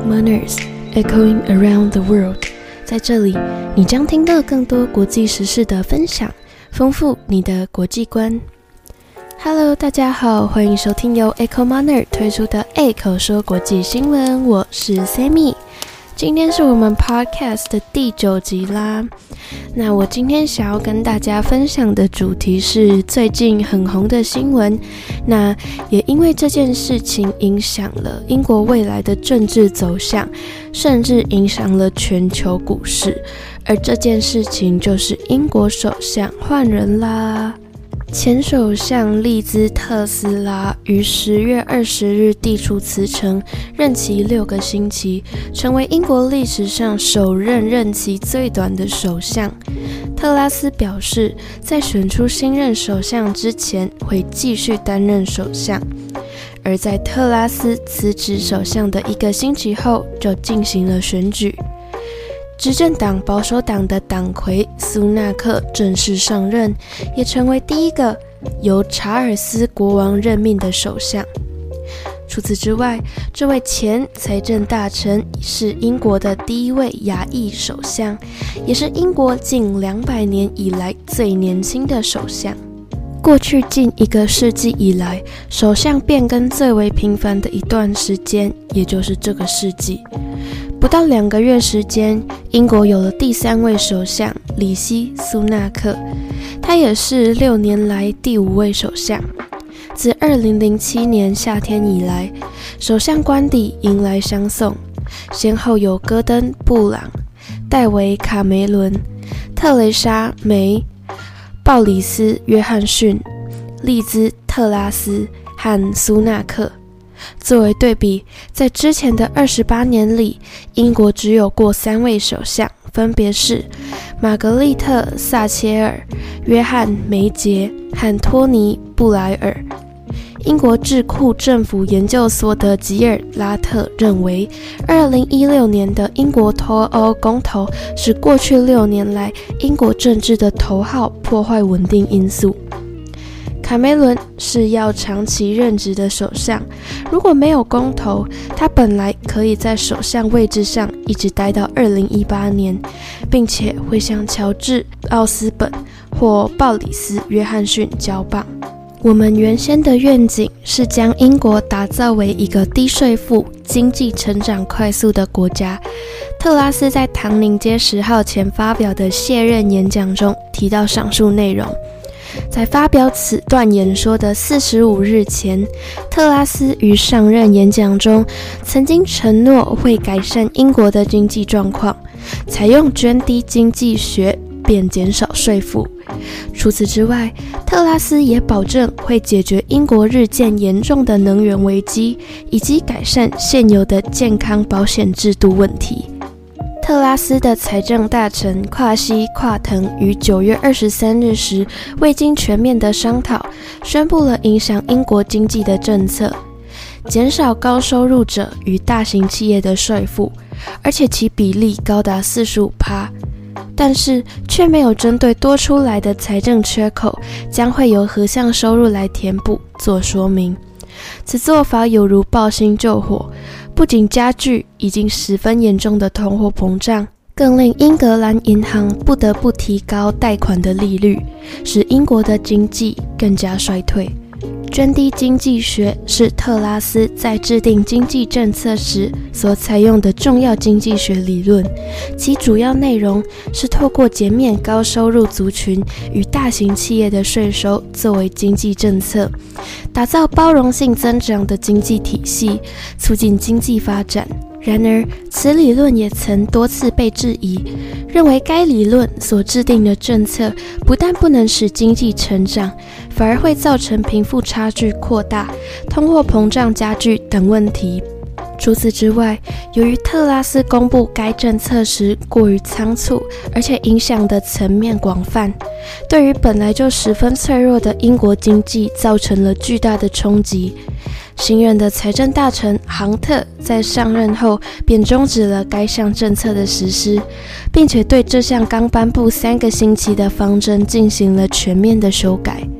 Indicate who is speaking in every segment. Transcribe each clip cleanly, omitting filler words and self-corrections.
Speaker 1: Manners echoing around the world。 在这里，你将听到更多国际时事的分享，丰富你的国际观。Hello， 大家好，欢迎收听由 Echo Manner 推出的 Echo 说国际新闻，我是 Sammy。今天是我们 Podcast 的第9集啦。那我今天想要跟大家分享的主题是最近很红的新闻，那也因为这件事情影响了英国未来的政治走向，甚至影响了全球股市，而这件事情就是英国首相换人啦。前首相利兹特斯拉于10月20日递出辞呈，任期6个星期，成为英国历史上首任任期最短的首相。特拉斯表示，在选出新任首相之前，会继续担任首相。而在特拉斯辞职首相的1个星期后，就进行了选举。执政党保守党的党魁苏纳克正式上任，也成为第一个由查尔斯国王任命的首相。除此之外，这位前财政大臣是英国的第一位亚裔首相，也是英国近200年以来最年轻的首相。过去近1个世纪以来，首相变更最为频繁的一段时间，也就是这个世纪。不到2个月时间，英国有了第3位首相里希·苏纳克，他也是6年来第5位首相。自2007年夏天以来，首相官邸迎来相送，先后有戈登·布朗、戴维·卡梅伦、特蕾莎·梅、鲍里斯·约翰逊、利兹·特拉斯和苏纳克。作为对比，在之前的28年里，英国只有过3位首相，分别是玛格丽特·撒切尔、约翰·梅杰和托尼·布莱尔。英国智库政府研究所的吉尔拉特认为，2016年的英国脱欧公投是过去6年来英国政治的头号破坏稳定因素。卡梅伦是要长期任职的首相，如果没有公投，他本来可以在首相位置上一直待到2018年，并且会向乔治·奥斯本或鲍里斯·约翰逊交棒。我们原先的愿景是将英国打造为一个低税负、经济成长快速的国家。特拉斯在唐宁街10号前发表的卸任演讲中提到上述内容。在发表此段演说的45日前，特拉斯于上任演讲中曾经承诺会改善英国的经济状况，采用涓滴经济学便减少税负。除此之外，特拉斯也保证会解决英国日渐严重的能源危机，以及改善现有的健康保险制度问题。特拉斯的财政大臣跨西跨腾于9月23日时，未经全面的商讨，宣布了影响英国经济的政策，减少高收入者与大型企业的税负，而且其比例高达 45%， 但是却没有针对多出来的财政缺口将会由何项收入来填补做说明。此做法有如抱薪救火，不仅加剧已经十分严重的通货膨胀，更令英格兰银行不得不提高贷款的利率，使英国的经济更加衰退。涓滴经济学是特拉斯在制定经济政策时所采用的重要经济学理论，其主要内容是透过减免高收入族群与大型企业的税收作为经济政策，打造包容性增长的经济体系，促进经济发展。然而，此理论也曾多次被质疑，认为该理论所制定的政策不但不能使经济成长，反而会造成贫富差距扩大、通货膨胀加剧等问题。除此之外，由于特拉斯公布该政策时过于仓促，而且影响的层面广泛，对于本来就十分脆弱的英国经济造成了巨大的冲击。新任的财政大臣杭特在上任后便终止了该项政策的实施，并且对这项刚颁布3个星期的方针进行了全面的修改。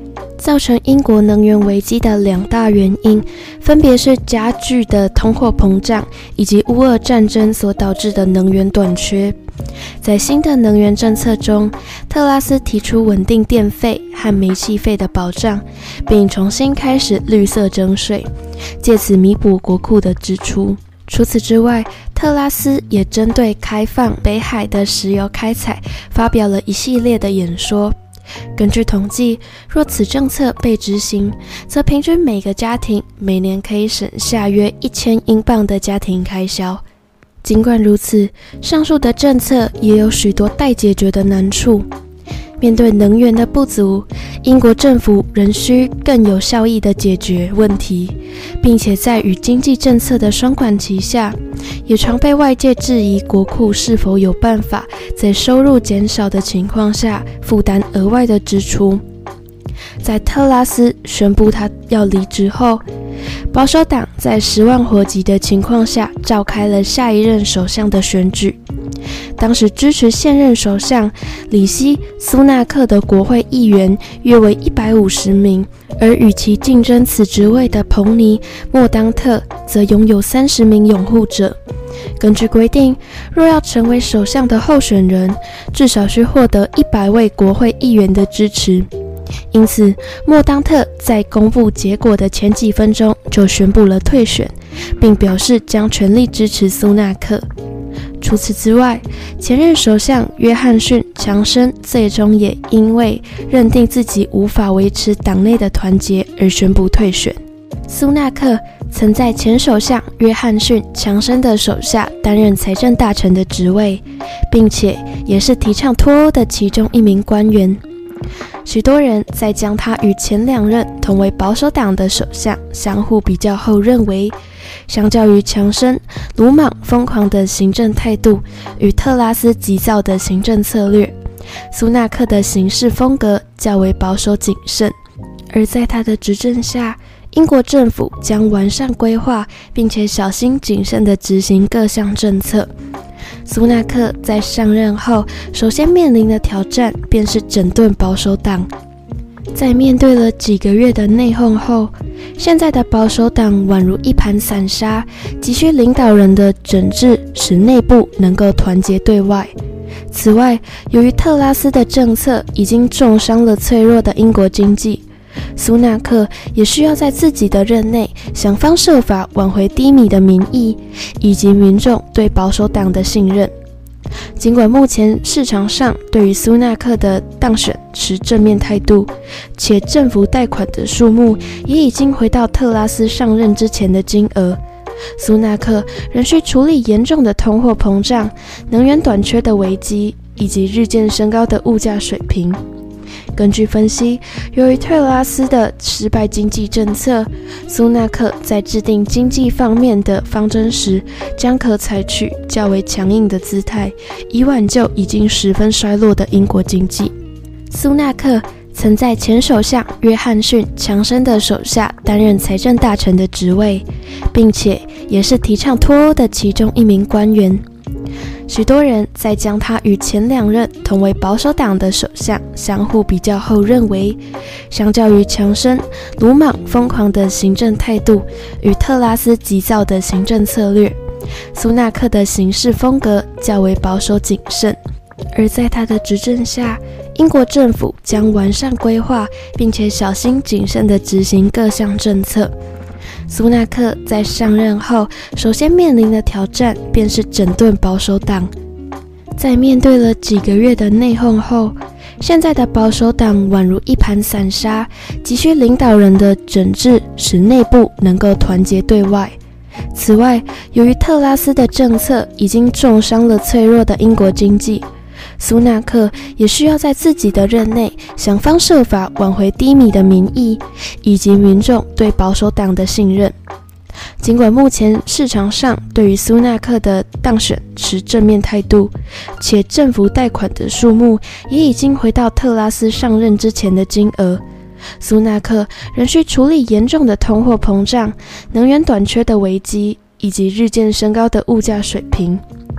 Speaker 1: 造成英国能源危机的两大原因，分别是加剧的通货膨胀以及乌俄战争所导致的能源短缺。在新的能源政策中，特拉斯提出稳定电费和煤气费的保障，并重新开始绿色征税，借此弥补国库的支出。除此之外，特拉斯也针对开放北海的石油开采发表了一系列的演说。根据统计，若此政策被执行，则平均每个家庭每年可以省下约1000英镑的家庭开销。尽管如此，上述的政策也有许多待解决的难处。面对能源的不足，英国政府仍需更有效益地解决问题，并且在与经济政策的双管齐下，也常被外界质疑国库是否有办法在收入减少的情况下负担额外的支出。在特拉斯宣布他要离职后，保守党在10万火急的情况下召开了下一任首相的选举。当时支持现任首相里希·苏纳克的国会议员约为150名，而与其竞争此职位的彭尼·莫当特则拥有30名拥护者。根据规定，若要成为首相的候选人，至少需获得100位国会议员的支持。因此，莫当特在公布结果的前几分钟就宣布了退选，并表示将全力支持苏纳克。除此之外，前任首相约翰逊·强生最终也因为认定自己无法维持党内的团结而宣布退选。苏纳克曾在前首相约翰逊·强生的手下担任财政大臣的职位，并且也是提倡脱欧的其中一名官员。许多人在将他与前2任同为保守党的首相相互比较后认为，相较于强生鲁莽疯狂的行政态度与特拉斯急躁的行政策略，苏纳克的行事风格较为保守谨慎。而在他的执政下，英国政府将完善规划并且小心谨慎地执行各项政策。苏纳克在上任后首先面临的挑战便是整顿保守党。在面对了几个月的内讧后，现在的保守党宛如一盘散沙，急需领导人的整治使内部能够团结对外。此外，由于特拉斯的政策已经重伤了脆弱的英国经济，苏纳克也需要在自己的任内想方设法挽回低迷的民意以及民众对保守党的信任。尽管目前市场上对于苏纳克的当选持正面态度，且政府贷款的数目也已经回到特拉斯上任之前的金额，苏纳克仍需处理严重的通货膨胀、能源短缺的危机以及日渐升高的物价水平。根据分析，由于特拉斯的失败经济政策，苏纳克在制定经济方面的方针时，将可采取较为强硬的姿态，以挽救已经十分衰落的英国经济。苏纳克曾在前首相约翰逊·强生的手下担任财政大臣的职位，并且也是提倡脱欧的其中一名官员。许多人在将他与前2任同为保守党的首相相互比较后认为，相较于强生鲁莽疯狂的行政态度与特拉斯急躁的行政策略，苏纳克的行事风格较为保守谨慎。而在他的执政下，英国政府将完善规划并且小心谨慎地执行各项政策。苏纳克在上任后首先面临的挑战便是整顿保守党。在面对了几个月的内讧后，现在的保守党宛如一盘散沙，急需领导人的整治使内部能够团结对外。此外，由于特拉斯的政策已经重伤了脆弱的英国经济，苏纳克也需要在自己的任内想方设法挽回低迷的民意以及民众对保守党的信任。尽管目前市场上对于苏纳克的当选持正面态度，且政府贷款的数目也已经回到特拉斯上任之前的金额，苏纳克仍需处理严重的通货膨胀、能源短缺的危机以及日渐升高的物价水平。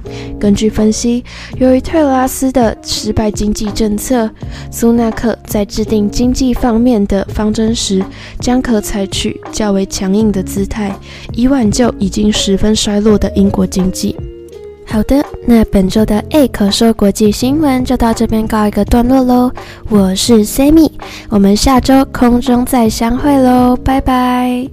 Speaker 1: 根据分析，由于特拉斯的失败经济政策，苏纳克在制定经济方面的方针时，将可采取较为强硬的姿态，以挽救已经十分衰落的英国经济。好的，那本周的可说国际新闻就到这边告一个段落咯。我是 Sammy， 我们下周空中再相会咯，拜拜。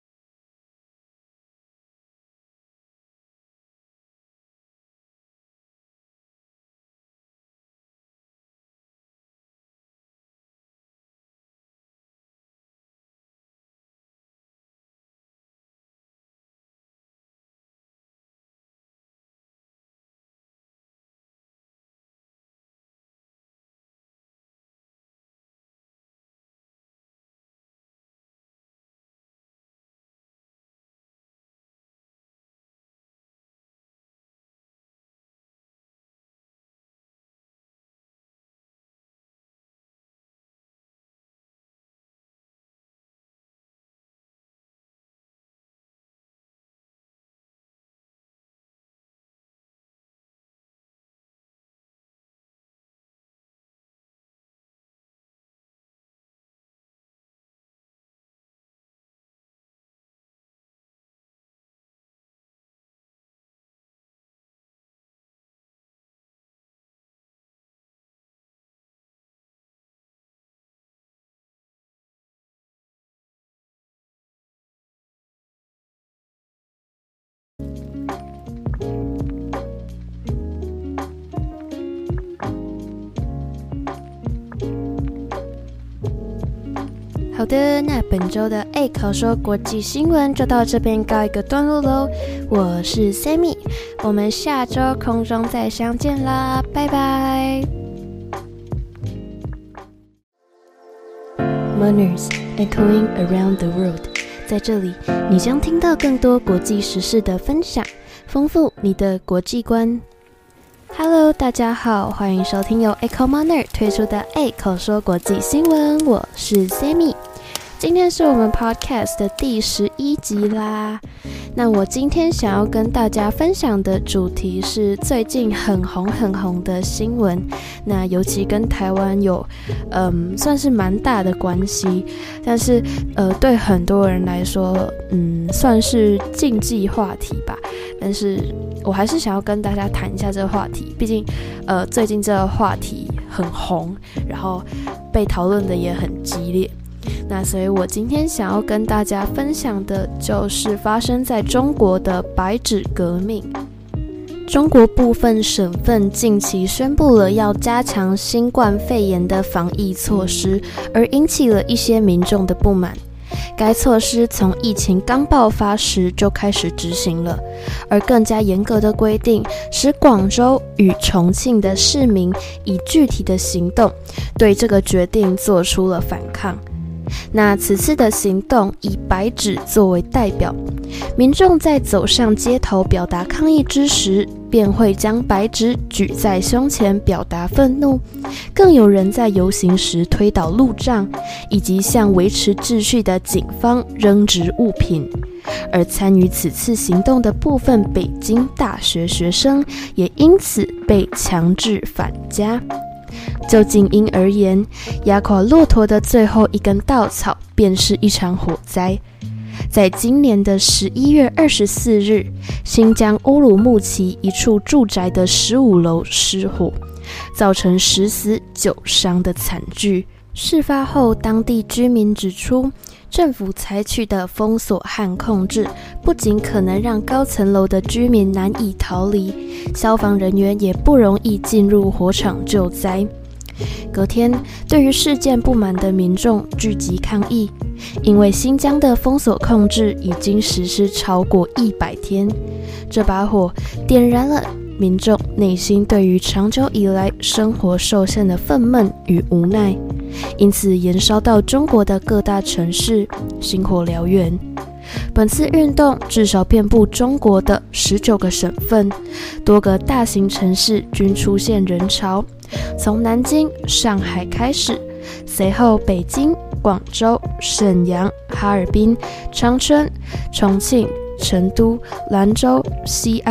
Speaker 1: 好的，那本周的口说国际新闻就到这边告一个段落咯。我是 Sammy， 我们下周空中再相见啦，拜拜。Mourners echoing around the world， 在这里你将听到更多国际时事的分享，丰富你的国际观。Hello， 大家好，欢迎收听由 Echo Mourner 推出的口说国际新闻，我是 Sammy。今天是我们 podcast 的第11集啦。那我今天想要跟大家分享的主题是最近很红的新闻，那尤其跟台湾有算是蛮大的关系，但是对很多人来说算是禁忌话题吧，但是我还是想要跟大家谈一下这个话题，毕竟最近这个话题很红，然后被讨论的也很激烈。那所以我今天想要跟大家分享的就是发生在中国的白纸革命。中国部分省份近期宣布了要加强新冠肺炎的防疫措施，而引起了一些民众的不满。该措施从疫情刚爆发时就开始执行了，而更加严格的规定使广州与重庆的市民以具体的行动对这个决定做出了反抗。那此次的行动以白纸作为代表，民众在走上街头表达抗议之时，便会将白纸举在胸前表达愤怒，更有人在游行时推倒路障，以及向维持秩序的警方扔掷物品。而参与此次行动的部分北京大学学生也因此被强制返家。就静音而言，压垮骆驼的最后一根稻草便是一场火灾。在今年的11月24日，新疆乌鲁木齐一处住宅的15楼失火，造成10死9伤的惨剧。事发后，当地居民指出，政府采取的封锁和控制不仅可能让高层楼的居民难以逃离，消防人员也不容易进入火场救灾。隔天，对于事件不满的民众聚集抗议，因为新疆的封锁控制已经实施超过100天，这把火点燃了民众内心对于长久以来生活受限的愤懑与无奈，因此延烧到中国的各大城市，星火燎原。本次运动至少遍布中国的19个省份，多个大型城市均出现人潮，从南京、上海开始，随后北京、广州、沈阳、哈尔滨、长春、重庆、成都、兰州、西安、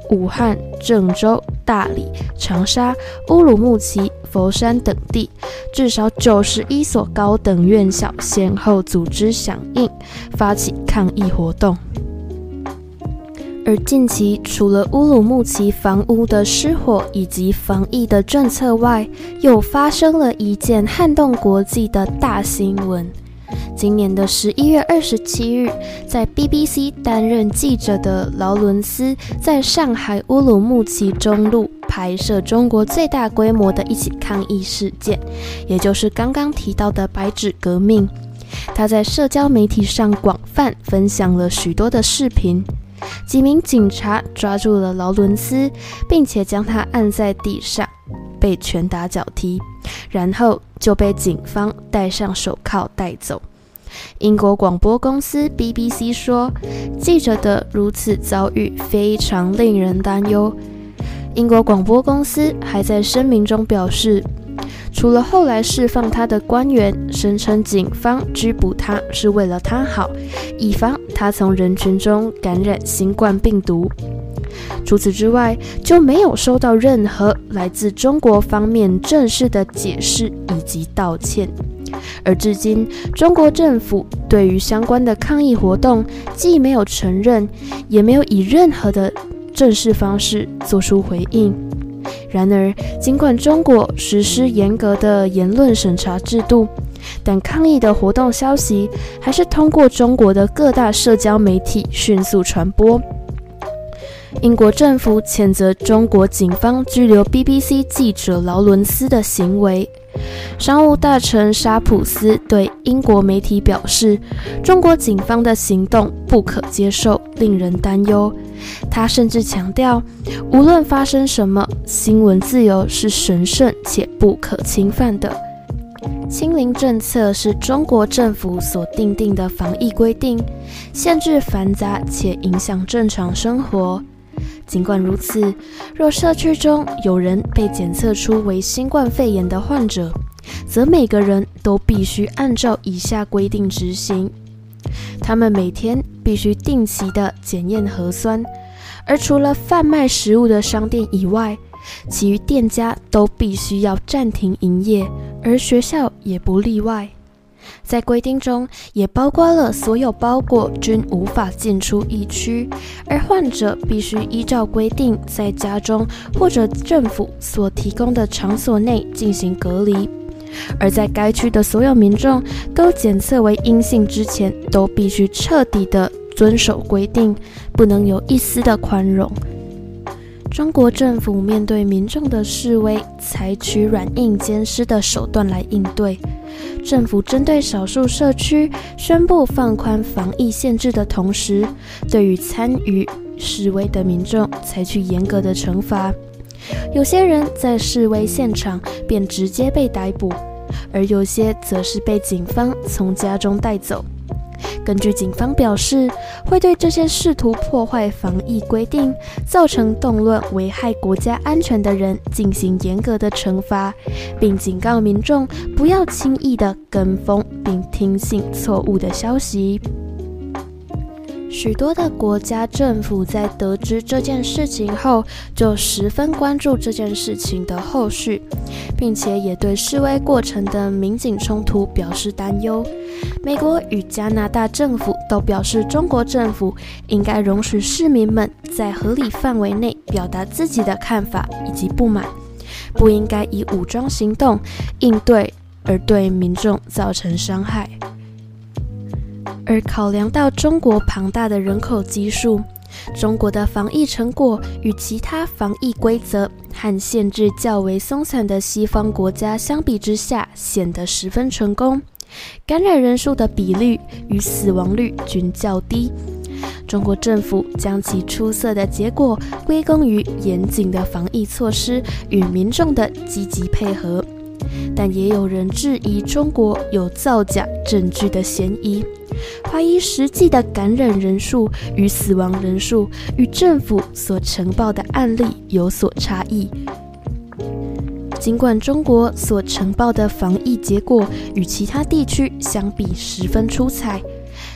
Speaker 1: 武汉、郑州、大理、长沙、乌鲁木齐、佛山等地，至少91所高等院校先后组织响应，发起抗议活动。而近期，除了乌鲁木齐房屋的失火以及防疫的政策外，又发生了一件撼动国际的大新闻。今年的11月27日，在 BBC 担任记者的劳伦斯，在上海乌鲁木齐中路拍摄中国最大规模的一起抗议事件，也就是刚刚提到的白纸革命。他在社交媒体上广泛分享了许多的视频。几名警察抓住了劳伦斯，并且将他按在地上，被拳打脚踢，然后就被警方戴上手铐带走。英国广播公司 BBC 说，记者的如此遭遇非常令人担忧。英国广播公司还在声明中表示，除了后来释放他的官员声称警方拘捕他是为了他好，以防他从人群中感染新冠病毒。除此之外，就没有收到任何来自中国方面正式的解释以及道歉。而至今，中国政府对于相关的抗议活动既没有承认，也没有以任何的正式方式做出回应。然而，尽管中国实施严格的言论审查制度，但抗议的活动消息还是通过中国的各大社交媒体迅速传播。英国政府谴责中国警方拘留 BBC 记者劳伦斯的行为。商务大臣沙普斯对英国媒体表示，中国警方的行动不可接受，令人担忧。他甚至强调，无论发生什么，新闻自由是神圣且不可侵犯的。清零政策是中国政府所订定的防疫规定，限制繁杂且影响正常生活。尽管如此，若社区中有人被检测出为新冠肺炎的患者，则每个人都必须按照以下规定执行。他们每天必须定期的检验核酸，而除了贩卖食物的商店以外，其余店家都必须要暂停营业，而学校也不例外。在规定中也包括了所有包裹均无法进出疫区，而患者必须依照规定在家中或者政府所提供的场所内进行隔离，而在该区的所有民众都检测为阴性之前，都必须彻底的遵守规定，不能有一丝的宽容。中国政府面对民众的示威，采取软硬兼施的手段来应对。政府针对少数社区宣布放宽防疫限制的同时，对于参与示威的民众采取严格的惩罚。有些人在示威现场便直接被逮捕，而有些则是被警方从家中带走。根据警方表示，会对这些试图破坏防疫规定、造成动乱、危害国家安全的人进行严格的惩罚，并警告民众不要轻易的跟风并听信错误的消息。许多的国家政府在得知这件事情后，就十分关注这件事情的后续，并且也对示威过程的民警冲突表示担忧。美国与加拿大政府都表示，中国政府应该容许市民们在合理范围内表达自己的看法以及不满，不应该以武装行动应对而对民众造成伤害。而考量到中国庞大的人口基数，中国的防疫成果与其他防疫规则和限制较为松散的西方国家相比之下，显得十分成功。感染人数的比率与死亡率均较低。中国政府将其出色的结果归功于严谨的防疫措施与民众的积极配合，但也有人质疑中国有造假证据的嫌疑，怀疑实际的感染人数与死亡人数与政府所呈报的案例有所差异。尽管中国所呈报的防疫结果与其他地区相比十分出彩，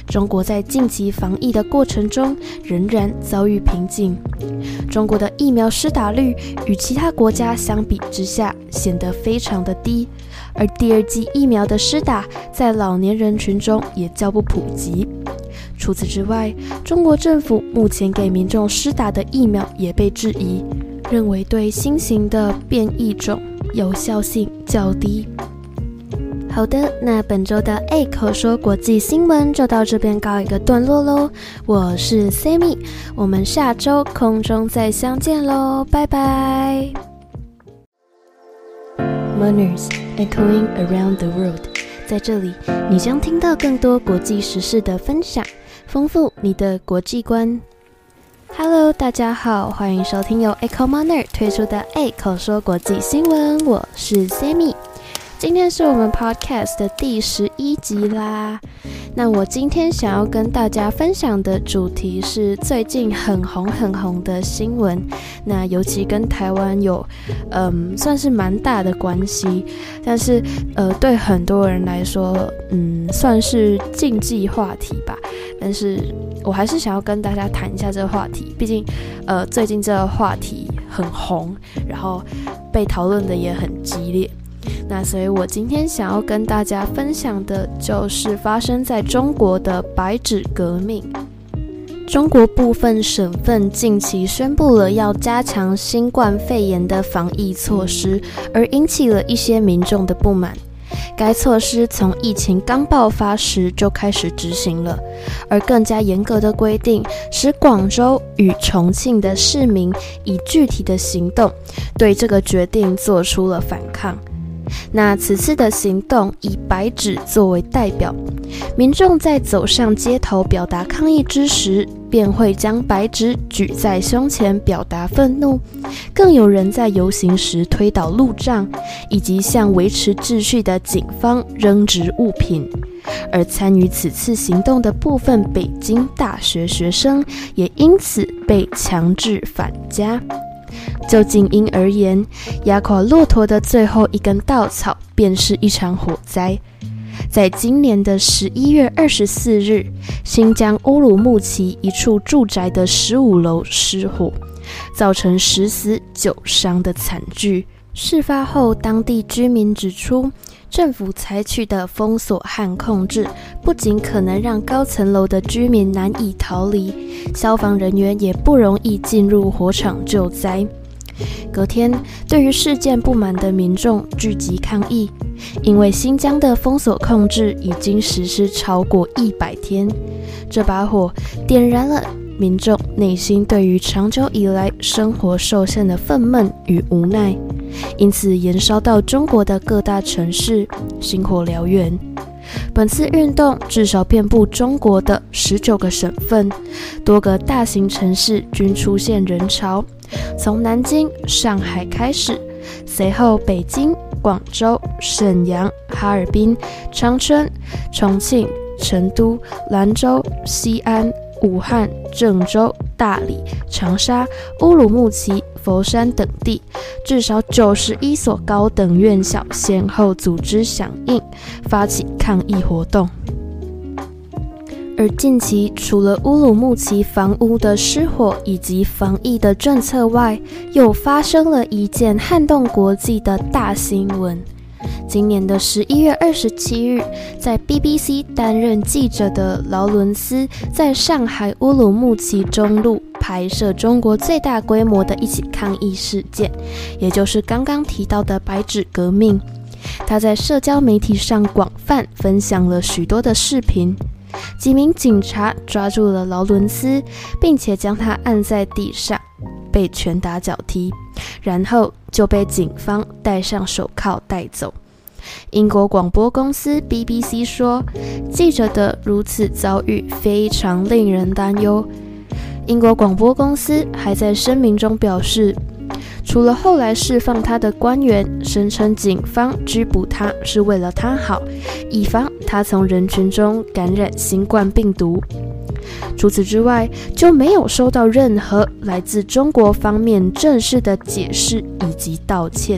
Speaker 1: 中国在近期防疫的过程中仍然遭遇瓶颈。中国的疫苗施打率与其他国家相比之下显得非常的低，而第二剂疫苗的施打在老年人群中也较不普及。除此之外，中国政府目前给民众施打的疫苗也被质疑，认为对新型的变异种有效性较低。好的，那本周的口说国际新闻就到这边告一个段落咯。我是 Sammy， 我们下周空中再相见咯，拜拜。Manners echoing around the world， 在这里你将听到更多国际时事的分享，丰富你的国际观。Hello， 大家好，欢迎收听由 Echo Manner 推出的口说国际新闻，我是 Sammy。今天是我们 podcast 的第11集啦。那我今天想要跟大家分享的主题是最近很红的新闻，那尤其跟台湾有算是蛮大的关系，但是对很多人来说算是禁忌话题吧，但是我还是想要跟大家谈一下这个话题，毕竟最近这个话题很红，然后被讨论的也很激烈。那所以我今天想要跟大家分享的就是发生在中国的白纸革命。中国部分省份近期宣布了要加强新冠肺炎的防疫措施，而引起了一些民众的不满。该措施从疫情刚爆发时就开始执行了，而更加严格的规定使广州与重庆的市民以具体的行动对这个决定做出了反抗。那此次的行动以白纸作为代表，民众在走上街头表达抗议之时，便会将白纸举在胸前表达愤怒，更有人在游行时推倒路障，以及向维持秩序的警方扔掷物品。而参与此次行动的部分北京大学学生也因此被强制返家。就静音而言，压垮骆驼的最后一根稻草便是一场火灾。在今年的11月24日，新疆乌鲁木齐一处住宅的15楼失火，造成10死9伤的惨剧。事发后，当地居民指出，政府采取的封锁和控制不仅可能让高层楼的居民难以逃离，消防人员也不容易进入火场救灾。隔天，对于事件不满的民众聚集抗议，因为新疆的封锁控制已经实施超过100天，这把火点燃了民众内心对于长久以来生活受限的愤懑与无奈，因此延烧到中国的各大城市，星火燎原。本次运动至少遍布中国的19个省份，多个大型城市均出现人潮，从南京、上海开始，随后北京、广州、沈阳、哈尔滨、长春、重庆、成都、兰州、西安、武汉、郑州、大理、长沙、乌鲁木齐、佛山等地，至少91所高等院校先后组织响应，发起抗议活动。而近期除了乌鲁木齐房屋的失火以及防疫的政策外，又发生了一件撼动国际的大新闻。今年的11月27日，在 BBC 担任记者的劳伦斯在上海乌鲁木齐中路拍摄中国最大规模的一起抗议事件，也就是刚刚提到的白纸革命。他在社交媒体上广泛分享了许多的视频，几名警察抓住了劳伦斯，并且将他按在地上，被拳打脚踢，然后就被警方戴上手铐带走。英国广播公司 BBC 说，记者的如此遭遇非常令人担忧。英国广播公司还在声明中表示，除了后来释放他的官员声称警方拘捕他是为了他好，以防他从人群中感染新冠病毒。除此之外，就没有收到任何来自中国方面正式的解释以及道歉。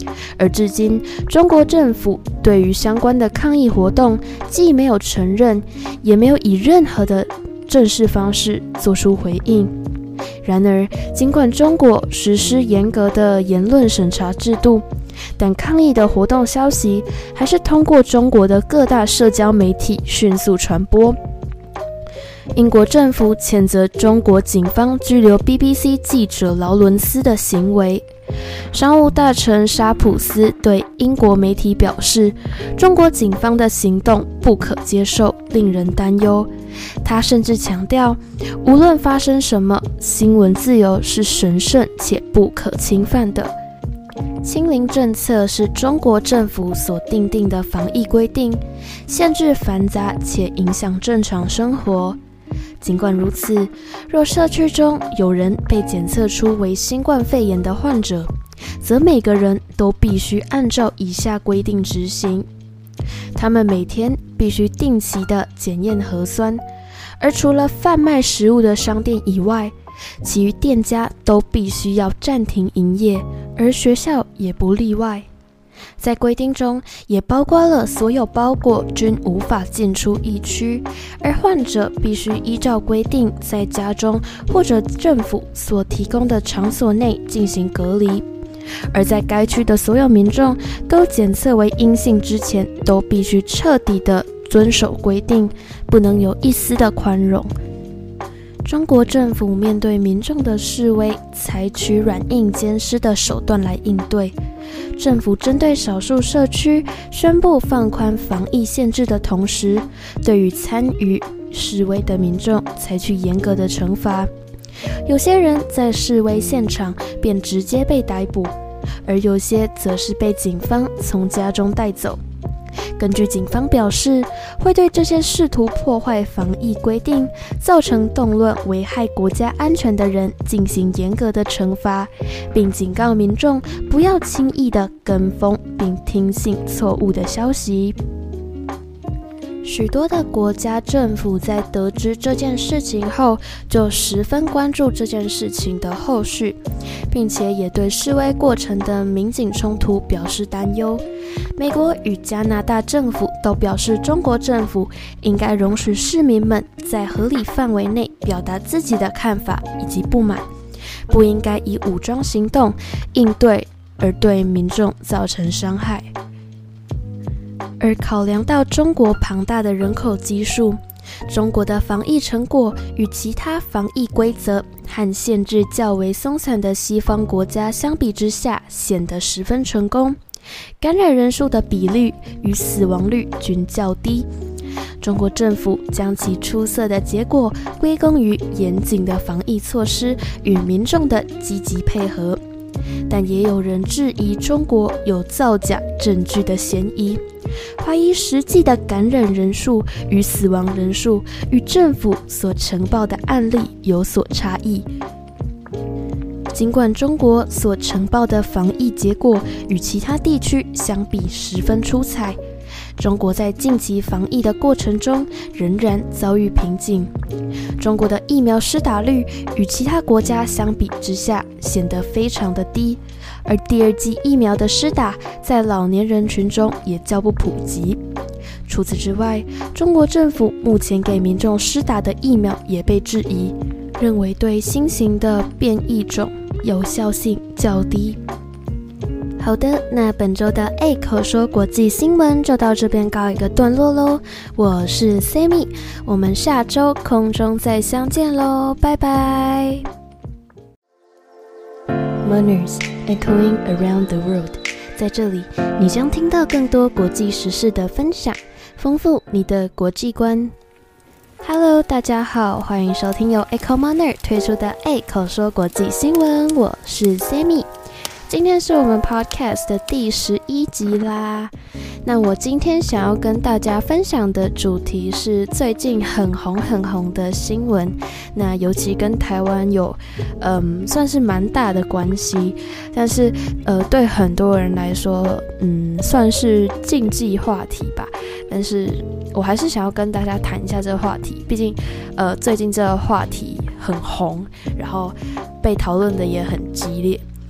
Speaker 1: 而至今，中国政府对于相关的抗议活动既没有承认，也没有以任何的正式方式做出回应。然而，尽管中国实施严格的言论审查制度，但抗议的活动消息还是通过中国的各大社交媒体迅速传播。英国政府谴责中国警方拘留 BBC 记者劳伦斯的行为。商务大臣沙普斯对英国媒体表示，中国警方的行动不可接受，令人担忧。他甚至强调，无论发生什么，新闻自由是神圣且不可侵犯的。清零政策是中国政府所订定的防疫规定，限制繁杂且影响正常生活。尽管如此，若社区中有人被检测出为新冠肺炎的患者，则每个人都必须按照以下规定执行。他们每天必须定期的检验核酸，而除了贩卖食物的商店以外，其余店家都必须要暂停营业，而学校也不例外。在规定中也包括了所有包裹均无法进出疫区，而患者必须依照规定在家中或者政府所提供的场所内进行隔离，而在该区的所有民众都检测为阴性之前，都必须彻底的遵守规定，不能有一丝的宽容。中国政府面对民众的示威，采取软硬兼施的手段来应对。政府针对少数社区宣布放宽防疫限制的同时，对于参与示威的民众采取严格的惩罚。有些人在示威现场便直接被逮捕，而有些则是被警方从家中带走。根据警方表示，会对这些试图破坏防疫规定、造成动乱、危害国家安全的人进行严格的惩罚，并警告民众不要轻易的跟风并听信错误的消息。许多的国家政府在得知这件事情后，就十分关注这件事情的后续，并且也对示威过程的民警冲突表示担忧。美国与加拿大政府都表示，中国政府应该容许市民们在合理范围内表达自己的看法以及不满，不应该以武装行动应对而对民众造成伤害。而考量到中国庞大的人口基数，中国的防疫成果与其他防疫规则和限制较为松散的西方国家相比之下，显得十分成功。感染人数的比率与死亡率均较低。中国政府将其出色的结果归功于严谨的防疫措施与民众的积极配合，但也有人质疑中国有造假证据的嫌疑，怀疑实际的感染人数与死亡人数与政府所呈报的案例有所差异。尽管中国所呈报的防疫结果与其他地区相比十分出彩，中国在近期防疫的过程中仍然遭遇瓶颈。中国的疫苗施打率与其他国家相比之下显得非常的低，而第二剂疫苗的施打在老年人群中也较不普及。除此之外，中国政府目前给民众施打的疫苗也被质疑，认为对新型的变异种有效性较低。好的，那本周的口说国际新闻就到这边告一个段落咯。我是 Sammy， 我们下周空中再相见咯，拜拜。Manners echoing around the world， 在这里你将听到更多国际时事的分享，丰富你的国际观。Hello， 大家好，欢迎收听由 Echo Manner 推出的口说国际新闻，我是 Sammy。今天是我们 podcast 的第11集啦。那我今天想要跟大家分享的主题是最近很红的新闻，那尤其跟台湾有算是蛮大的关系，但是对很多人来说算是禁忌话题吧，但是我还是想要跟大家谈一下这个话题，毕竟最近这个话题很红，然后被讨论的也很激烈。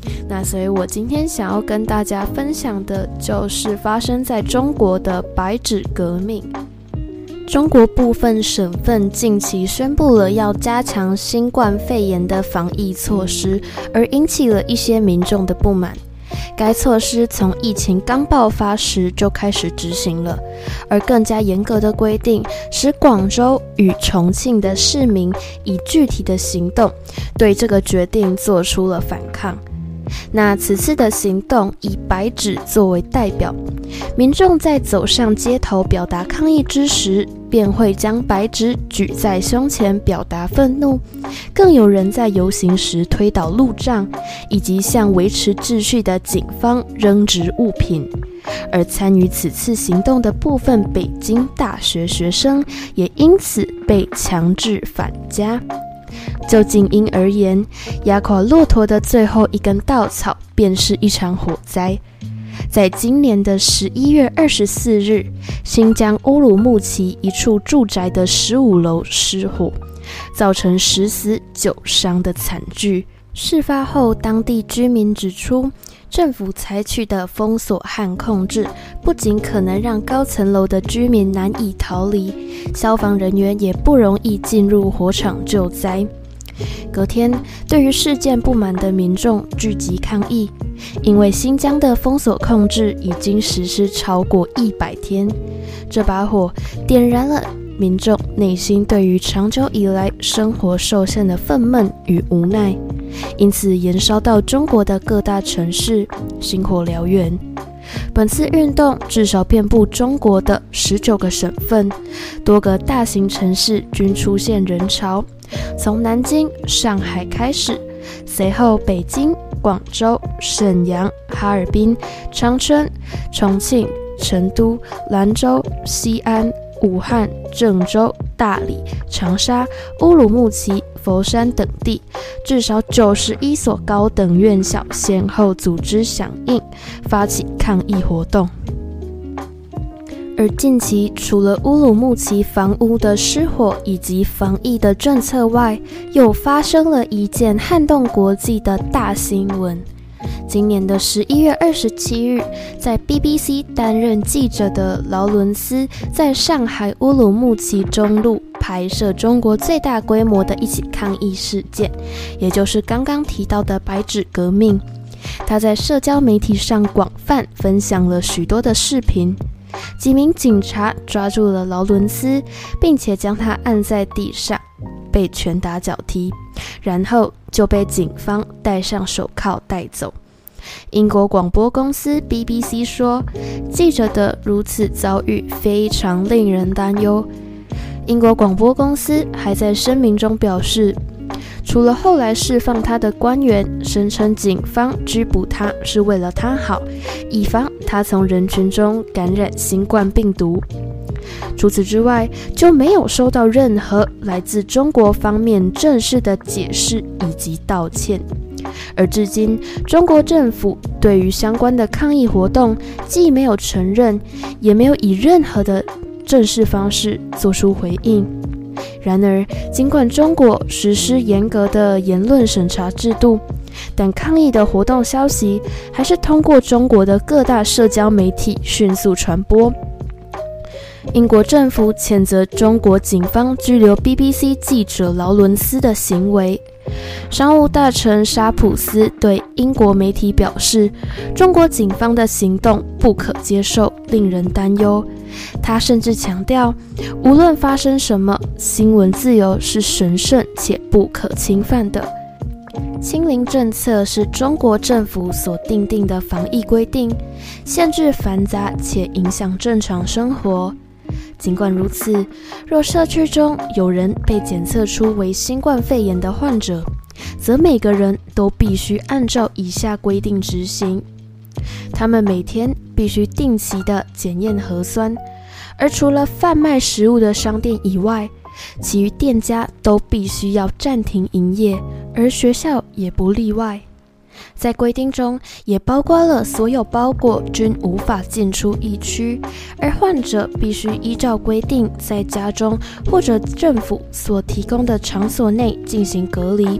Speaker 1: 那所以我今天想要跟大家分享的就是发生在中国的白纸革命。中国部分省份近期宣布了要加强新冠肺炎的防疫措施，而引起了一些民众的不满。该措施从疫情刚爆发时就开始执行了，而更加严格的规定使广州与重庆的市民以具体的行动对这个决定做出了反抗。那此次的行动以白纸作为代表，民众在走上街头表达抗议之时，便会将白纸举在胸前表达愤怒，更有人在游行时推倒路障，以及向维持秩序的警方扔掷物品。而参与此次行动的部分北京大学学生也因此被强制返家。就静音而言，压垮骆驼的最后一根稻草便是一场火灾。在今年的11月24日，新疆乌鲁木齐一处住宅的15楼失火，造成10死9伤的惨剧。事发后，当地居民指出，政府采取的封锁和控制，不仅可能让高层楼的居民难以逃离，消防人员也不容易进入火场救灾。隔天，对于事件不满的民众聚集抗议，因为新疆的封锁控制已经实施超过100天，这把火点燃了民众内心对于长久以来生活受限的愤懑与无奈，因此延烧到中国的各大城市，星火燎原。本次运动至少遍布中国的19个省份，多个大型城市均出现人潮，从南京、上海开始，随后北京、广州、沈阳、哈尔滨、长春、重庆、成都、兰州、西安、武汉、郑州、大理、长沙、乌鲁木齐、佛山等地，至少91所高等院校先后组织响应，发起抗议活动。而近期除了乌鲁木齐房屋的失火以及防疫的政策外，又发生了一件撼动国际的大新闻。今年的11月27日，在 BBC 担任记者的劳伦斯在上海乌鲁木齐中路拍摄中国最大规模的一起抗议事件，也就是刚刚提到的白纸革命。他在社交媒体上广泛分享了许多的视频，几名警察抓住了劳伦斯，并且将他按在地上，被拳打脚踢，然后就被警方戴上手铐带走。英国广播公司 BBC 说，记者的如此遭遇非常令人担忧。英国广播公司还在声明中表示，除了后来释放他的官员声称警方拘捕他是为了他好，以防他从人群中感染新冠病毒，除此之外就没有收到任何来自中国方面正式的解释以及道歉。而至今，中国政府对于相关的抗议活动既没有承认，也没有以任何的正式方式做出回应。然而，尽管中国实施严格的言论审查制度，但抗议的活动消息还是通过中国的各大社交媒体迅速传播。英国政府谴责中国警方拘留 BBC 记者劳伦斯的行为。商务大臣沙普斯对英国媒体表示，中国警方的行动不可接受，令人担忧。他甚至强调，无论发生什么，新闻自由是神圣且不可侵犯的。清零政策是中国政府所订定的防疫规定，限制繁杂且影响正常生活。尽管如此，若社区中有人被检测出为新冠肺炎的患者，则每个人都必须按照以下规定执行。他们每天必须定期的检验核酸，而除了贩卖食物的商店以外，其余店家都必须要暂停营业，而学校也不例外。在规定中也包括了所有包裹均无法进出疫区，而患者必须依照规定在家中或者政府所提供的场所内进行隔离。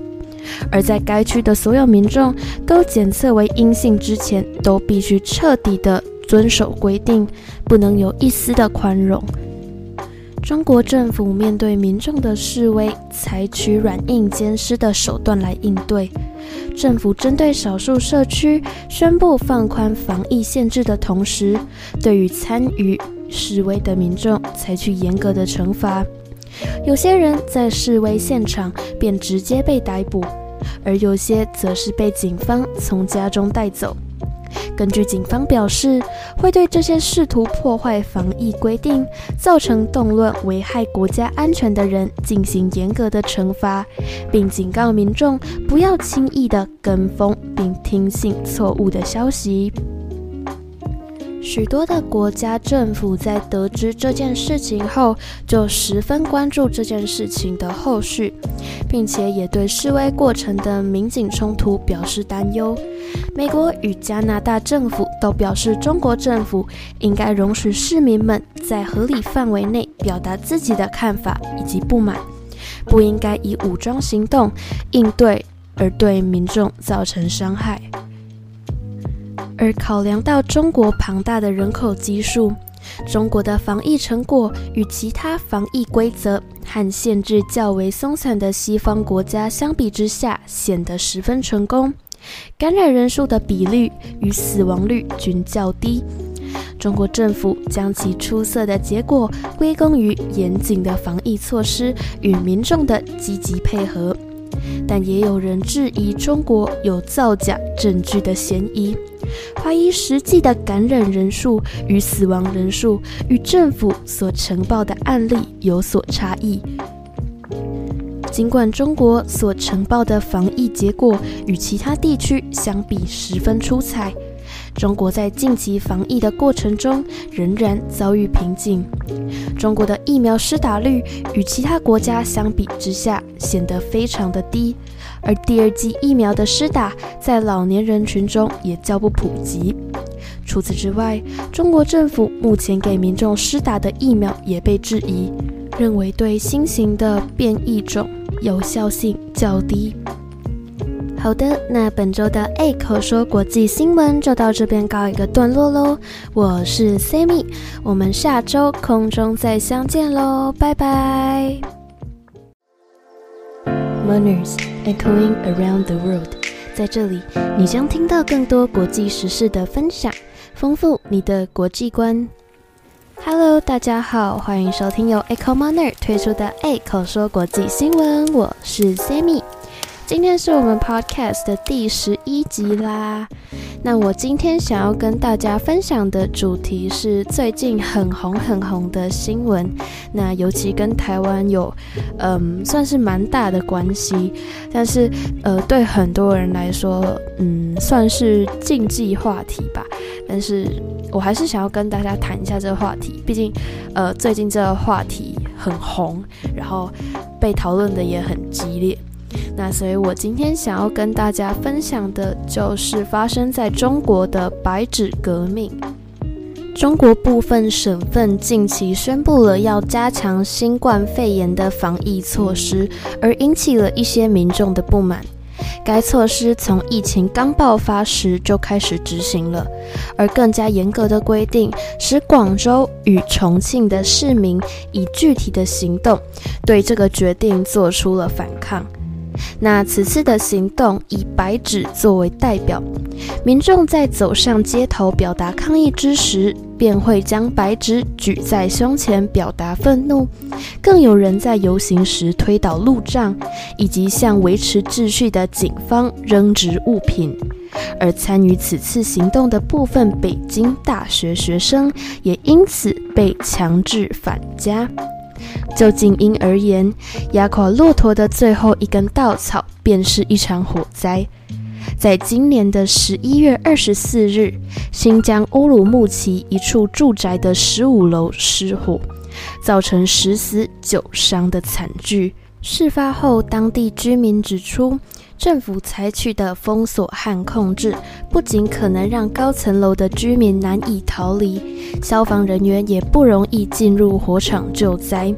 Speaker 1: 而在该区的所有民众都检测为阴性之前，都必须彻底的遵守规定，不能有一丝的宽容。中国政府面对民众的示威，采取软硬兼施的手段来应对。政府针对少数社区宣布放宽防疫限制的同时，对于参与示威的民众采取严格的惩罚。有些人在示威现场便直接被逮捕，而有些则是被警方从家中带走。根据警方表示，会对这些试图破坏防疫规定、造成动乱、危害国家安全的人进行严格的惩罚，并警告民众不要轻易的跟风并听信错误的消息。许多的国家政府在得知这件事情后，就十分关注这件事情的后续，并且也对示威过程的民警冲突表示担忧。美国与加拿大政府都表示，中国政府应该容许市民们在合理范围内表达自己的看法以及不满，不应该以武装行动应对而对民众造成伤害。而考量到中国庞大的人口基数，中国的防疫成果与其他防疫规则和限制较为松散的西方国家相比之下，显得十分成功。感染人数的比率与死亡率均较低。中国政府将其出色的结果归功于严谨的防疫措施与民众的积极配合，但也有人质疑中国有造假证据的嫌疑，怀疑实际的感染人数与死亡人数与政府所呈报的案例有所差异。尽管中国所呈报的防疫结果与其他地区相比十分出彩，中国在近期防疫的过程中仍然遭遇瓶颈。中国的疫苗施打率与其他国家相比之下显得非常的低，而第二剂疫苗的施打在老年人群中也较不普及。除此之外，中国政府目前给民众施打的疫苗也被质疑，认为对新型的变异种有效性较低。好的，那本周的口说国际新闻就到这边告一个段落咯。我是 Sammy， 我们下周空中再相见咯，拜拜。Mothers echoing around the world， 在这里你将听到更多国际时事的分享，丰富你的国际观。Hello， 大家好，欢迎收听由 Echo Mother 推出的口说国际新闻，我是 Sammy。今天是我们 podcast 的第11集啦。那我今天想要跟大家分享的主题是最近很红的新闻，那尤其跟台湾有算是蛮大的关系，但是对很多人来说算是禁忌话题吧，但是我还是想要跟大家谈一下这个话题，毕竟最近这个话题很红，然后被讨论的也很激烈。那所以我今天想要跟大家分享的就是发生在中国的白纸革命。中国部分省份近期宣布了要加强新冠肺炎的防疫措施，而引起了一些民众的不满。该措施从疫情刚爆发时就开始执行了，而更加严格的规定使广州与重庆的市民以具体的行动对这个决定做出了反抗。那此次的行动以白纸作为代表，民众在走上街头表达抗议之时，便会将白纸举在胸前表达愤怒，更有人在游行时推倒路障，以及向维持秩序的警方扔掷物品。而参与此次行动的部分北京大学学生也因此被强制返家。就静音而言，压垮骆驼的最后一根稻草便是一场火灾。在今年的11月24日，新疆乌鲁木齐一处住宅的15楼失火，造成10死9伤的惨剧。事发后，当地居民指出，政府采取的封锁和控制不仅可能让高层楼的居民难以逃离，消防人员也不容易进入火场救灾。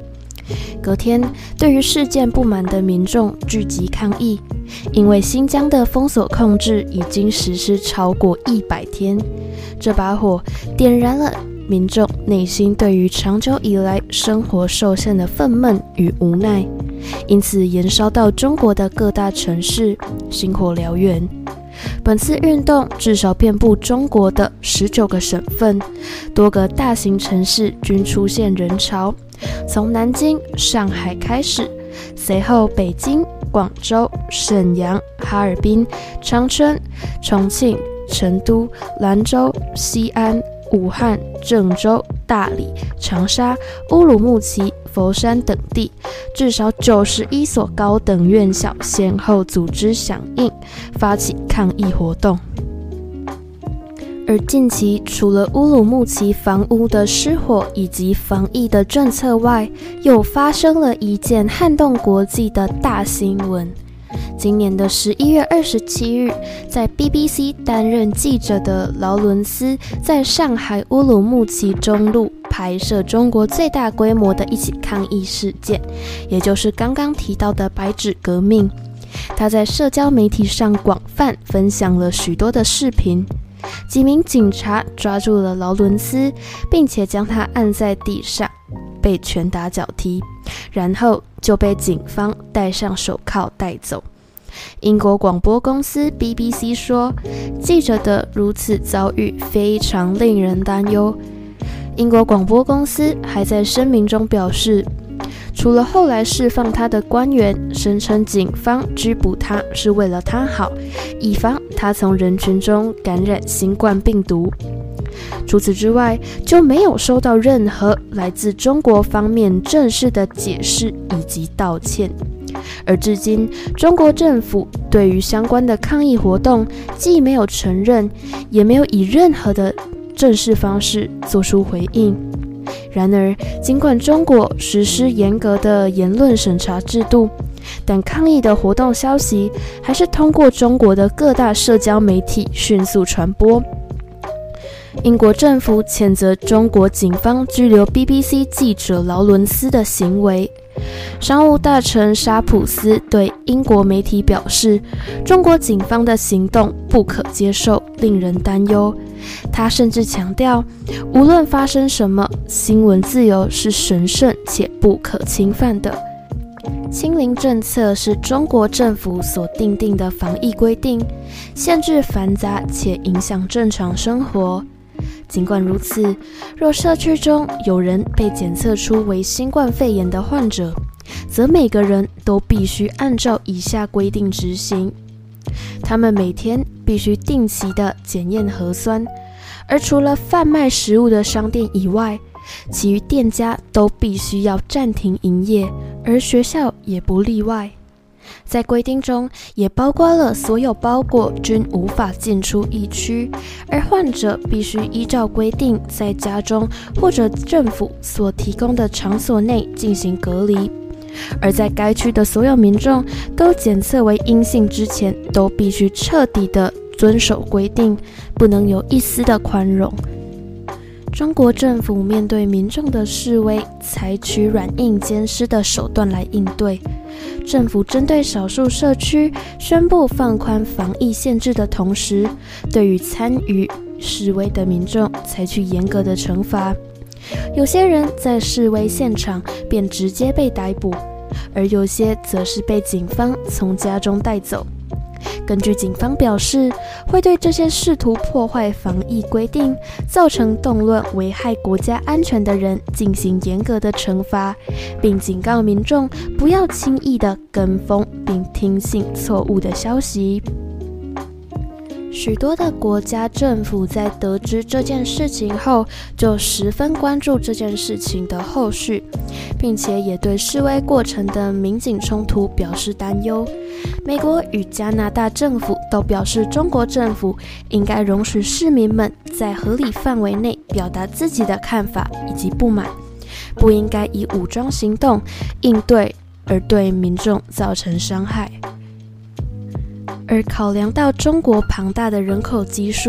Speaker 1: 隔天，对于事件不满的民众聚集抗议，因为新疆的封锁控制已经实施超过100天，这把火点燃了民众内心对于长久以来生活受限的愤懑与无奈，因此延烧到中国的各大城市，星火燎原。本次运动至少遍布中国的19个省份，多个大型城市均出现人潮，从南京、上海开始，随后北京、广州、沈阳、哈尔滨、长春、重庆、成都、兰州、西安、武汉、郑州、大理、长沙、乌鲁木齐、佛山等地，至少91所高等院校先后组织响应，发起抗议活动。而近期，除了乌鲁木齐房屋的失火以及防疫的政策外，又发生了一件撼动国际的大新闻。今年的11月27日，在 BBC 担任记者的劳伦斯在上海乌鲁木齐中路拍摄中国最大规模的一起抗议事件，也就是刚刚提到的白纸革命。他在社交媒体上广泛分享了许多的视频，几名警察抓住了劳伦斯，并且将他按在地上，被拳打脚踢，然后就被警方戴上手铐带走。英国广播公司 BBC 说，记者的如此遭遇非常令人担忧。英国广播公司还在声明中表示，除了后来释放他的官员声称警方拘捕他是为了他好，以防他从人群中感染新冠病毒，除此之外就没有收到任何来自中国方面正式的解释以及道歉。而至今，中国政府对于相关的抗议活动既没有承认，也没有以任何的正式方式做出回应。然而，尽管中国实施严格的言论审查制度，但抗议的活动消息还是通过中国的各大社交媒体迅速传播。英国政府谴责中国警方拘留 BBC 记者劳伦斯的行为。商务大臣沙普斯对英国媒体表示，中国警方的行动不可接受，令人担忧。他甚至强调，无论发生什么，新闻自由是神圣且不可侵犯的。清零政策是中国政府所订定的防疫规定，限制繁杂且影响正常生活。尽管如此，若社区中有人被检测出为新冠肺炎的患者，则每个人都必须按照以下规定执行。他们每天必须定期的检验核酸，而除了贩卖食物的商店以外，其余店家都必须要暂停营业，而学校也不例外。在规定中也包括了所有包裹均无法进出疫区，而患者必须依照规定在家中或者政府所提供的场所内进行隔离，而在该区的所有民众都检测为阴性之前，都必须彻底的遵守规定，不能有一丝的宽容。中国政府面对民众的示威，采取软硬兼施的手段来应对。政府针对少数社区宣布放宽防疫限制的同时，对于参与示威的民众采取严格的惩罚。有些人在示威现场便直接被逮捕，而有些则是被警方从家中带走。根据警方表示，会对这些试图破坏防疫规定、造成动乱、危害国家安全的人进行严格的惩罚，并警告民众不要轻易的跟风并听信错误的消息。许多的国家政府在得知这件事情后，就十分关注这件事情的后续，并且也对示威过程的民警冲突表示担忧。美国与加拿大政府都表示，中国政府应该容许市民们在合理范围内表达自己的看法以及不满，不应该以武装行动应对而对民众造成伤害。而考量到中国庞大的人口基数，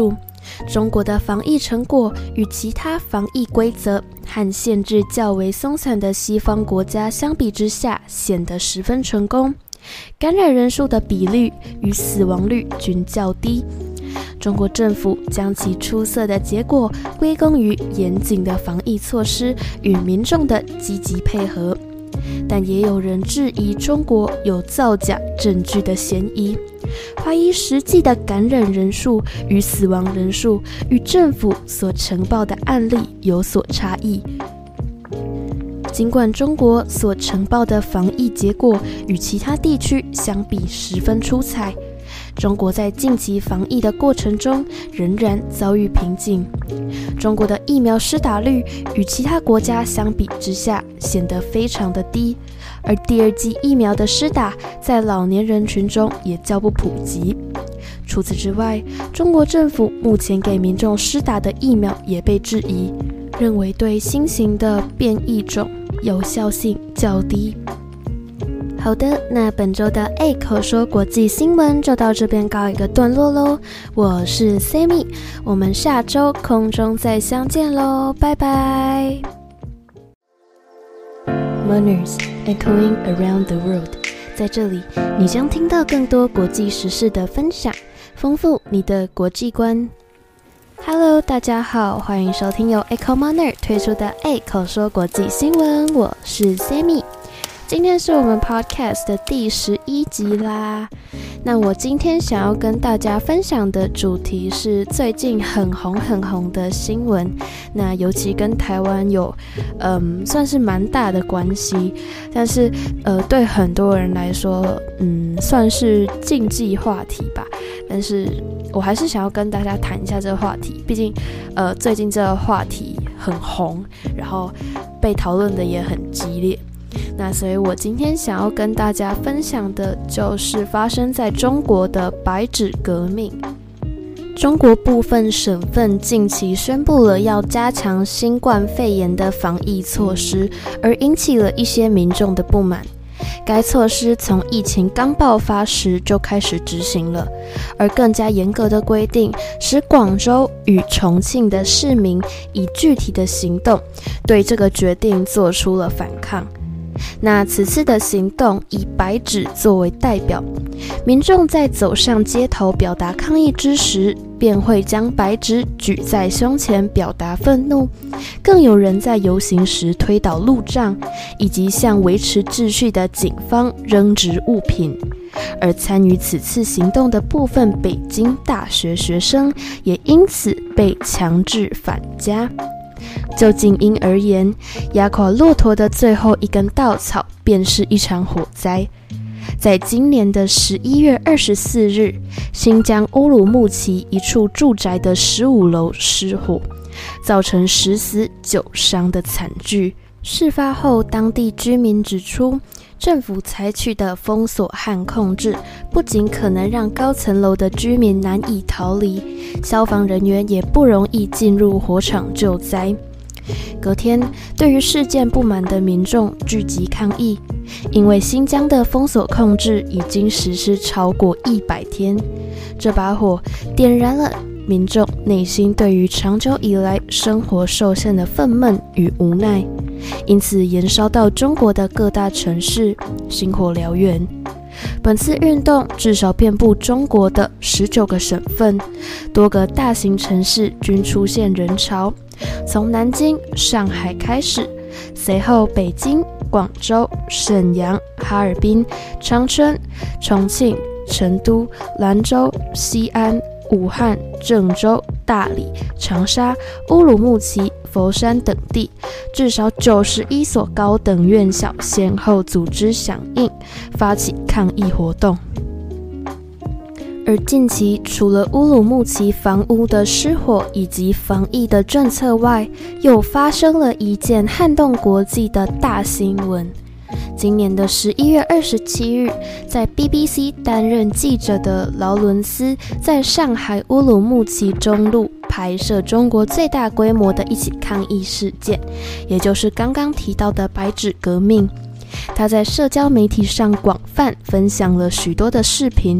Speaker 1: 中国的防疫成果与其他防疫规则和限制较为松散的西方国家相比之下，显得十分成功。感染人数的比率与死亡率均较低。中国政府将其出色的结果归功于严谨的防疫措施与民众的积极配合，但也有人质疑中国有造假证据的嫌疑，怀疑实际的感染人数与死亡人数与政府所呈报的案例有所差异。尽管中国所呈报的防疫结果与其他地区相比十分出彩，中国在近期防疫的过程中仍然遭遇瓶颈。中国的疫苗施打率与其他国家相比之下显得非常的低，而第二剂疫苗的施打在老年人群中也较不普及。除此之外，中国政府目前给民众施打的疫苗也被质疑，认为对新型的变异种有效性较低。好的，那本周的口说国际新闻就到这边告一个段落咯。我是 Sammy， 我们下周空中再相见咯，拜拜。Manners echoing around the world， 在这里你将听到更多国际时事的分享，丰富你的国际观。Hello， 大家好，欢迎收听由 Echo Manner 推出的口说国际新闻，我是 Sammy。今天是我们 podcast 的第11集啦。那我今天想要跟大家分享的主题是最近很红的新闻，那尤其跟台湾有算是蛮大的关系，但是对很多人来说算是禁忌话题吧，但是我还是想要跟大家谈一下这个话题，毕竟最近这个话题很红，然后被讨论的也很激烈。那所以我今天想要跟大家分享的就是发生在中国的白纸革命。中国部分省份近期宣布了要加强新冠肺炎的防疫措施，而引起了一些民众的不满。该措施从疫情刚爆发时就开始执行了，而更加严格的规定使广州与重庆的市民以具体的行动对这个决定做出了反抗。那此次的行动以白纸作为代表，民众在走上街头表达抗议之时，便会将白纸举在胸前表达愤怒，更有人在游行时推倒路障，以及向维持秩序的警方扔掷物品。而参与此次行动的部分北京大学学生也因此被强制返家。就静音而言，压垮骆驼的最后一根稻草便是一场火灾。在今年的11月24日，新疆乌鲁木齐一处住宅的15楼失火，造成10死9伤的惨剧。事发后，当地居民指出，政府采取的封锁和控制不仅可能让高层楼的居民难以逃离，消防人员也不容易进入火场救灾。隔天，对于事件不满的民众聚集抗议，因为新疆的封锁控制已经实施超过100天，这把火点燃了民众内心对于长久以来生活受限的愤懑与无奈，因此延烧到中国的各大城市，星火燎原。本次运动至少遍布中国的19个省份，多个大型城市均出现人潮，从南京、上海开始，随后北京、广州、沈阳、哈尔滨、长春、重庆、成都、兰州、西安、武汉、郑州、大理、长沙、乌鲁木齐、佛山等地，至少91所高等院校先后组织响应，发起抗议活动。而近期除了乌鲁木齐房屋的失火以及防疫的政策外，又发生了一件撼动国际的大新闻。今年的11月27日，在 BBC 担任记者的劳伦斯在上海乌鲁木齐中路拍摄中国最大规模的一起抗议事件，也就是刚刚提到的白纸革命。他在社交媒体上广泛分享了许多的视频，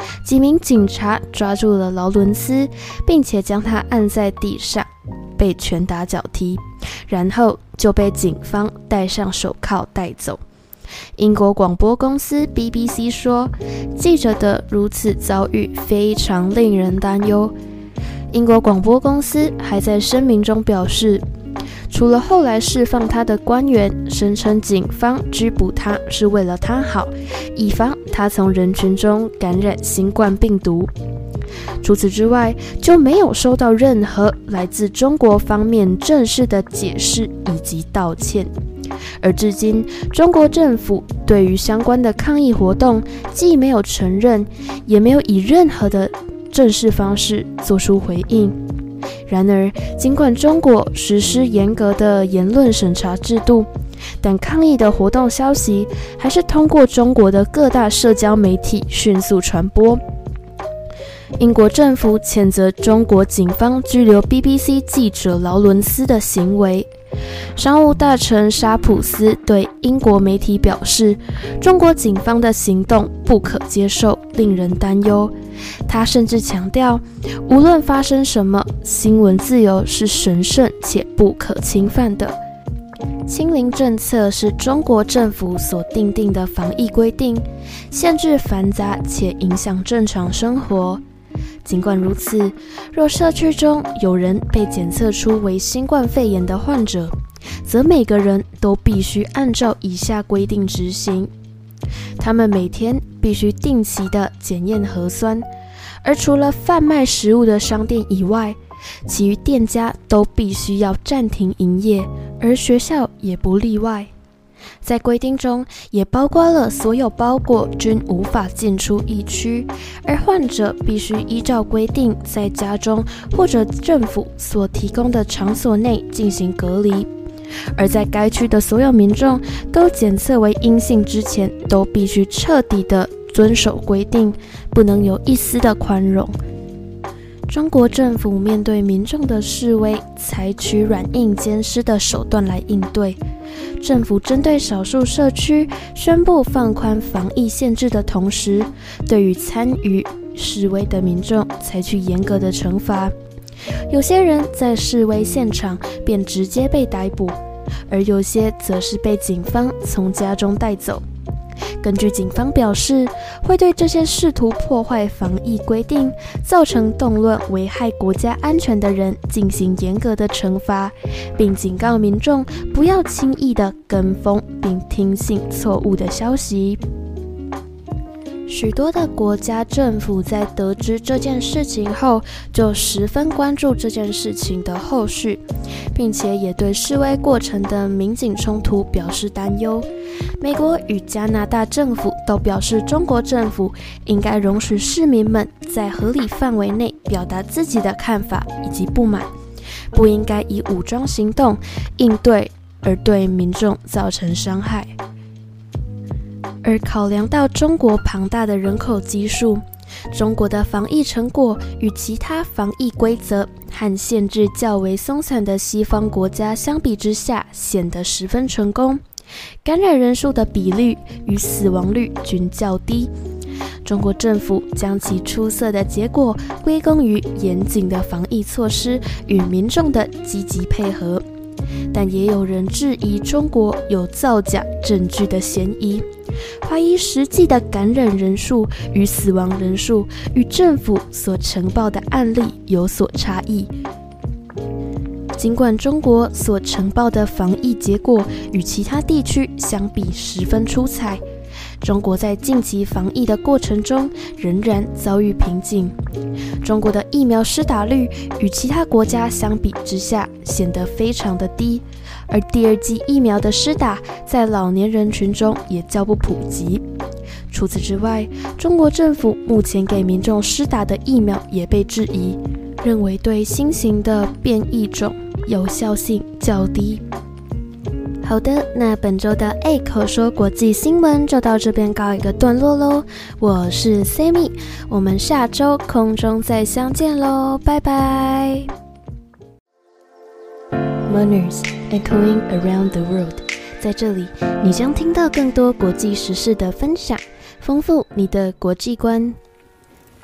Speaker 1: 几名警察抓住了劳伦斯，并且将他按在地上，被拳打脚踢，然后就被警方戴上手铐带走。英国广播公司 BBC 说，记者的如此遭遇非常令人担忧。英国广播公司还在声明中表示，除了后来释放他的官员声称警方拘捕他是为了他好，以防他从人群中感染新冠病毒，除此之外就没有收到任何来自中国方面正式的解释以及道歉。而至今，中国政府对于相关的抗议活动既没有承认，也没有以任何的正式方式做出回应。然而，尽管中国实施严格的言论审查制度，但抗议的活动消息还是通过中国的各大社交媒体迅速传播。英国政府谴责中国警方拘留 BBC 记者劳伦斯的行为。商务大臣沙普斯对英国媒体表示，中国警方的行动不可接受，令人担忧。他甚至强调，无论发生什么，新闻自由是神圣且不可侵犯的。清零政策是中国政府所订定的防疫规定，限制繁杂且影响正常生活。尽管如此，若社区中有人被检测出为新冠肺炎的患者，则每个人都必须按照以下规定执行。他们每天必须定期的检验核酸，而除了贩卖食物的商店以外，其余店家都必须要暂停营业，而学校也不例外。在规定中也包括了所有包裹均无法进出疫区，而患者必须依照规定在家中或者政府所提供的场所内进行隔离，而在该区的所有民众都检测为阴性之前，都必须彻底的遵守规定，不能有一丝的宽容。中国政府面对民众的示威，采取软硬兼施的手段来应对。政府针对少数社区宣布放宽防疫限制的同时，对于参与示威的民众采取严格的惩罚。有些人在示威现场便直接被逮捕，而有些则是被警方从家中带走。根据警方表示，会对这些试图破坏防疫规定、造成动乱、危害国家安全的人进行严格的惩罚，并警告民众不要轻易的跟风并听信错误的消息。许多的国家政府在得知这件事情后，就十分关注这件事情的后续，并且也对示威过程的民警冲突表示担忧。美国与加拿大政府都表示，中国政府应该容许市民们在合理范围内表达自己的看法以及不满，不应该以武装行动应对而对民众造成伤害。而考量到中国庞大的人口基数，中国的防疫成果与其他防疫规则和限制较为松散的西方国家相比之下，显得十分成功。感染人数的比率与死亡率均较低。中国政府将其出色的结果归功于严谨的防疫措施与民众的积极配合，但也有人质疑中国有造假证据的嫌疑，怀疑实际的感染人数与死亡人数与政府所呈报的案例有所差异。尽管中国所呈报的防疫结果与其他地区相比十分出彩，中国在近期防疫的过程中仍然遭遇瓶颈。中国的疫苗施打率与其他国家相比之下显得非常的低，而第二剂疫苗的施打在老年人群中也较不普及。除此之外，中国政府目前给民众施打的疫苗也被质疑，认为对新型的变异种有效性较低。好的，那本周的口说国际新闻就到这边告一个段落咯。我是 Sammy， 我们下周空中再相见咯，拜拜。Mourners echoing around the world， 在这里你将听到更多国际时事的分享，丰富你的国际观。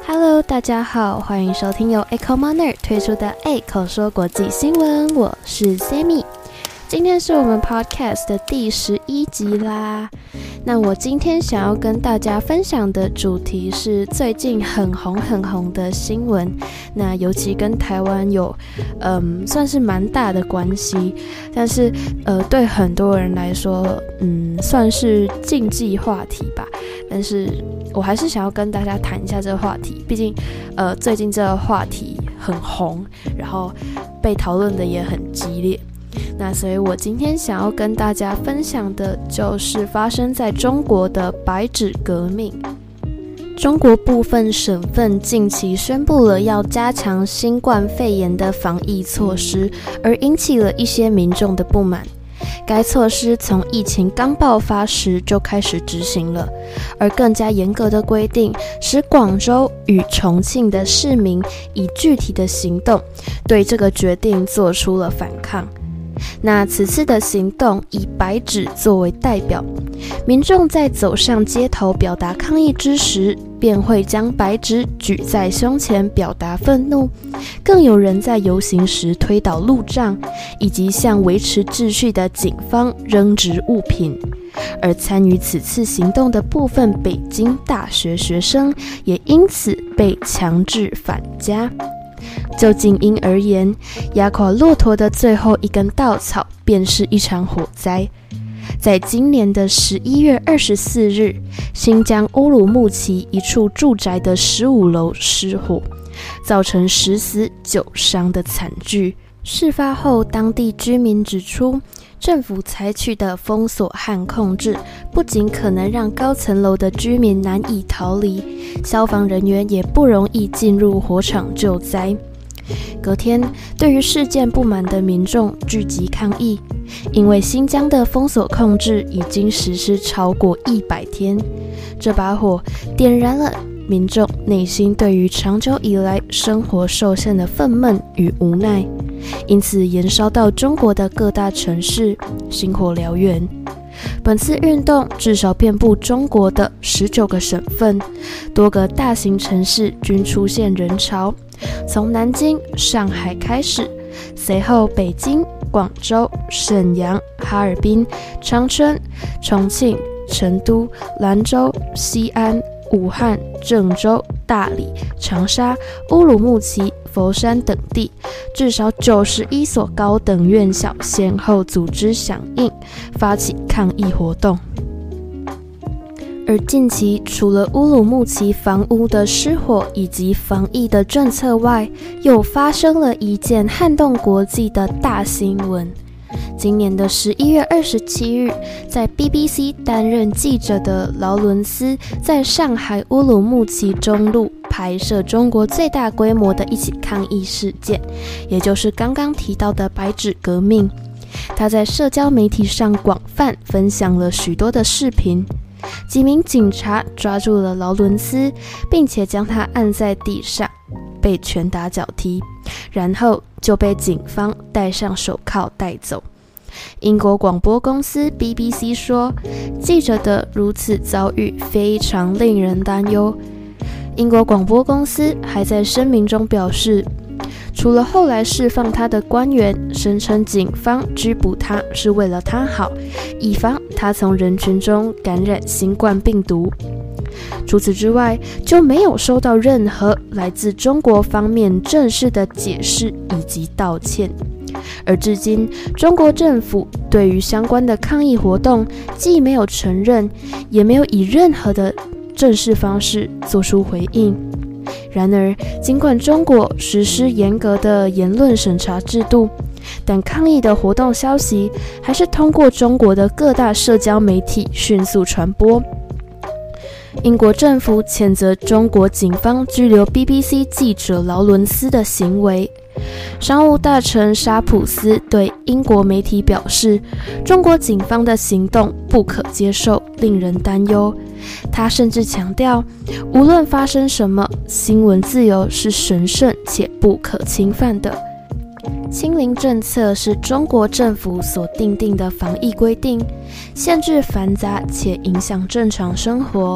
Speaker 1: Hello， 大家好，欢迎收听由 Echo Miner 推出的 Echo 说国际新闻，我是 Sammy。今天是我们 Podcast 的第11集啦。那我今天想要跟大家分享的主题是最近很红的新闻，那尤其跟台湾有算是蛮大的关系，但是对很多人来说算是禁忌话题吧，但是我还是想要跟大家谈一下这个话题，毕竟最近这个话题很红，然后被讨论的也很激烈。那所以我今天想要跟大家分享的就是发生在中国的白纸革命。中国部分省份近期宣布了要加强新冠肺炎的防疫措施，而引起了一些民众的不满。该措施从疫情刚爆发时就开始执行了，而更加严格的规定使广州与重庆的市民以具体的行动对这个决定做出了反抗。那此次的行动以白纸作为代表，民众在走上街头表达抗议之时，便会将白纸举在胸前表达愤怒，更有人在游行时推倒路障，以及向维持秩序的警方扔掷物品。而参与此次行动的部分北京大学学生也因此被强制返家。就静音而言，压垮骆驼的最后一根稻草便是一场火灾。在今年的11月24日，新疆乌鲁木齐一处住宅的15楼失火，造成10死9伤的惨剧。事发后，当地居民指出，政府采取的封锁和控制不仅可能让高层楼的居民难以逃离，消防人员也不容易进入火场救灾。隔天，对于事件不满的民众聚集抗议，因为新疆的封锁控制已经实施超过100天，这把火点燃了民众内心对于长久以来生活受限的愤懑与无奈，因此延烧到中国的各大城市，星火燎原。本次运动至少遍布中国的19个省份，多个大型城市均出现人潮，从南京、上海开始，随后北京、广州、沈阳、哈尔滨、长春、重庆、成都、兰州、西安、武汉、郑州、大理、长沙、乌鲁木齐、佛山等地，至少91所高等院校先后组织响应，发起抗议活动。而近期除了乌鲁木齐房屋的失火以及防疫的政策外，又发生了一件撼动国际的大新闻。今年的11月27日，在 BBC 担任记者的劳伦斯在上海乌鲁木齐中路拍摄中国最大规模的一起抗议事件，也就是刚刚提到的白纸革命。他在社交媒体上广泛分享了许多的视频，几名警察抓住了劳伦斯，并且将他按在地上，被拳打脚踢，然后就被警方戴上手铐带走。英国广播公司 BBC 说，记者的如此遭遇非常令人担忧。英国广播公司还在声明中表示，除了后来释放他的官员声称警方拘捕他是为了他好，以防他从人群中感染新冠病毒，除此之外就没有收到任何来自中国方面正式的解释以及道歉。而至今，中国政府对于相关的抗议活动既没有承认，也没有以任何的正式方式做出回应。然而，尽管中国实施严格的言论审查制度，但抗议的活动消息还是通过中国的各大社交媒体迅速传播。英国政府谴责中国警方拘留 BBC 记者劳伦斯的行为。商务大臣沙普斯对英国媒体表示，中国警方的行动不可接受，令人担忧。他甚至强调，无论发生什么，新闻自由是神圣且不可侵犯的。清零政策是中国政府所订定的防疫规定，限制繁杂且影响正常生活。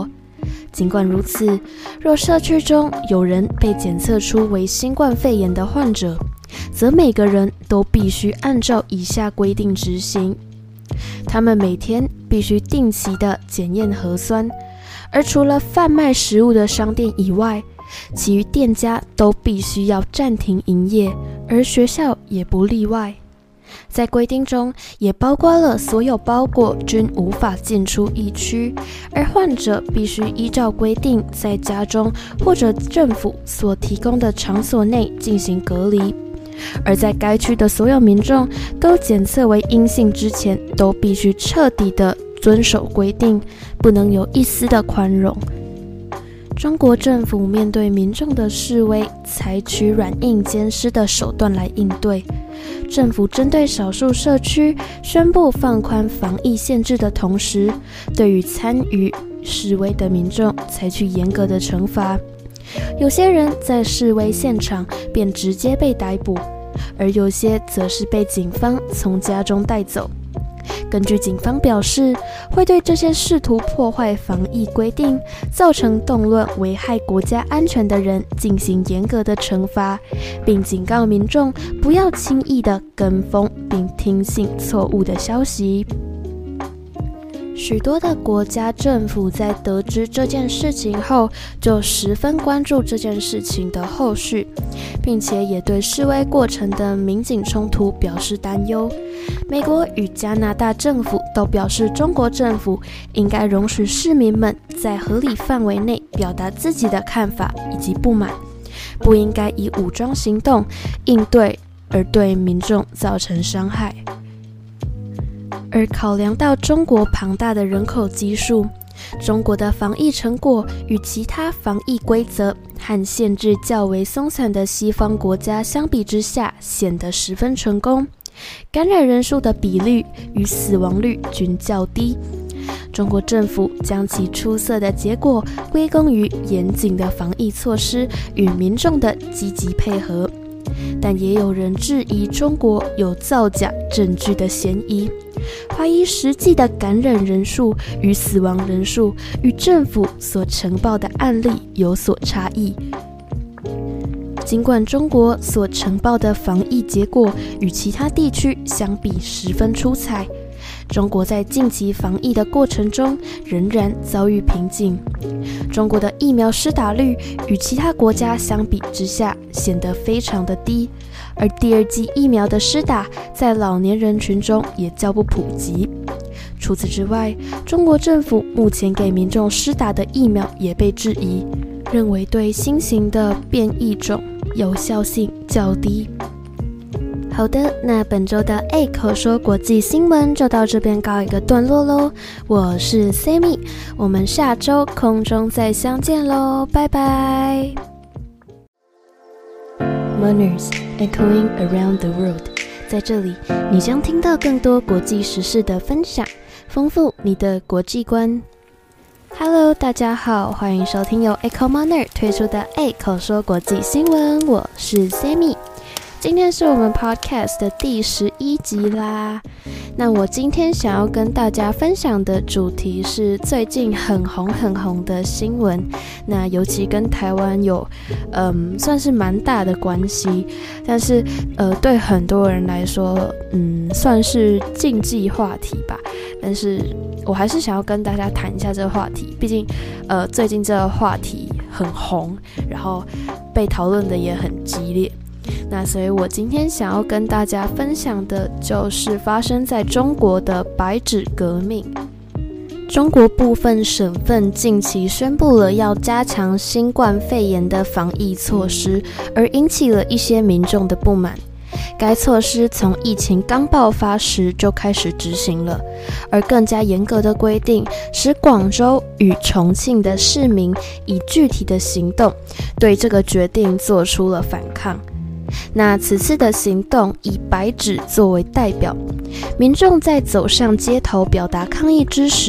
Speaker 1: 尽管如此，若社区中有人被检测出为新冠肺炎的患者，则每个人都必须按照以下规定执行。他们每天必须定期的检验核酸，而除了贩卖食物的商店以外，其余店家都必须要暂停营业，而学校也不例外。在规定中也包括了所有包裹均无法进出疫区，而患者必须依照规定在家中或者政府所提供的场所内进行隔离，而在该区的所有民众都检测为阴性之前，都必须彻底的遵守规定，不能有一丝的宽容。中国政府面对民众的示威，采取软硬兼施的手段来应对。政府针对少数社区宣布放宽防疫限制的同时，对于参与示威的民众采取严格的惩罚。有些人在示威现场便直接被逮捕，而有些则是被警方从家中带走。根据警方表示，会对这些试图破坏防疫规定、造成动乱、危害国家安全的人进行严格的惩罚，并警告民众不要轻易的跟风并听信错误的消息。许多的国家政府在得知这件事情后，就十分关注这件事情的后续，并且也对示威过程的民警冲突表示担忧。美国与加拿大政府都表示，中国政府应该容许市民们在合理范围内表达自己的看法以及不满，不应该以武装行动应对而对民众造成伤害。而考量到中国庞大的人口基数，中国的防疫成果与其他防疫规则和限制较为松散的西方国家相比之下，显得十分成功。感染人数的比率与死亡率均较低。中国政府将其出色的结果归功于严谨的防疫措施与民众的积极配合，但也有人质疑中国有造假证据的嫌疑，怀疑实际的感染人数与死亡人数与政府所呈报的案例有所差异。尽管中国所呈报的防疫结果与其他地区相比十分出彩，中国在近期防疫的过程中仍然遭遇瓶颈。中国的疫苗施打率与其他国家相比之下显得非常的低，而第二剂疫苗的施打在老年人群中也较不普及。除此之外，中国政府目前给民众施打的疫苗也被质疑，认为对新型的变异种有效性较低。好的，那本周的口说国际新闻就到这边告一个段落咯。我是 Sammy， 我们下周空中再相见咯，拜拜。Manners echoing around the world， 在这里你将听到更多国际时事的分享，丰富你的国际观。Hello， 大家好，欢迎收听由 Echo Manner 推出的口说国际新闻，我是 Sammy。今天是我们 podcast 的第11集啦。那我今天想要跟大家分享的主题是最近很红的新闻，那尤其跟台湾有算是蛮大的关系，但是对很多人来说算是禁忌话题吧，但是我还是想要跟大家谈一下这个话题，毕竟最近这个话题很红，然后被讨论的也很激烈。那所以我今天想要跟大家分享的就是发生在中国的白纸革命。中国部分省份近期宣布了要加强新冠肺炎的防疫措施，而引起了一些民众的不满。该措施从疫情刚爆发时就开始执行了，而更加严格的规定使广州与重庆的市民以具体的行动对这个决定做出了反抗。那此次的行动以白纸作为代表，民众在走上街头表达抗议之时，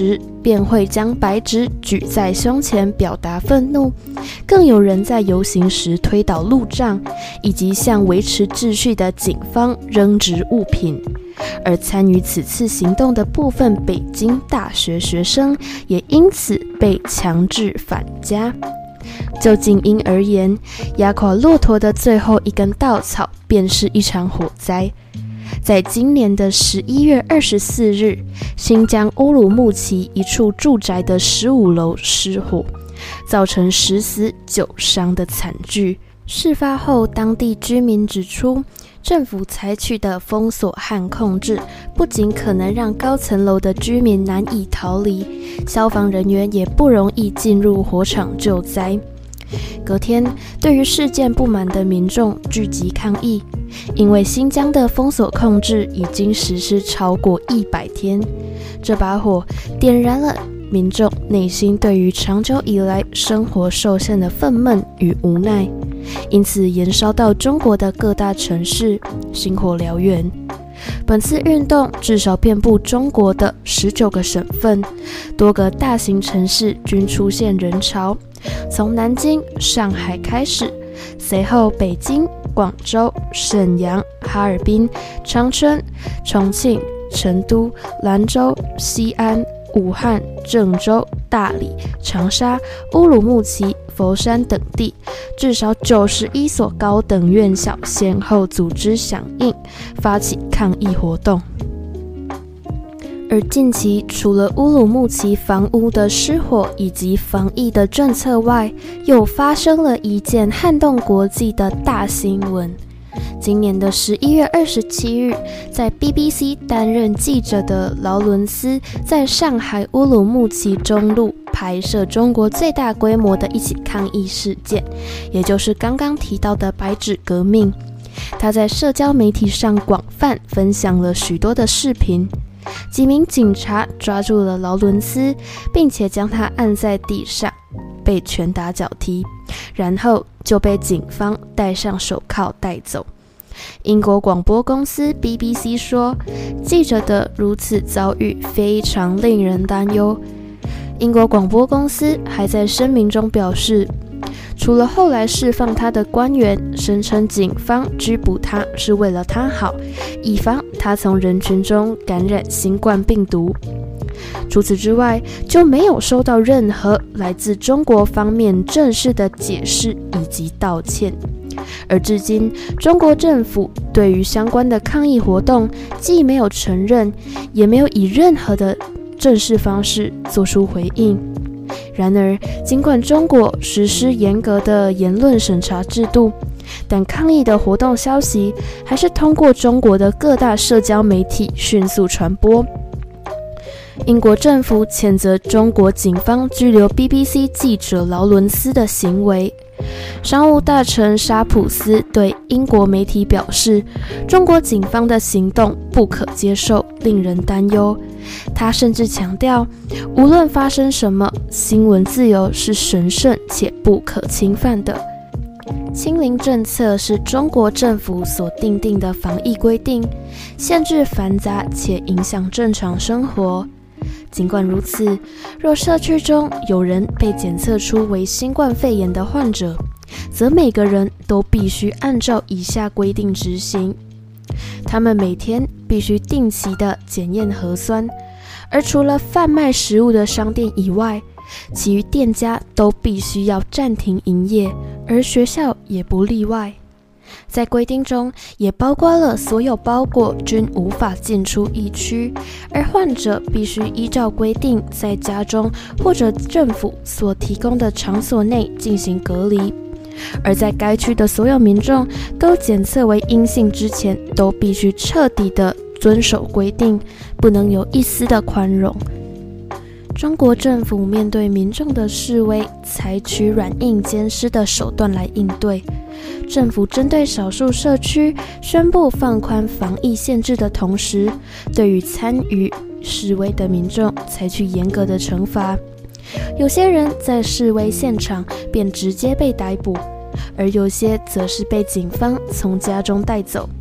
Speaker 1: 便会将白纸举在胸前表达愤怒，更有人在游行时推倒路障，以及向维持秩序的警方扔掷物品。而参与此次行动的部分北京大学学生也因此被强制返家。就静音而言，压垮骆驼的最后一根稻草便是一场火灾。在今年的11月24日，新疆乌鲁木齐一处住宅的15楼失火，造成10死9伤的惨剧。事发后，当地居民指出，政府采取的封锁和控制，不仅可能让高层楼的居民难以逃离，消防人员也不容易进入火场救灾。隔天，对于事件不满的民众聚集抗议，因为新疆的封锁控制已经实施超过100天，这把火点燃了民众内心对于长久以来生活受限的愤懑与无奈，因此延烧到中国的各大城市，星火燎原。本次运动至少遍布中国的19个省份，多个大型城市均出现人潮，从南京、上海开始，随后北京、广州、沈阳、哈尔滨、长春、重庆、成都、兰州、西安、武汉、郑州、大理、长沙、乌鲁木齐、佛山等地，至少91所高等院校先后组织响应，发起抗议活动。而近期除了乌鲁木齐房屋的失火以及防疫的政策外，又发生了一件撼动国际的大新闻。今年的11月27日，在 BBC 担任记者的劳伦斯在上海乌鲁木齐中路拍摄中国最大规模的一起抗议事件，也就是刚刚提到的白纸革命。他在社交媒体上广泛分享了许多的视频，几名警察抓住了劳伦斯，并且将他按在地上，被拳打脚踢，然后就被警方戴上手铐带走。英国广播公司 BBC 说，记者的如此遭遇非常令人担忧。英国广播公司还在声明中表示，除了后来释放他的官员声称警方拘捕他是为了他好，以防他从人群中感染新冠病毒，除此之外就没有收到任何来自中国方面正式的解释以及道歉。而至今，中国政府对于相关的抗议活动既没有承认，也没有以任何的正式方式做出回应。然而，尽管中国实施严格的言论审查制度，但抗议的活动消息还是通过中国的各大社交媒体迅速传播。英国政府谴责中国警方拘留 BBC 记者劳伦斯的行为。商务大臣沙普斯对英国媒体表示，中国警方的行动不可接受，令人担忧。他甚至强调，无论发生什么，新闻自由是神圣且不可侵犯的。清零政策是中国政府所订定的防疫规定，限制繁杂且影响正常生活。尽管如此，若社区中有人被检测出为新冠肺炎的患者，则每个人都必须按照以下规定执行。他们每天必须定期的检验核酸，而除了贩卖食物的商店以外，其余店家都必须要暂停营业，而学校也不例外。在规定中也包括了所有包裹均无法进出疫区，而患者必须依照规定在家中或者政府所提供的场所内进行隔离，而在该区的所有民众都检测为阴性之前，都必须彻底的遵守规定，不能有一丝的宽容。中国政府面对民众的示威，采取软硬兼施的手段来应对。政府针对少数社区宣布放宽防疫限制的同时，对于参与示威的民众采取严格的惩罚。有些人在示威现场便直接被逮捕，而有些则是被警方从家中带走。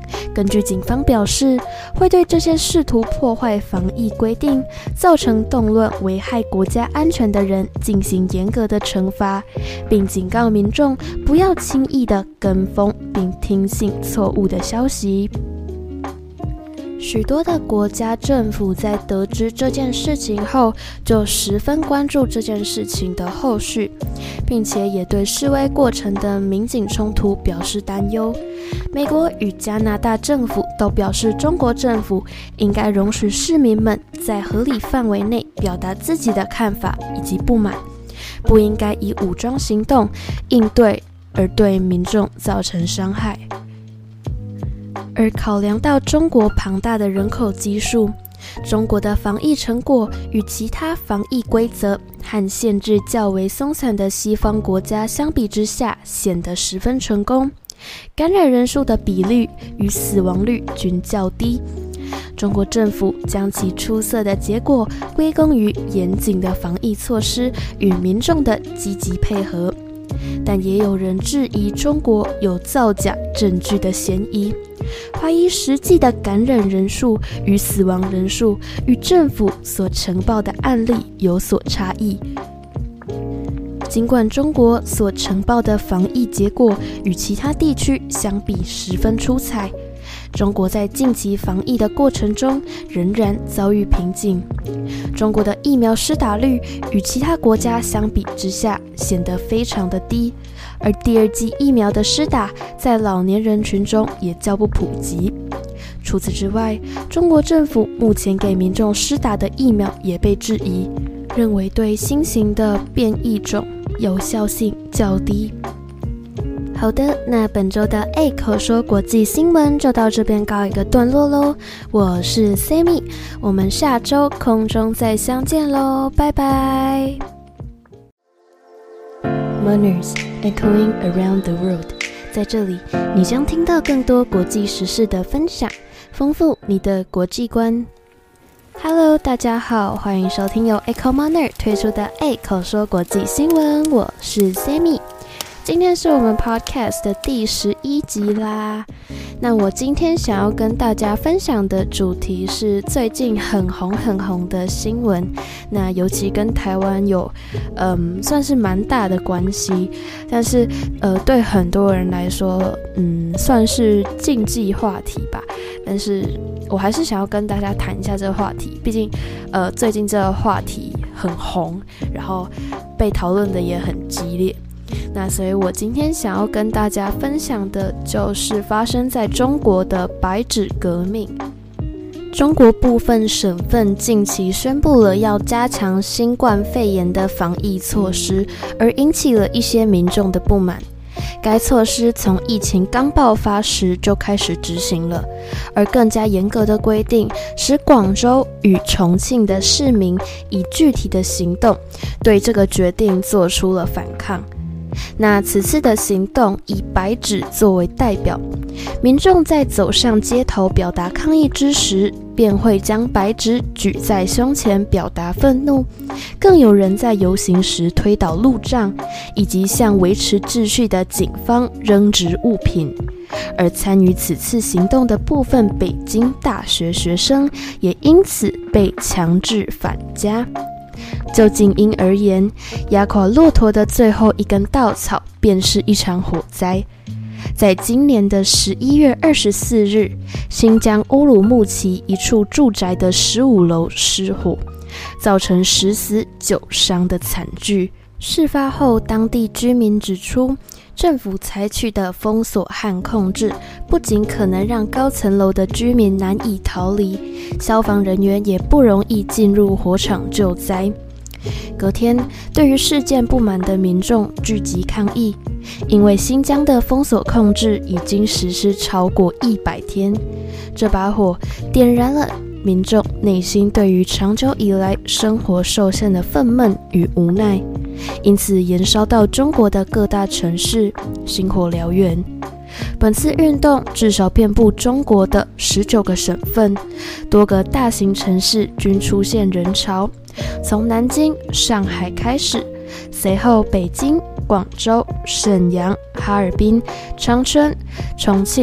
Speaker 1: 根据警方表示，会对这些试图破坏防疫规定、造成动乱、危害国家安全的人进行严格的惩罚，并警告民众不要轻易的跟风并听信错误的消息。许多的国家政府在得知这件事情后，就十分关注这件事情的后续，并且也对示威过程的民警冲突表示担忧。美国与加拿大政府都表示，中国政府应该容许市民们在合理范围内表达自己的看法以及不满，不应该以武装行动应对而对民众造成伤害。而考量到中国庞大的人口基数，中国的防疫成果与其他防疫规则和限制较为松散的西方国家相比之下，显得十分成功。感染人数的比率与死亡率均较低。中国政府将其出色的结果归功于严谨的防疫措施与民众的积极配合，但也有人质疑中国有造假证据的嫌疑，怀疑实际的感染人数与死亡人数与政府所呈报的案例有所差异。尽管中国所呈报的防疫结果与其他地区相比十分出彩，中国在近期防疫的过程中仍然遭遇瓶颈。中国的疫苗施打率与其他国家相比之下显得非常的低，而第二剂疫苗的施打在老年人群中也较不普及。除此之外，中国政府目前给民众施打的疫苗也被质疑，认为对新型的变异种有效性较低。好的，那本周的口说国际新闻就到这边告一个段落咯。我是 Sammy， 我们下周空中再相见咯，拜拜。Manners echoing around the world， 在这里你将听到更多国际时事的分享，丰富你的国际观。Hello， 大家好，欢迎收听由 Echo Manner 推出的口说国际新闻，我是 Sammy。今天是我们 podcast 的第11集啦。那我今天想要跟大家分享的主题是最近很红的新闻，那尤其跟台湾有算是蛮大的关系，但是对很多人来说算是禁忌话题吧，但是我还是想要跟大家谈一下这个话题，毕竟最近这个话题很红，然后被讨论的也很激烈。那所以我今天想要跟大家分享的就是发生在中国的白纸革命。中国部分省份近期宣布了要加强新冠肺炎的防疫措施，而引起了一些民众的不满。该措施从疫情刚爆发时就开始执行了，而更加严格的规定使广州与重庆的市民以具体的行动对这个决定做出了反抗。那此次的行动以白纸作为代表，民众在走上街头表达抗议之时，便会将白纸举在胸前表达愤怒，更有人在游行时推倒路障，以及向维持秩序的警方扔掷物品。而参与此次行动的部分北京大学学生也因此被强制返家。就静音而言，压垮骆驼的最后一根稻草便是一场火灾。在今年的11月24日，新疆乌鲁木齐一处住宅的15楼失火，造成10死9伤的惨剧。事发后，当地居民指出，政府采取的封锁和控制不仅可能让高层楼的居民难以逃离，消防人员也不容易进入火场救灾。隔天，对于事件不满的民众聚集抗议，因为新疆的封锁控制已经实施超过100天，这把火点燃了民众内心对于长久以来生活受限的愤懑与无奈，因此延烧到中国的各大城市，星火燎原。本次运动至少遍布中国的19个省份，多个大型城市均出现人潮，从南京、上海开始，随后北京、广州、沈阳、哈尔滨、长春、重庆、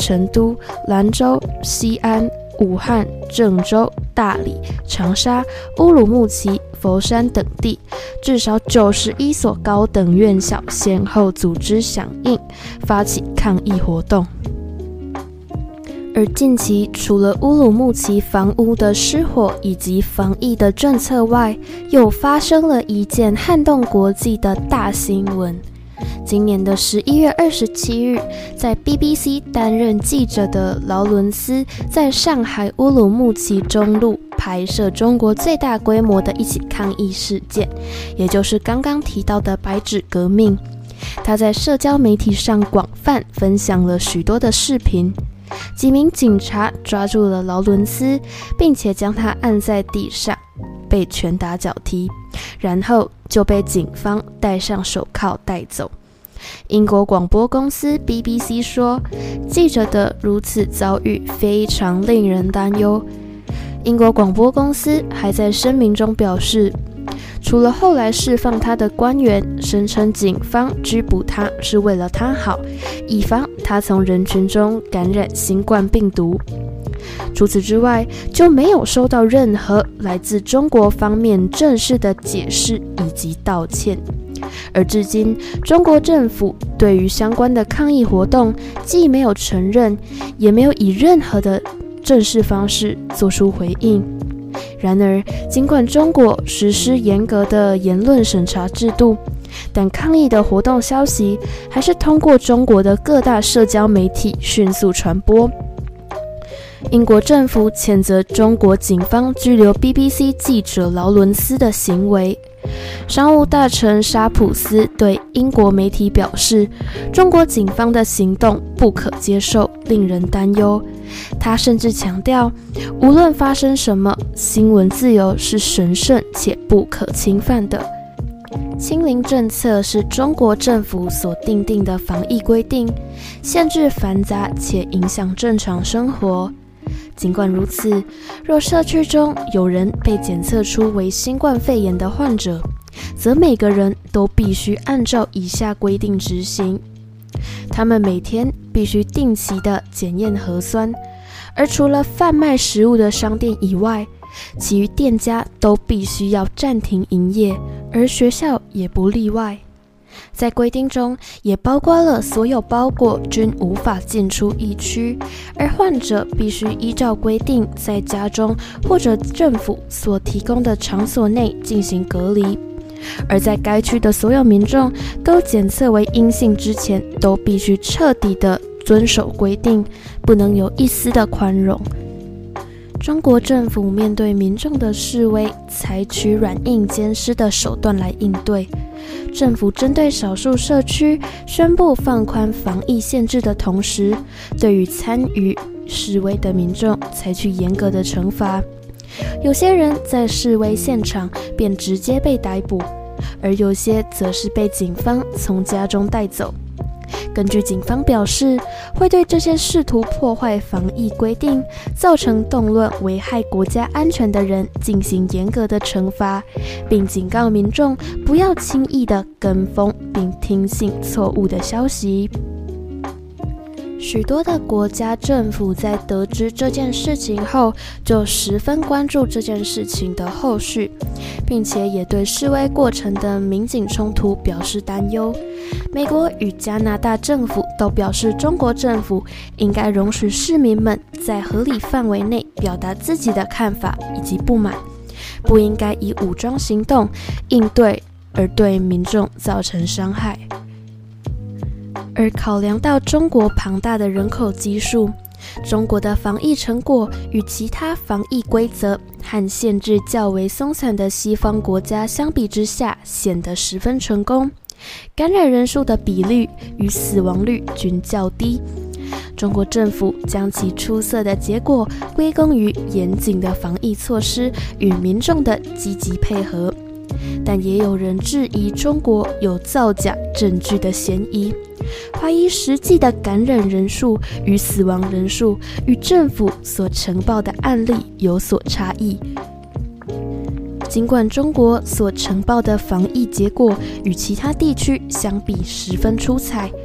Speaker 1: 成都、兰州、西安、武汉、郑州、大理、长沙、乌鲁木齐、佛山等地，至少91所高等院校先后组织响应，发起抗议活动。而近期，除了乌鲁木齐房屋的失火以及防疫的政策外，又发生了一件撼动国际的大新闻。今年的11月27日，在 BBC 担任记者的劳伦斯，在上海乌鲁木齐中路拍摄中国最大规模的一起抗议事件，也就是刚刚提到的白纸革命。他在社交媒体上广泛分享了许多的视频。几名警察抓住了劳伦斯，并且将他按在地上，被拳打脚踢，然后就被警方戴上手铐带走。英国广播公司 BBC 说，记者的如此遭遇非常令人担忧。英国广播公司还在声明中表示，除了后来释放他的官员声称警方拘捕他是为了他好，以防他从人群中感染新冠病毒。除此之外，就没有收到任何来自中国方面正式的解释以及道歉。而至今，中国政府对于相关的抗议活动既没有承认，也没有以任何的正式方式做出回应。然而，尽管中国实施严格的言论审查制度，但抗议的活动消息还是通过中国的各大社交媒体迅速传播。英国政府谴责中国警方拘留 BBC 记者劳伦斯的行为。商务大臣沙普斯对英国媒体表示，中国警方的行动不可接受，令人担忧。他甚至强调，无论发生什么，新闻自由是神圣且不可侵犯的。清零政策是中国政府所订定的防疫规定，限制繁杂且影响正常生活。尽管如此，若社区中有人被检测出为新冠肺炎的患者，则每个人都必须按照以下规定执行。他们每天必须定期的检验核酸，而除了贩卖食物的商店以外，其余店家都必须要暂停营业，而学校也不例外。在规定中也包括了所有包裹均无法进出疫区，而患者必须依照规定在家中或者政府所提供的场所内进行隔离。而在该区的所有民众都检测为阴性之前，都必须彻底的遵守规定，不能有一丝的宽容。中国政府面对民众的示威，采取软硬兼施的手段来应对。政府针对少数社区宣布放宽防疫限制的同时，对于参与示威的民众采取严格的惩罚。有些人在示威现场便直接被逮捕，而有些则是被警方从家中带走。根据警方表示，会对这些试图破坏防疫规定、造成动乱、危害国家安全的人进行严格的惩罚，并警告民众不要轻易的跟风并听信错误的消息。许多的国家政府在得知这件事情后，就十分关注这件事情的后续，并且也对示威过程的民警冲突表示担忧。美国与加拿大政府都表示，中国政府应该容许市民们在合理范围内表达自己的看法以及不满，不应该以武装行动应对而对民众造成伤害。而考量到中国庞大的人口基数，中国的防疫成果与其他防疫规则和限制较为松散的西方国家相比之下，显得十分成功。感染人数的比率与死亡率均较低。中国政府将其出色的结果归功于严谨的防疫措施与民众的积极配合，但也有人质疑中国有造假证据的嫌疑，怀疑实际的感染人数与死亡人数与政府所呈报的案例有所差异。尽管中国所呈报的防疫结果与其他地区相比十分出彩，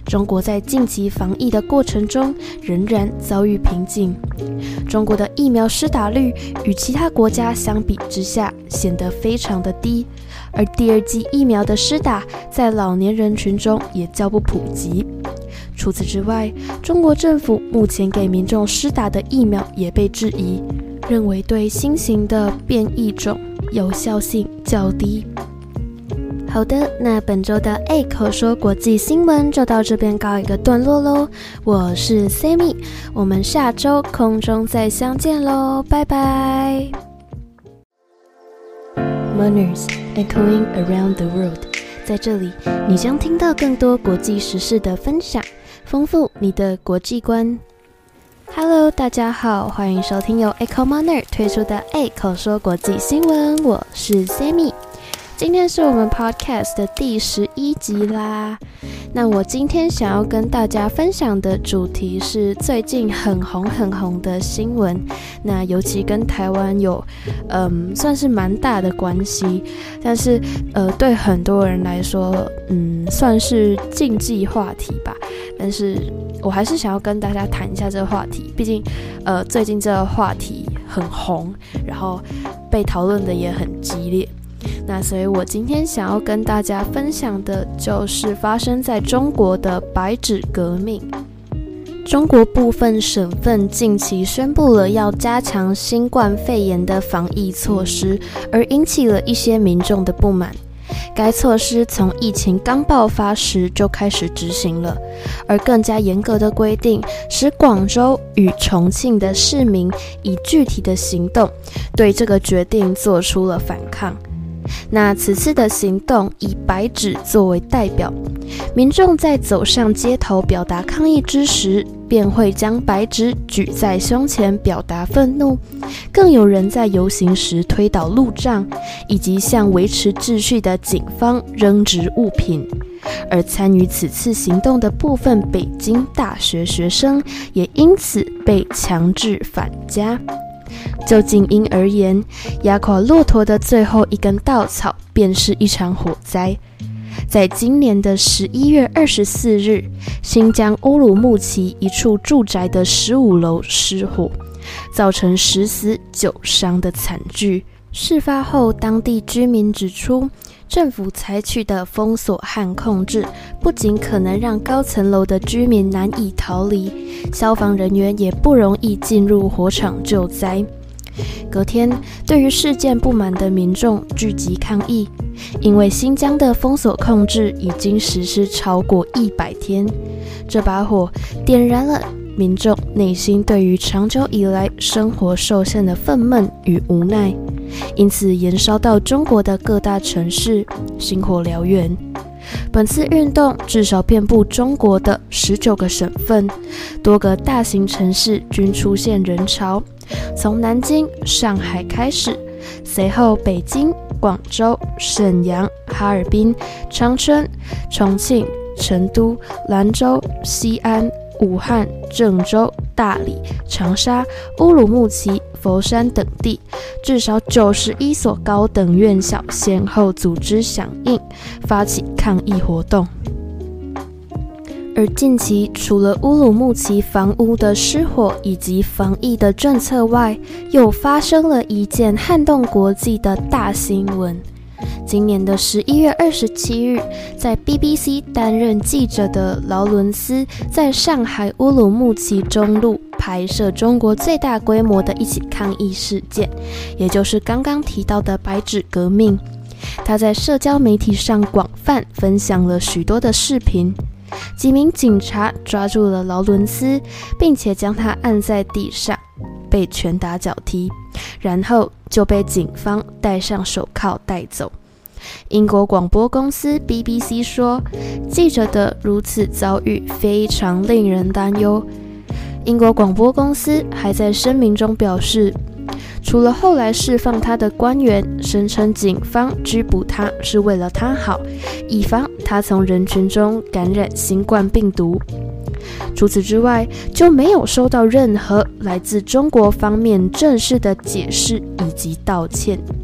Speaker 1: 中国在近期防疫的过程中仍然遭遇瓶颈。中国的疫苗施打率与其他国家相比之下显得非常的低，而第二剂疫苗的施打在老年人群中也较不普及。除此之外，中国政府目前给民众施打的疫苗也被质疑，认为对新型的变异种有效性较低。好的，那本周的口说国际新闻就到这边告一个段落咯。我是 Sammy， 我们下周空中再相见咯，拜拜。Mothers echoing around the world， 在这里你将听到更多国际时事的分享，丰富你的国际观。Hello， 大家好，欢迎收听由 Echo Mother 推出的口说国际新闻，我是 Sammy。今天是我们 podcast 的第11集啦。那我今天想要跟大家分享的主题是最近很红的新闻，那尤其跟台湾有算是蛮大的关系，但是对很多人来说算是禁忌话题吧，但是我还是想要跟大家谈一下这个话题，毕竟最近这个话题很红，然后被讨论的也很激烈。那所以我今天想要跟大家分享的就是发生在中国的白纸革命。中国部分省份近期宣布了要加强新冠肺炎的防疫措施，而引起了一些民众的不满。该措施从疫情刚爆发时就开始执行了，而更加严格的规定使广州与重庆的市民以具体的行动对这个决定做出了反抗。那此次的行动以白纸作为代表，民众在走上街头表达抗议之时，便会将白纸举在胸前表达愤怒，更有人在游行时推倒路障，以及向维持秩序的警方扔掷物品。而参与此次行动的部分北京大学学生也因此被强制返家。就静音而言，压垮骆驼的最后一根稻草便是一场火灾。在今年的11月24日，新疆乌鲁木齐一处住宅的15楼失火，造成10死9伤的惨剧。事发后，当地居民指出，政府采取的封锁和控制不仅可能让高层楼的居民难以逃离，消防人员也不容易进入火场救灾。隔天，对于事件不满的民众聚集抗议，因为新疆的封锁控制已经实施超过100天，这把火点燃了民众内心对于长久以来生活受限的愤懑与无奈，因此延烧到中国的各大城市，星火燎原。本次运动至少遍布中国的19个省份，多个大型城市均出现人潮，从南京、上海开始，随后北京、广州、沈阳、哈尔滨、长春、重庆、成都、兰州、西安、武汉、郑州、大理、长沙、乌鲁木齐、佛山等地，至少91所高等院校先后组织响应，发起抗议活动。而近期除了乌鲁木齐房屋的失火以及防疫的政策外，又发生了一件撼动国际的大新闻。今年的11月27日，在 BBC 担任记者的劳伦斯在上海乌鲁木齐中路拍摄中国最大规模的一起抗议事件，也就是刚刚提到的白纸革命。他在社交媒体上广泛分享了许多的视频，几名警察抓住了劳伦斯，并且将他按在地上，被拳打脚踢，然后就被警方戴上手铐带走。英国广播公司 BBC 说，记者的如此遭遇非常令人担忧。英国广播公司还在声明中表示，除了后来释放他的官员声称警方拘捕他是为了他好，以防他从人群中感染新冠病毒。除此之外，就没有收到任何来自中国方面正式的解释以及道歉。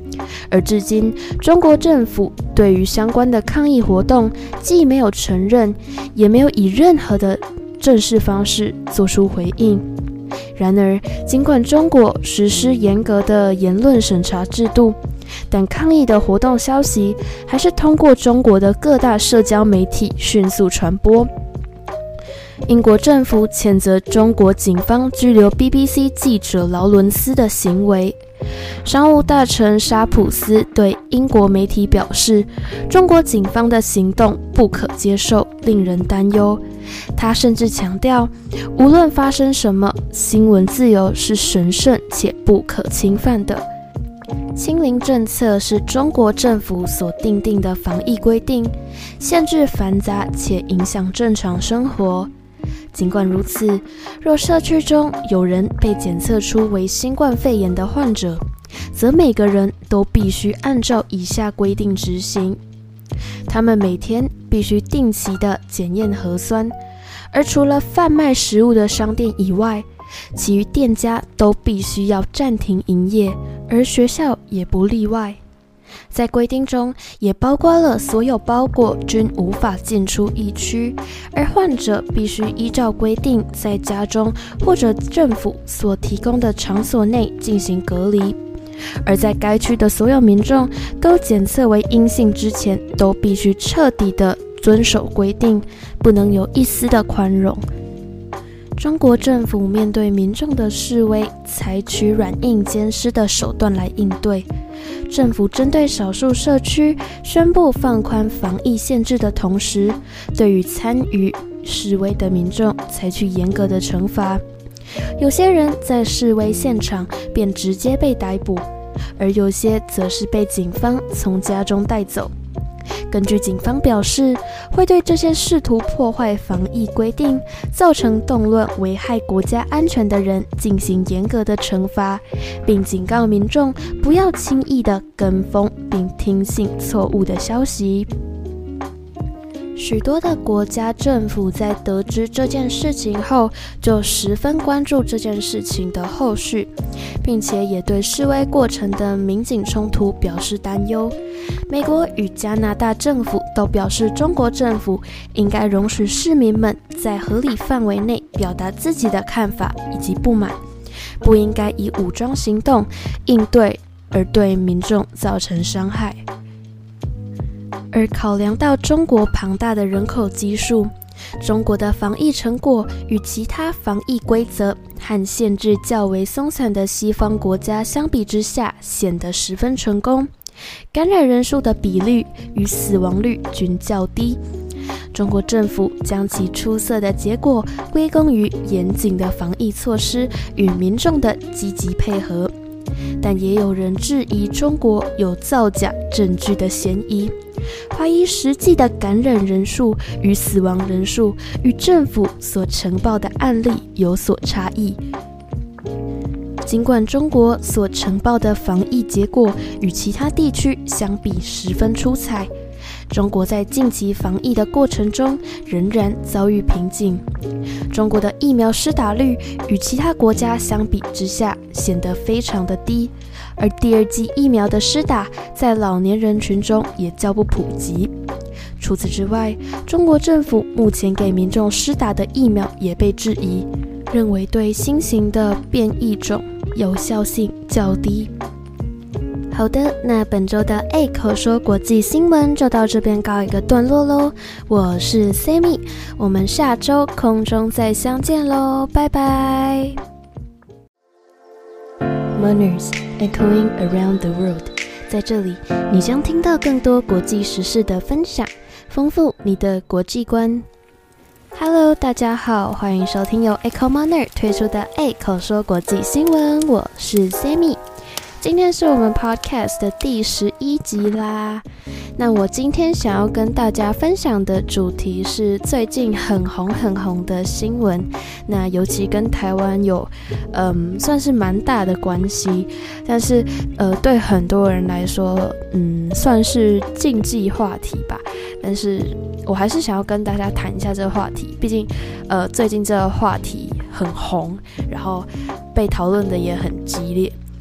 Speaker 1: 而至今，中国政府对于相关的抗议活动既没有承认，也没有以任何的正式方式做出回应。然而，尽管中国实施严格的言论审查制度，但抗议的活动消息还是通过中国的各大社交媒体迅速传播。英国政府谴责中国警方拘留 BBC 记者劳伦斯的行为。商务大臣沙普斯对英国媒体表示，中国警方的行动不可接受，令人担忧。他甚至强调，无论发生什么，新闻自由是神圣且不可侵犯的。清零政策是中国政府所订定的防疫规定，限制繁杂且影响正常生活。尽管如此，若社区中有人被检测出为新冠肺炎的患者，则每个人都必须按照以下规定执行。他们每天必须定期的检验核酸，而除了贩卖食物的商店以外，其余店家都必须要暂停营业，而学校也不例外。在规定中也包括了所有包裹均无法进出疫区，而患者必须依照规定在家中或者政府所提供的场所内进行隔离，而在该区的所有民众都检测为阴性之前，都必须彻底的遵守规定，不能有一丝的宽容。中国政府面对民众的示威，采取软硬兼施的手段来应对。政府针对少数社区宣布放宽防疫限制的同时，对于参与示威的民众采取严格的惩罚。有些人在示威现场便直接被逮捕，而有些则是被警方从家中带走。根据警方表示，会对这些试图破坏防疫规定、造成动乱、危害国家安全的人进行严格的惩罚，并警告民众不要轻易的跟风并听信错误的消息。许多的国家政府在得知这件事情后，就十分关注这件事情的后续，并且也对示威过程的民警冲突表示担忧。美国与加拿大政府都表示，中国政府应该容许市民们在合理范围内表达自己的看法以及不满，不应该以武装行动应对而对民众造成伤害。而考量到中国庞大的人口基数，中国的防疫成果与其他防疫规则和限制较为松散的西方国家相比之下，显得十分成功。感染人数的比率与死亡率均较低。中国政府将其出色的结果归功于严谨的防疫措施与民众的积极配合，但也有人质疑中国有造假证据的嫌疑，怀疑实际的感染人数与死亡人数与政府所呈报的案例有所差异。尽管中国所呈报的防疫结果与其他地区相比十分出彩，中国在近期防疫的过程中仍然遭遇瓶颈。中国的疫苗施打率与其他国家相比之下显得非常的低，而第二剂疫苗的施打在老年人群中也较不普及。除此之外，中国政府目前给民众施打的疫苗也被质疑，认为对新型的变异种有效性较低。好的，那本周的口说国际新闻就到这边告一个段落咯。我是 Sammy， 我们下周空中再相见咯，拜拜。Manners echoing around the world， 在这里你将听到更多国际时事的分享，丰富你的国际观。Hello， 大家好，欢迎收听由 Echo Manner 推出的口说国际新闻，我是 Sammy。今天是我们 podcast 的第11集啦。那我今天想要跟大家分享的主题是最近很红的新闻，那尤其跟台湾有算是蛮大的关系，但是对很多人来说算是禁忌话题吧，但是我还是想要跟大家谈一下这个话题，毕竟最近这个话题很红，然后被讨论的也很激烈。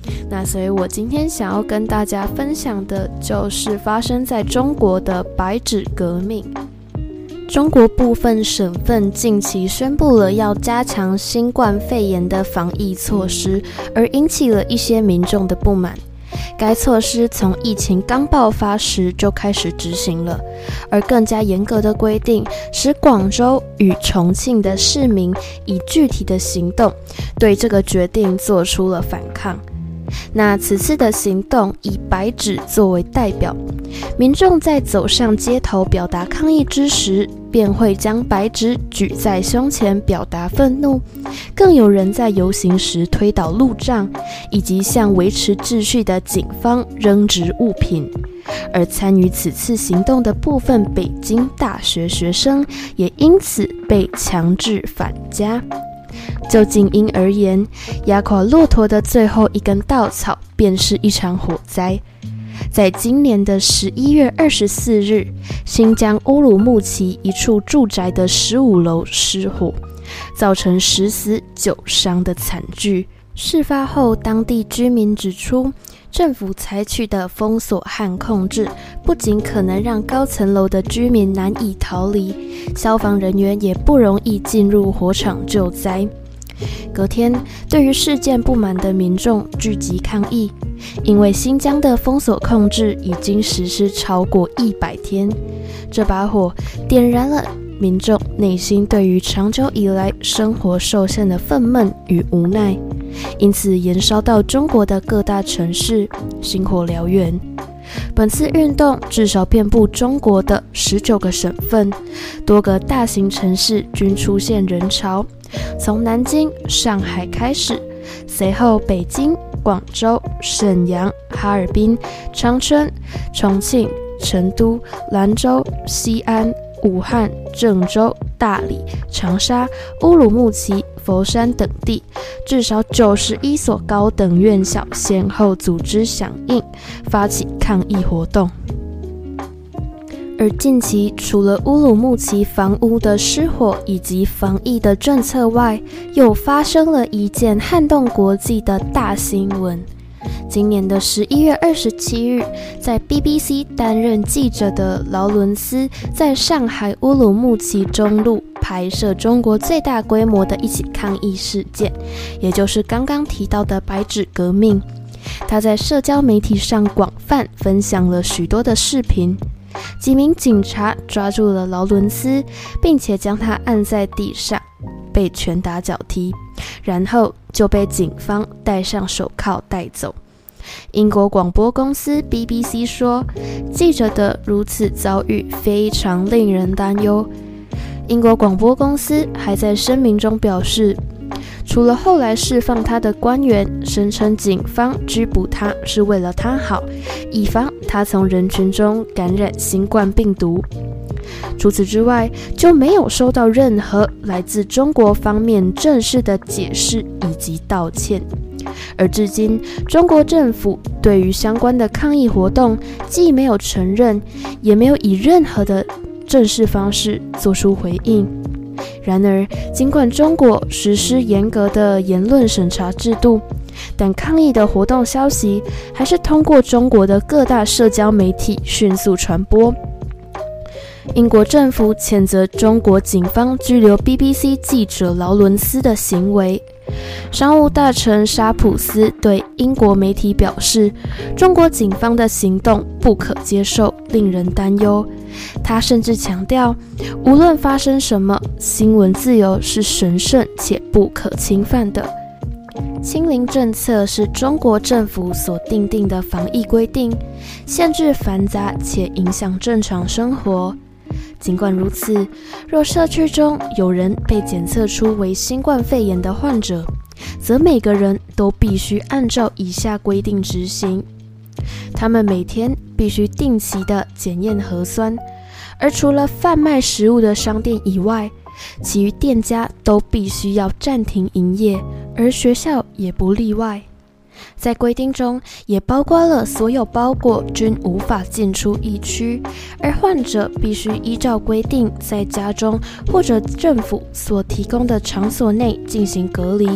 Speaker 1: 那所以我今天想要跟大家分享的就是发生在中国的白纸革命。中国部分省份近期宣布了要加强新冠肺炎的防疫措施，而引起了一些民众的不满。该措施从疫情刚爆发时就开始执行了，而更加严格的规定使广州与重庆的市民以具体的行动对这个决定做出了反抗。那此次的行动以白纸作为代表，民众在走上街头表达抗议之时，便会将白纸举在胸前表达愤怒，更有人在游行时推倒路障，以及向维持秩序的警方扔掷物品。而参与此次行动的部分北京大学学生也因此被强制返家。就静音而言，压垮骆驼的最后一根稻草便是一场火灾。在今年的11月24日，新疆乌鲁木齐一处住宅的15楼失火，造成10死9伤的惨剧。事发后，当地居民指出，政府采取的封锁和控制不仅可能让高层楼的居民难以逃离，消防人员也不容易进入火场救灾。隔天，对于事件不满的民众聚集抗议，因为新疆的封锁控制已经实施超过100天，这把火点燃了民众内心对于长久以来生活受限的愤懑与无奈，因此延烧到中国的各大城市，星火燎原。本次运动至少遍布中国的19个省份，多个大型城市均出现人潮，从南京、上海开始，随后北京、广州、沈阳、哈尔滨、长春、重庆、成都、兰州、西安、武汉、郑州、大理、长沙、乌鲁木齐、佛山等地，至少91所高等院校先后组织响应，发起抗议活动。而近期，除了乌鲁木齐房屋的失火以及防疫的政策外，又发生了一件撼动国际的大新闻。今年的11月27日，在 BBC 担任记者的劳伦斯在上海乌鲁木齐中路拍摄中国最大规模的一起抗议事件，也就是刚刚提到的白纸革命。他在社交媒体上广泛分享了许多的视频，几名警察抓住了劳伦斯，并且将他按在地上，被拳打脚踢，然后就被警方戴上手铐带走。英国广播公司 BBC 说，记者的如此遭遇非常令人担忧。英国广播公司还在声明中表示，除了后来释放他的官员声称警方拘捕他是为了他好，以防他从人群中感染新冠病毒。除此之外，就没有收到任何来自中国方面正式的解释以及道歉。而至今，中国政府对于相关的抗议活动既没有承认，也没有以任何的正式方式做出回应。然而，尽管中国实施严格的言论审查制度，但抗议的活动消息还是通过中国的各大社交媒体迅速传播。英国政府谴责中国警方拘留 BBC 记者劳伦斯的行为。商务大臣沙普斯对英国媒体表示，中国警方的行动不可接受，令人担忧。他甚至强调，无论发生什么，新闻自由是神圣且不可侵犯的。清零政策是中国政府所订定的防疫规定，限制繁杂且影响正常生活。尽管如此，若社区中有人被检测出为新冠肺炎的患者，则每个人都必须按照以下规定执行。他们每天必须定期的检验核酸，而除了贩卖食物的商店以外，其余店家都必须要暂停营业，而学校也不例外。在规定中也包括了所有包裹均无法进出疫区，而患者必须依照规定在家中或者政府所提供的场所内进行隔离。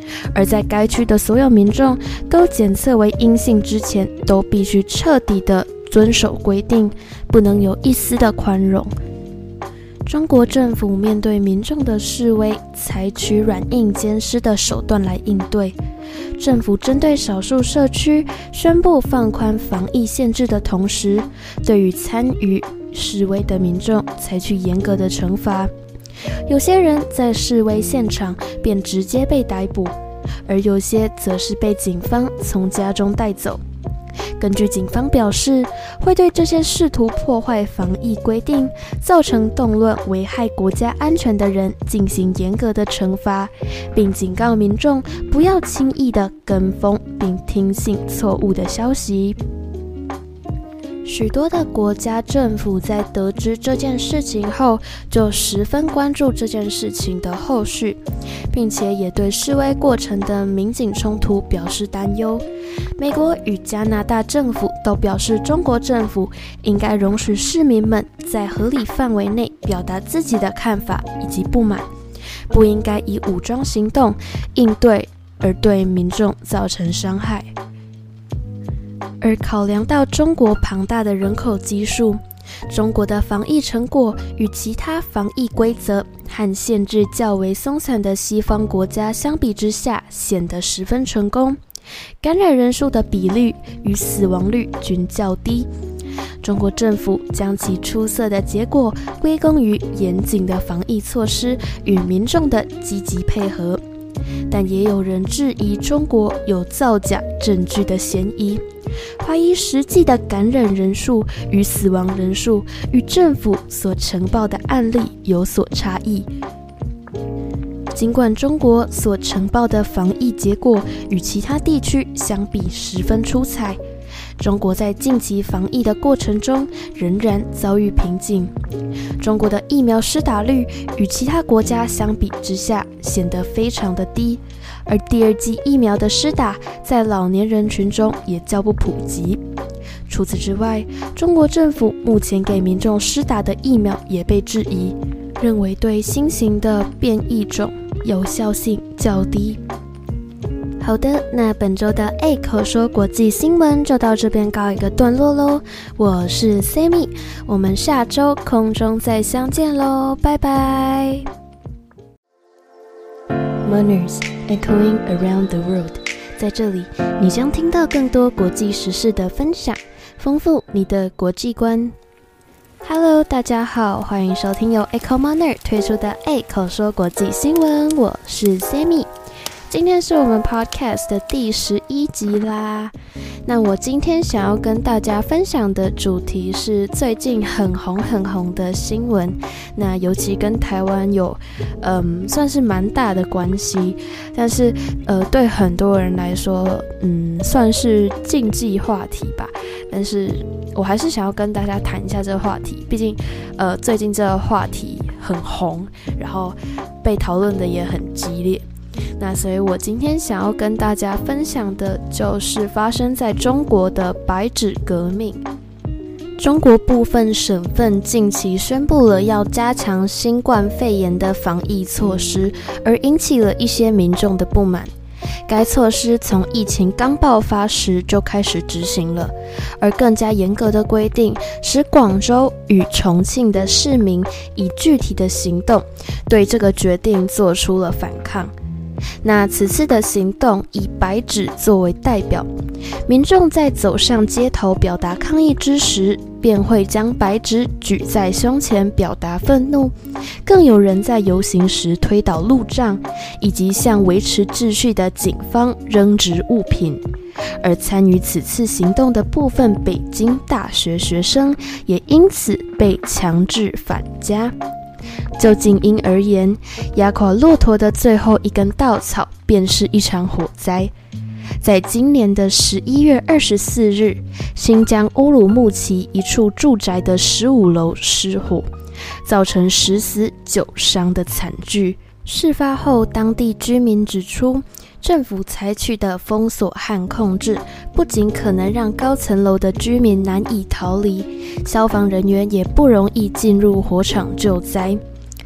Speaker 1: 而在该区的所有民众都检测为阴性之前，都必须彻底的遵守规定，不能有一丝的宽容。中国政府面对民众的示威，采取软硬兼施的手段来应对。政府针对少数社区宣布放宽防疫限制的同时，对于参与示威的民众采取严格的惩罚。有些人在示威现场便直接被逮捕，而有些则是被警方从家中带走。根据警方表示，会对这些试图破坏防疫规定、造成动乱、危害国家安全的人进行严格的惩罚，并警告民众不要轻易的跟风并听信错误的消息。许多的国家政府在得知这件事情后，就十分关注这件事情的后续，并且也对示威过程的民警冲突表示担忧。美国与加拿大政府都表示，中国政府应该容许市民们在合理范围内表达自己的看法以及不满，不应该以武装行动应对而对民众造成伤害。而考量到中国庞大的人口基数，中国的防疫成果与其他防疫规则和限制较为松散的西方国家相比之下，显得十分成功。感染人数的比率与死亡率均较低。中国政府将其出色的结果归功于严谨的防疫措施与民众的积极配合，但也有人质疑中国有造假证据的嫌疑，怀疑实际的感染人数与死亡人数与政府所呈报的案例有所差异。尽管中国所呈报的防疫结果与其他地区相比十分出彩，中国在近期防疫的过程中仍然遭遇瓶颈。中国的疫苗施打率与其他国家相比之下显得非常的低，而第二剂疫苗的施打在老年人群中也较不普及。除此之外，中国政府目前给民众施打的疫苗也被质疑，认为对新型的变异种有效性较低。好的，那本周的口说国际新闻就到这边告一个段落咯。我是 Sammy， 我们下周空中再相见咯，拜拜。Mourners echoing around the world， 在这里你将听到更多国际时事的分享，丰富你的国际观。Hello， 大家好，欢迎收听由 Echo Mourner 推出的口说国际新闻，我是 Sammy。今天是我们 podcast 的第11集啦。那我今天想要跟大家分享的主题是最近很红的新闻，那尤其跟台湾有算是蛮大的关系，但是对很多人来说算是禁忌话题吧，但是我还是想要跟大家谈一下这个话题，毕竟最近这个话题很红，然后被讨论的也很激烈。那所以我今天想要跟大家分享的就是发生在中国的白纸革命。中国部分省份近期宣布了要加强新冠肺炎的防疫措施，而引起了一些民众的不满。该措施从疫情刚爆发时就开始执行了，而更加严格的规定使广州与重庆的市民以具体的行动对这个决定做出了反抗。那此次的行动以白纸作为代表，民众在走上街头表达抗议之时，便会将白纸举在胸前表达愤怒，更有人在游行时推倒路障，以及向维持秩序的警方扔掷物品。而参与此次行动的部分北京大学学生也因此被强制返家。就静音而言，压垮骆驼的最后一根稻草便是一场火灾。在今年的11月24日，新疆乌鲁木齐一处住宅的15楼失火，造成10死9伤的惨剧。事发后，当地居民指出，政府采取的封锁和控制不仅可能让高层楼的居民难以逃离，消防人员也不容易进入火场救灾。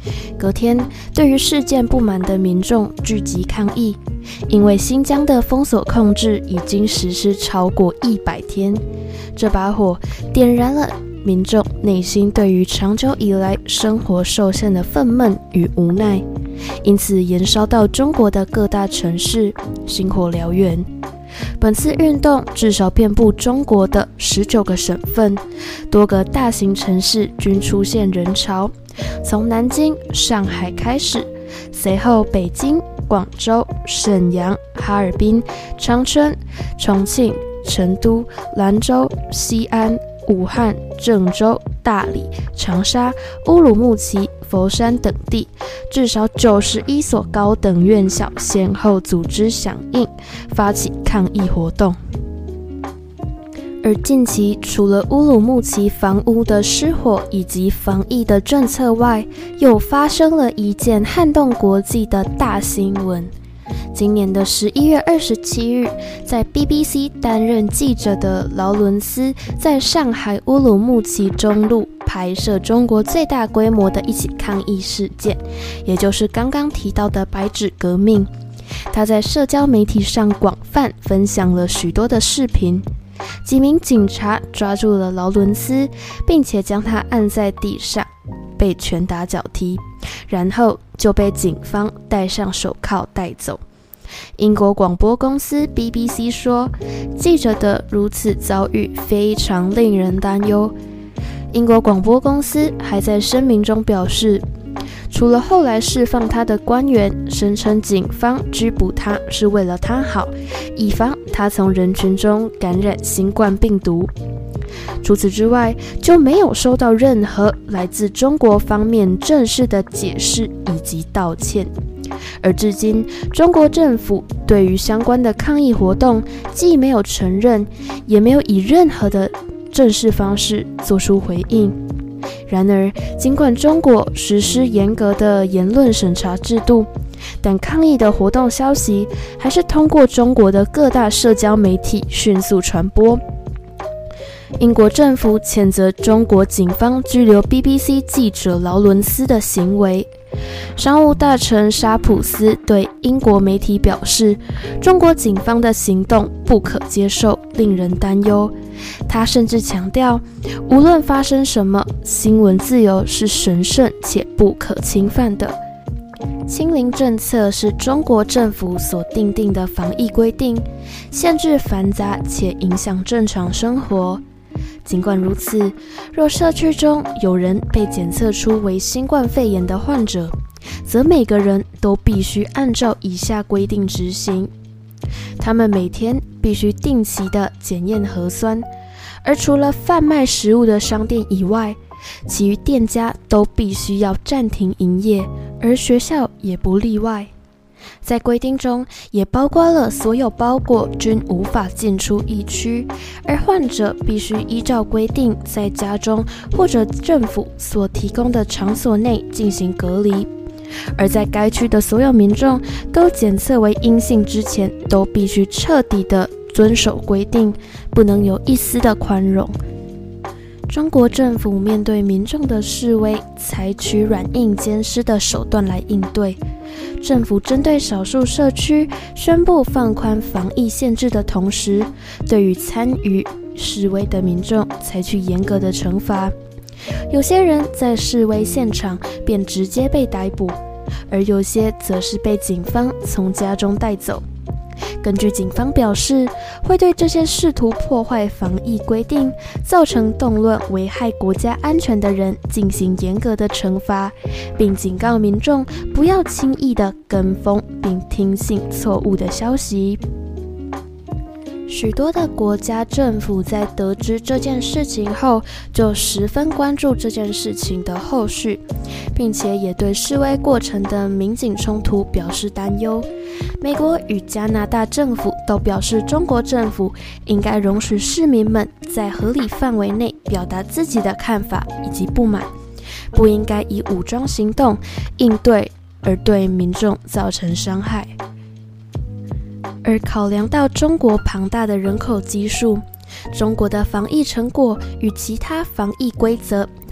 Speaker 1: 隔天，对于事件不满的民众聚集抗议，因为新疆的封锁控制已经实施超过100天，这把火点燃了民众内心对于长久以来生活受限的愤懑与无奈，因此延烧到中国的各大城市，星火燎原。本次运动至少遍布中国的19个省份，多个大型城市均出现人潮，从南京、上海开始，随后北京、广州、沈阳、哈尔滨、长春、重庆、成都、兰州、西安、武汉、郑州、大理、长沙、乌鲁木齐、佛山等地，至少91所高等院校先后组织响应，发起抗议活动。而近期除了乌鲁木齐房屋的失火以及防疫的政策外，又发生了一件撼动国际的大新闻。今年的11月27日，在 BBC 担任记者的劳伦斯在上海乌鲁木齐中路拍摄中国最大规模的一起抗议事件，也就是刚刚提到的白纸革命。他在社交媒体上广泛分享了许多的视频，几名警察抓住了劳伦斯，并且将他按在地上，被拳打脚踢，然后就被警方戴上手铐带走。英国广播公司 BBC 说，记者的如此遭遇非常令人担忧。英国广播公司还在声明中表示，除了后来释放他的官员声称警方拘捕他是为了他好，以防他从人群中感染新冠病毒，除此之外就没有收到任何来自中国方面正式的解释以及道歉。而至今，中国政府对于相关的抗议活动既没有承认，也没有以任何的正式方式做出回应。然而，尽管中国实施严格的言论审查制度，但抗议的活动消息还是通过中国的各大社交媒体迅速传播。英国政府谴责中国警方拘留 BBC 记者劳伦斯的行为。商务大臣沙普斯对英国媒体表示，中国警方的行动不可接受，令人担忧。他甚至强调，无论发生什么，新闻自由是神圣且不可侵犯的。清零政策是中国政府所订定的防疫规定，限制繁杂且影响正常生活。尽管如此，若社区中有人被检测出为新冠肺炎的患者，则每个人都必须按照以下规定执行。他们每天必须定期的检验核酸，而除了贩卖食物的商店以外，其余店家都必须要暂停营业，而学校也不例外。在规定中也包括了所有包裹均无法进出疫区，而患者必须依照规定在家中或者政府所提供的场所内进行隔离，而在该区的所有民众都检测为阴性之前，都必须彻底的遵守规定，不能有一丝的宽容。中国政府面对民众的示威，采取软硬兼施的手段来应对。政府针对少数社区宣布放宽防疫限制的同时，对于参与示威的民众采取严格的惩罚。有些人在示威现场便直接被逮捕，而有些则是被警方从家中带走。根据警方表示，会对这些试图破坏防疫规定、造成动乱、危害国家安全的人进行严格的惩罚，并警告民众不要轻易的跟风并听信错误的消息。许多的国家政府在得知这件事情后，就十分关注这件事情的后续，并且也对示威过程的民警冲突表示担忧。美国与加拿大政府都表示，中国政府应该容许市民们在合理范围内表达自己的看法以及不满，不应该以武装行动应对而对民众造成伤害。而考量到中国庞大的人口基数，中国的防疫成果与其他防疫规则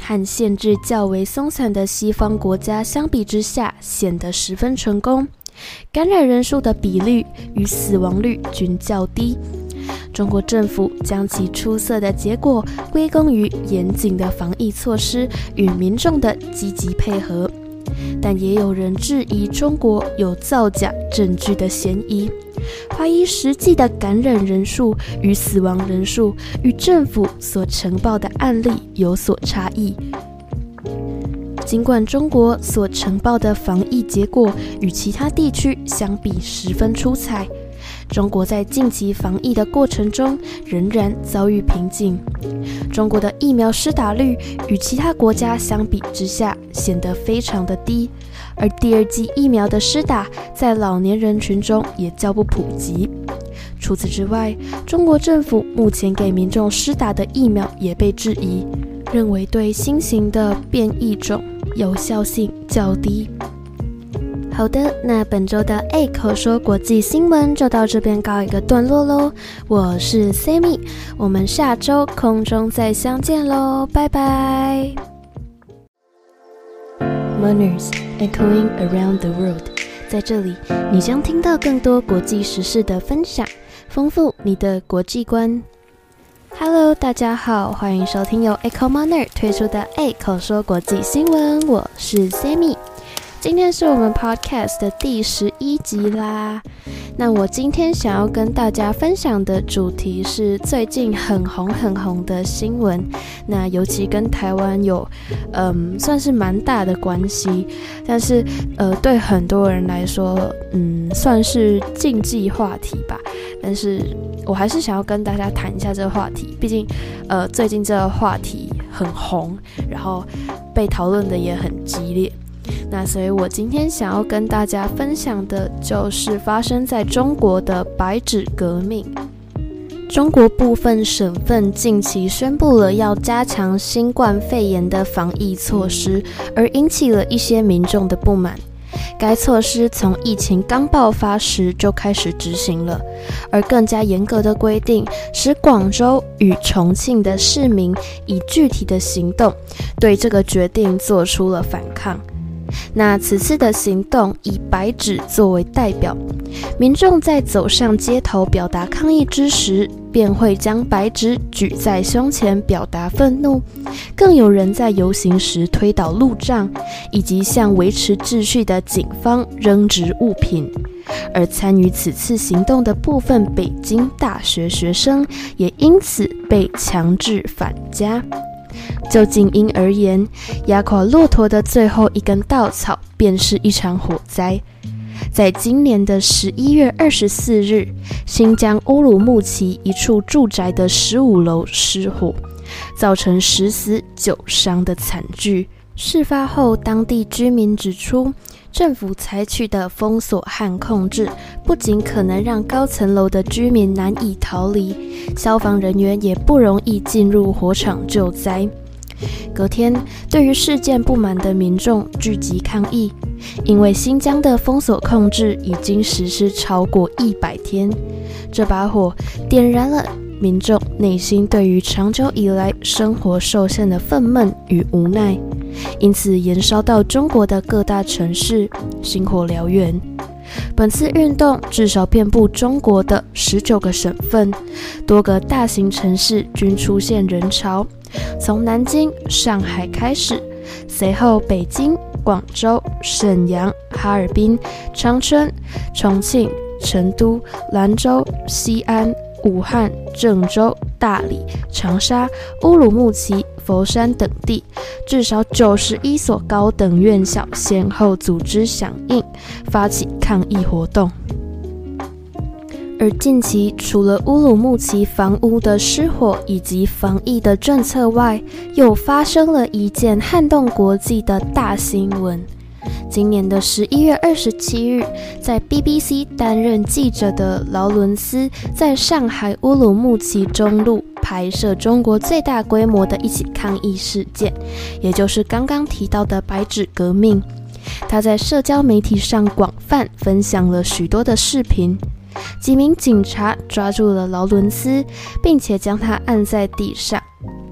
Speaker 1: 和限制较为松散的西方国家相比之下，显得十分成功。感染人数的比率与死亡率均较低。中国政府将其出色的结果归功于严谨的防疫措施与民众的积极配合，但也有人质疑中国有造假证据的嫌疑，怀疑实际的感染人数与死亡人数与政府所呈报的案例有所差异。尽管中国所呈报的防疫结果与其他地区相比十分出彩，中国在近期防疫的过程中仍然遭遇瓶颈。中国的疫苗施打率与其他国家相比之下显得非常的低，而第二剂疫苗的施打在老年人群中也较不普及。除此之外，中国政府目前给民众施打的疫苗也被质疑，认为对新型的变异种有效性较低。好的，那本周的口说国际新闻就到这边告一个段落咯。我是 Sammy， 我们下周空中再相见咯，拜拜。Manners echoing around the world， 在这里你将听到更多国际时事的分享，丰富你的国际观。Hello， 大家好，欢迎收听由 Echo Manner 推出的口说国际新闻，我是 Sammy。今天是我们 podcast 的第11集啦。那我今天想要跟大家分享的主题是最近很红的新闻，那尤其跟台湾有算是蛮大的关系，但是对很多人来说算是禁忌话题吧，但是我还是想要跟大家谈一下这个话题，毕竟最近这个话题很红，然后被讨论的也很激烈。那所以我今天想要跟大家分享的就是发生在中国的白纸革命。中国部分省份近期宣布了要加强新冠肺炎的防疫措施，而引起了一些民众的不满。该措施从疫情刚爆发时就开始执行了，而更加严格的规定使广州与重庆的市民以具体的行动对这个决定做出了反抗。那此次的行动以白纸作为代表，民众在走上街头表达抗议之时，便会将白纸举在胸前表达愤怒，更有人在游行时推倒路障，以及向维持秩序的警方扔掷物品。而参与此次行动的部分北京大学学生也因此被强制返家。就静音而言，压垮骆驼的最后一根稻草便是一场火灾。在今年的11月24日，新疆乌鲁木齐一处住宅的15楼失火，造成10死9伤的惨剧。事发后，当地居民指出，政府采取的封锁和控制不仅可能让高层楼的居民难以逃离，消防人员也不容易进入火场救灾。隔天，对于事件不满的民众聚集抗议，因为新疆的封锁控制已经实施超过100天，这把火点燃了民众内心对于长久以来生活受限的愤懑与无奈，因此延烧到中国的各大城市，星火燎原。本次运动至少遍布中国的19个省份，多个大型城市均出现人潮，从南京、上海开始，随后北京、广州、沈阳、哈尔滨、长春、重庆、成都、兰州、西安、武汉、郑州、大理、长沙、乌鲁木齐、佛山等地，至少91所高等院校先后组织响应，发起抗议活动。而近期除了乌鲁木齐房屋的失火以及防疫的政策外，又发生了一件撼动国际的大新闻。今年的11月27日，在 BBC 担任记者的劳伦斯在上海乌鲁木齐中路拍摄中国最大规模的一起抗议事件，也就是刚刚提到的白纸革命。他在社交媒体上广泛分享了许多的视频，几名警察抓住了劳伦斯，并且将他按在地上。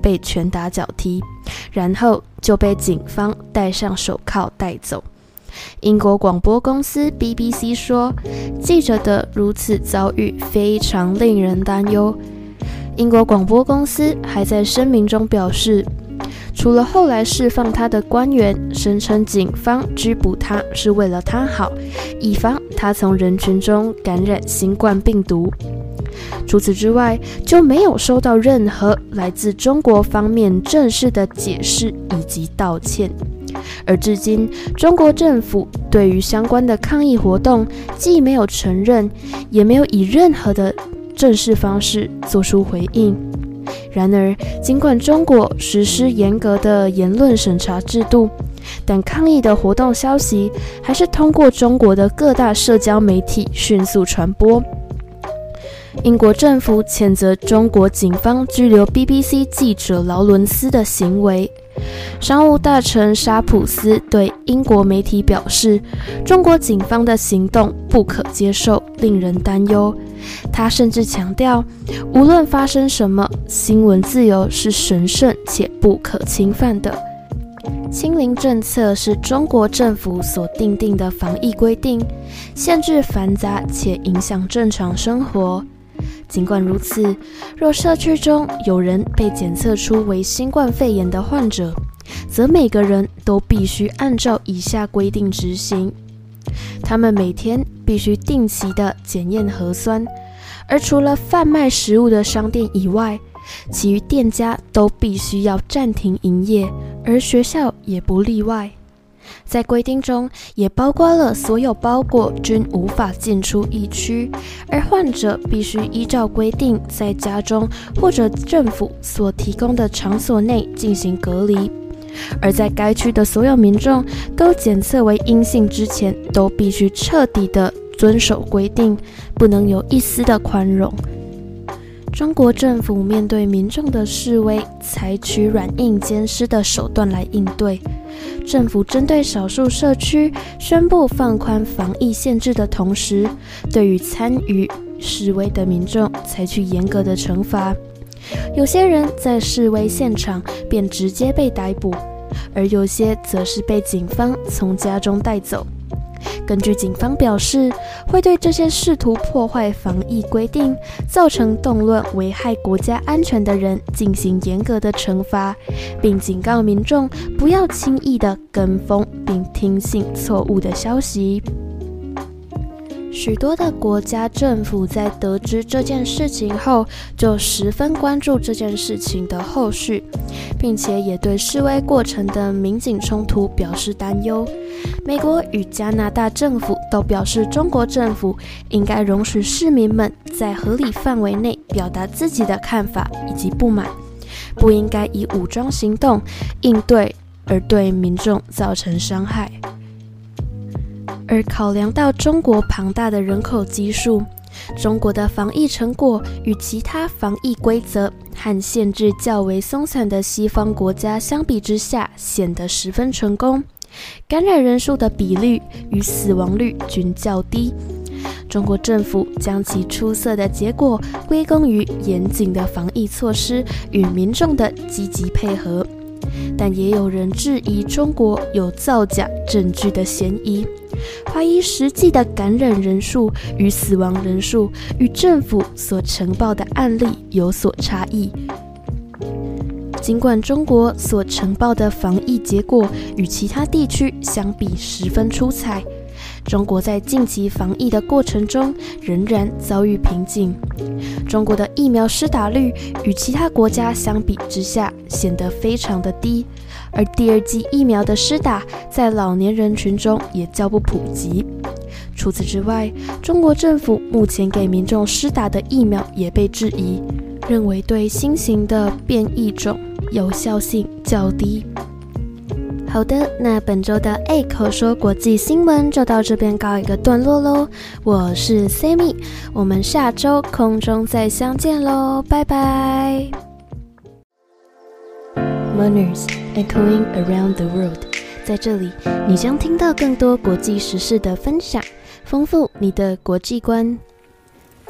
Speaker 1: 被拳打脚踢，然后就被警方戴上手铐带走。英国广播公司 BBC 说，记者的如此遭遇非常令人担忧。英国广播公司还在声明中表示，除了后来释放他的官员声称警方拘捕他是为了他好，以防他从人群中感染新冠病毒，除此之外就没有收到任何来自中国方面正式的解释以及道歉。而至今，中国政府对于相关的抗议活动既没有承认，也没有以任何的正式方式做出回应。然而，尽管中国实施严格的言论审查制度，但抗议的活动消息还是通过中国的各大社交媒体迅速传播。英国政府谴责中国警方拘留 BBC 记者劳伦斯的行为。商务大臣沙普斯对英国媒体表示，中国警方的行动不可接受，令人担忧。他甚至强调，无论发生什么，新闻自由是神圣且不可侵犯的。清零政策是中国政府所订定的防疫规定，限制繁杂且影响正常生活。尽管如此，若社区中有人被检测出为新冠肺炎的患者，则每个人都必须按照以下规定执行。他们每天必须定期的检验核酸，而除了贩卖食物的商店以外，其余店家都必须要暂停营业，而学校也不例外。在规定中也包括了所有包裹均无法进出疫区，而患者必须依照规定在家中或者政府所提供的场所内进行隔离，而在该区的所有民众都检测为阴性之前，都必须彻底的遵守规定，不能有一丝的宽容。中国政府面对民众的示威，采取软硬兼施的手段来应对。政府针对少数社区宣布放宽防疫限制的同时，对于参与示威的民众采取严格的惩罚。有些人在示威现场便直接被逮捕，而有些则是被警方从家中带走。根据警方表示，会对这些试图破坏防疫规定、造成动乱、危害国家安全的人进行严格的惩罚，并警告民众不要轻易的跟风并听信错误的消息。许多的国家政府在得知这件事情后，就十分关注这件事情的后续，并且也对示威过程的民警冲突表示担忧。美国与加拿大政府都表示，中国政府应该容许市民们在合理范围内表达自己的看法以及不满，不应该以武装行动应对而对民众造成伤害。而考量到中国庞大的人口基数，中国的防疫成果与其他防疫规则和限制较为松散的西方国家相比之下，显得十分成功。感染人数的比率与死亡率均较低。中国政府将其出色的结果归功于严谨的防疫措施与民众的积极配合，但也有人质疑中国有造假证据的嫌疑，怀疑实际的感染人数与死亡人数与政府所呈报的案例有所差异。尽管中国所呈报的防疫结果与其他地区相比十分出彩，中国在近期防疫的过程中仍然遭遇瓶颈。中国的疫苗施打率与其他国家相比之下显得非常的低，而第二剂疫苗的施打在老年人群中也较不普及。除此之外，中国政府目前给民众施打的疫苗也被质疑，认为对新型的变异种有效性较低。好的，那本周的口说国际新闻就到这边告一个段落咯。我是 Sammy， 我们下周空中再相见咯，拜拜。Mourners echoing around the world， 在这里你将听到更多国际时事的分享，丰富你的国际观。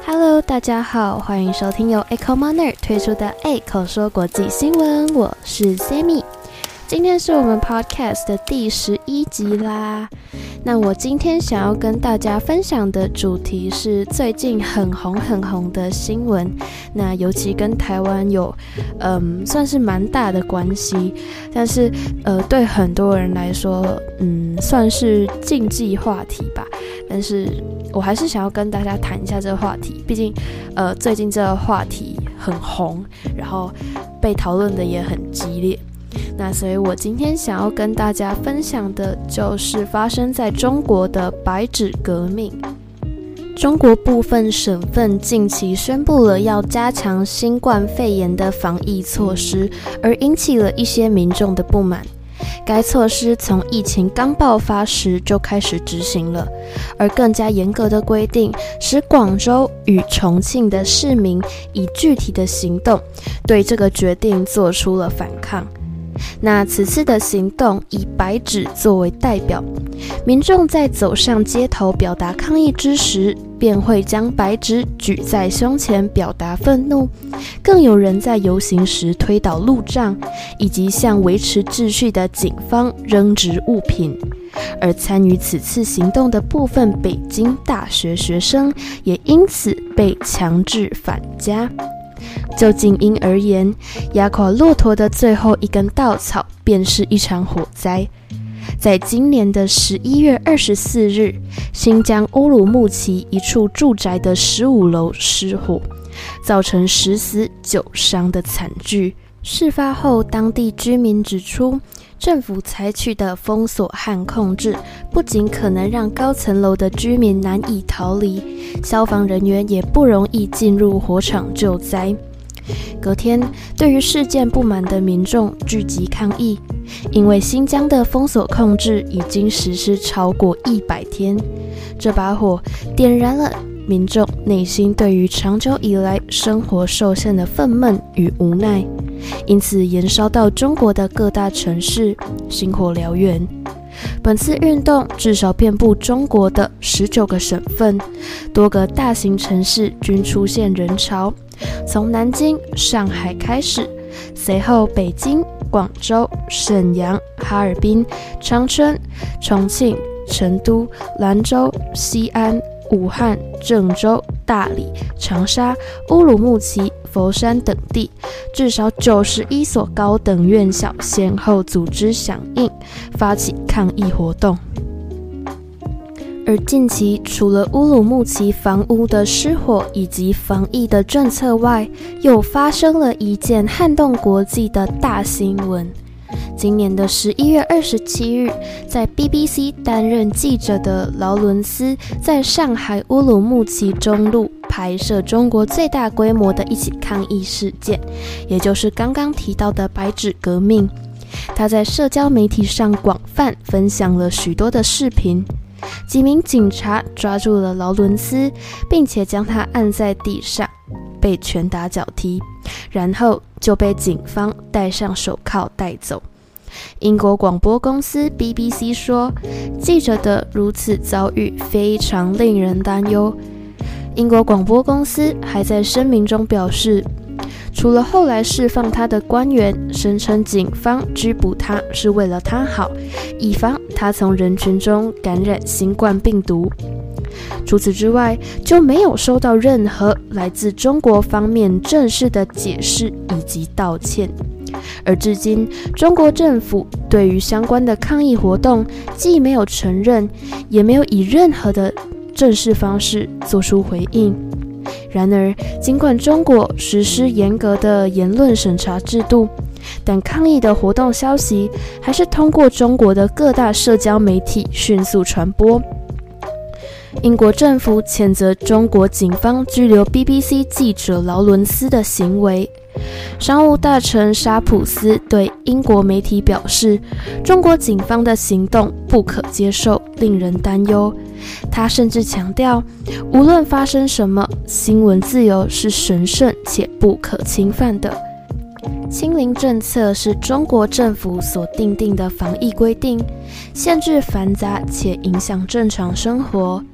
Speaker 1: Hello， 大家好，欢迎收听由 Echo Miner 推出的 A 口说国际新闻，我是 Sammy。今天是我们 Podcast 的第11集啦。那我今天想要跟大家分享的主题是最近很红的新闻，那尤其跟台湾有算是蛮大的关系，但是对很多人来说算是禁忌话题吧，但是我还是想要跟大家谈一下这个话题，毕竟最近这个话题很红，然后被讨论的也很激烈。那所以我今天想要跟大家分享的就是发生在中国的白纸革命。中国部分省份近期宣布了要加强新冠肺炎的防疫措施，而引起了一些民众的不满。该措施从疫情刚爆发时就开始执行了，而更加严格的规定使广州与重庆的市民以具体的行动对这个决定做出了反抗。那此次的行动以白纸作为代表，民众在走上街头表达抗议之时，便会将白纸举在胸前表达愤怒，更有人在游行时推倒路障，以及向维持秩序的警方扔掷物品。而参与此次行动的部分北京大学学生也因此被强制返家。就静音而言，压垮骆驼的最后一根稻草便是一场火灾。在今年的11月24日，新疆乌鲁木齐一处住宅的15楼失火，造成10死9伤的惨剧。事发后，当地居民指出，政府采取的封锁和控制不仅可能让高层楼的居民难以逃离，消防人员也不容易进入火场救灾。隔天，对于事件不满的民众聚集抗议，因为新疆的封锁控制已经实施超过100天，这把火点燃了民众内心对于长久以来生活受限的愤懑与无奈，因此延烧到中国的各大城市，星火燎原。本次运动至少遍布中国的19个省份，多个大型城市均出现人潮，从南京、上海开始，随后北京、广州、沈阳、哈尔滨、长春、重庆、成都、兰州、西安、武汉、郑州、大理、长沙、乌鲁木齐、佛山等地，至少91所高等院校先后组织响应，发起抗议活动。而近期除了乌鲁木齐房屋的失火以及防疫的政策外，又发生了一件撼动国际的大新闻。今年的11月27日，在 BBC 担任记者的劳伦斯在上海乌鲁木齐中路拍摄中国最大规模的一起抗议事件，也就是刚刚提到的白纸革命。他在社交媒体上广泛分享了许多的视频，几名警察抓住了劳伦斯，并且将他按在地上，被拳打脚踢，然后就被警方戴上手铐带走。英国广播公司 BBC 说，记者的如此遭遇非常令人担忧。英国广播公司还在声明中表示，除了后来释放他的官员声称警方拘捕他是为了他好，以防他从人群中感染新冠病毒，除此之外就没有收到任何来自中国方面正式的解释以及道歉。而至今，中国政府对于相关的抗议活动既没有承认，也没有以任何的正式方式做出回应。然而，尽管中国实施严格的言论审查制度，但抗议的活动消息还是通过中国的各大社交媒体迅速传播。英国政府谴责中国警方拘留 BBC 记者劳伦斯的行为。商务大臣沙普斯对英国媒体表示，中国警方的行动不可接受，令人担忧。他甚至强调，无论发生什么，新闻自由是神圣且不可侵犯的。清零政策是中国政府所订定的防疫规定，限制繁杂且影响正常生活。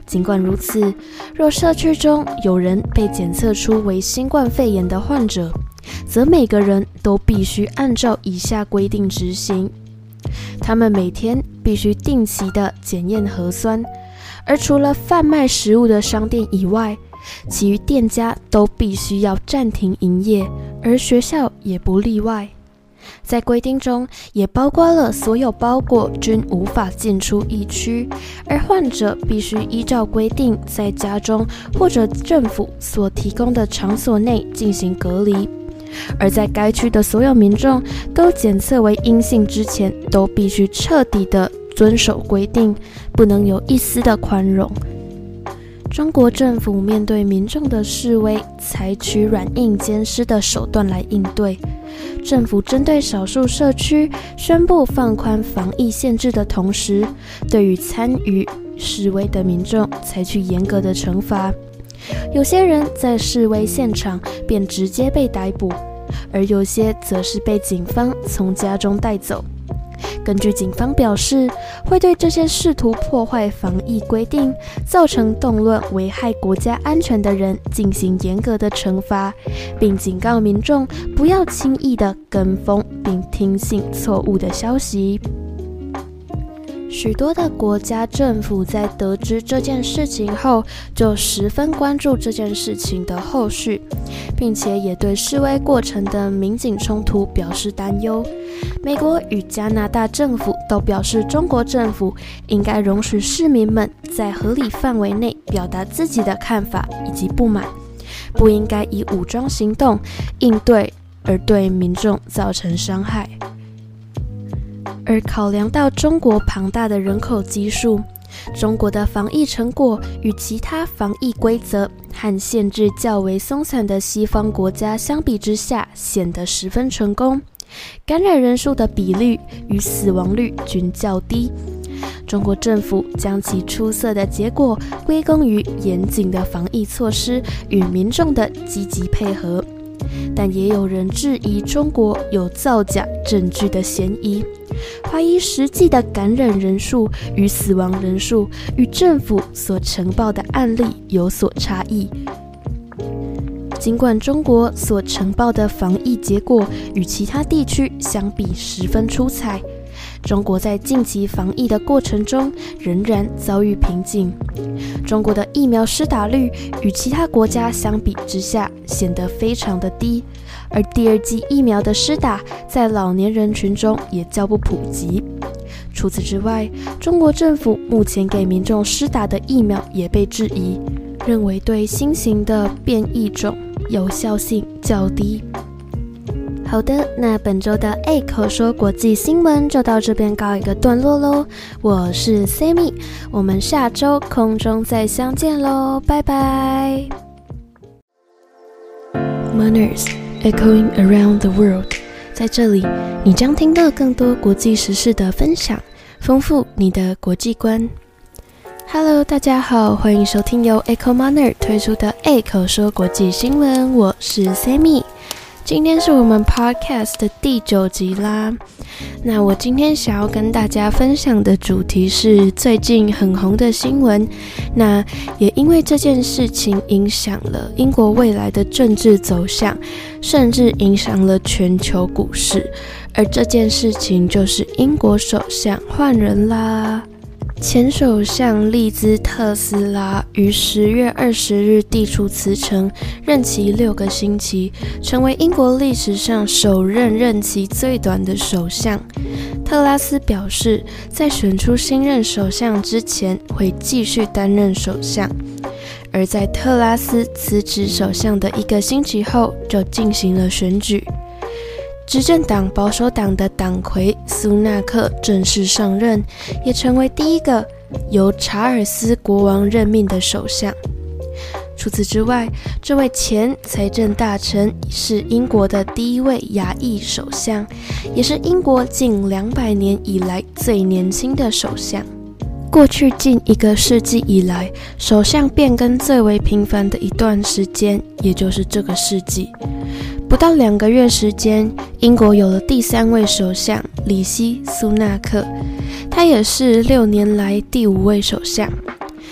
Speaker 1: 尽管如此，若社区中有人被检测出为新冠肺炎的患者，则每个人都必须按照以下规定执行。他们每天必须定期的检验核酸，而除了贩卖食物的商店以外，其余店家都必须要暂停营业，而学校也不例外。在规定中也包括了所有包裹均无法进出疫区，而患者必须依照规定在家中或者政府所提供的场所内进行隔离。而在该区的所有民众都检测为阴性之前，都必须彻底的遵守规定，不能有一丝的宽容。中国政府面对民众的示威，采取软硬兼施的手段来应对。政府针对少数社区宣布放宽防疫限制的同时，对于参与示威的民众采取严格的惩罚。有些人在示威现场便直接被逮捕，而有些则是被警方从家中带走。根据警方表示，会对这些试图破坏防疫规定、造成动乱、危害国家安全的人进行严格的惩罚，并警告民众不要轻易的跟风并听信错误的消息。许多的国家政府在得知这件事情后，就十分关注这件事情的后续，并且也对示威过程的民警冲突表示担忧。美国与加拿大政府都表示，中国政府应该容许市民们在合理范围内表达自己的看法以及不满，不应该以武装行动应对而对民众造成伤害。而考量到中国庞大的人口基数，中国的防疫成果与其他防疫规则和限制较为松散的西方国家相比之下，显得十分成功。感染人数的比率与死亡率均较低。中国政府将其出色的结果归功于严谨的防疫措施与民众的积极配合，但也有人质疑中国有造假证据的嫌疑，怀疑实际的感染人数与死亡人数与政府所呈报的案例有所差异。尽管中国所呈报的防疫结果与其他地区相比十分出彩，中国在近期防疫的过程中仍然遭遇瓶颈。中国的疫苗施打率与其他国家相比之下显得非常的低，而第二剂疫苗的施打在老年人群中也较不普及。除此之外，中国政府目前给民众施打的疫苗也被质疑，认为对新型的变异种有效性较低。好的，那本周的口说国际新闻就到这边告一个段落咯。我是 Sammy， 我们下周空中再相见咯，拜拜。Manners echoing around the world， 在这里你将听到更多国际时事的分享，丰富你的国际观。Hello， 大家好，欢迎收听由 Echo Manner 推出的口说国际新闻，我是 Sammy。今天是我们 Podcast 的第9集啦。那我今天想要跟大家分享的主题是最近很红的新闻，那也因为这件事情影响了英国未来的政治走向，甚至影响了全球股市，而这件事情就是英国首相换人啦。前首相利兹特斯拉于10月20日递出辞呈，任期6个星期，成为英国历史上首任任期最短的首相。特拉斯表示，在选出新任首相之前会继续担任首相，而在特拉斯辞职首相的1个星期后就进行了选举。执政党保守党的党魁苏纳克正式上任，也成为第一个由查尔斯国王任命的首相。除此之外，这位前财政大臣是英国的第一位亚裔首相，也是英国近200年以来最年轻的首相。过去近1个世纪以来，首相变更最为频繁的一段时间，也就是这个世纪。不到2个月时间，英国有了第3位首相里希·苏纳克，他也是6年来第5位首相。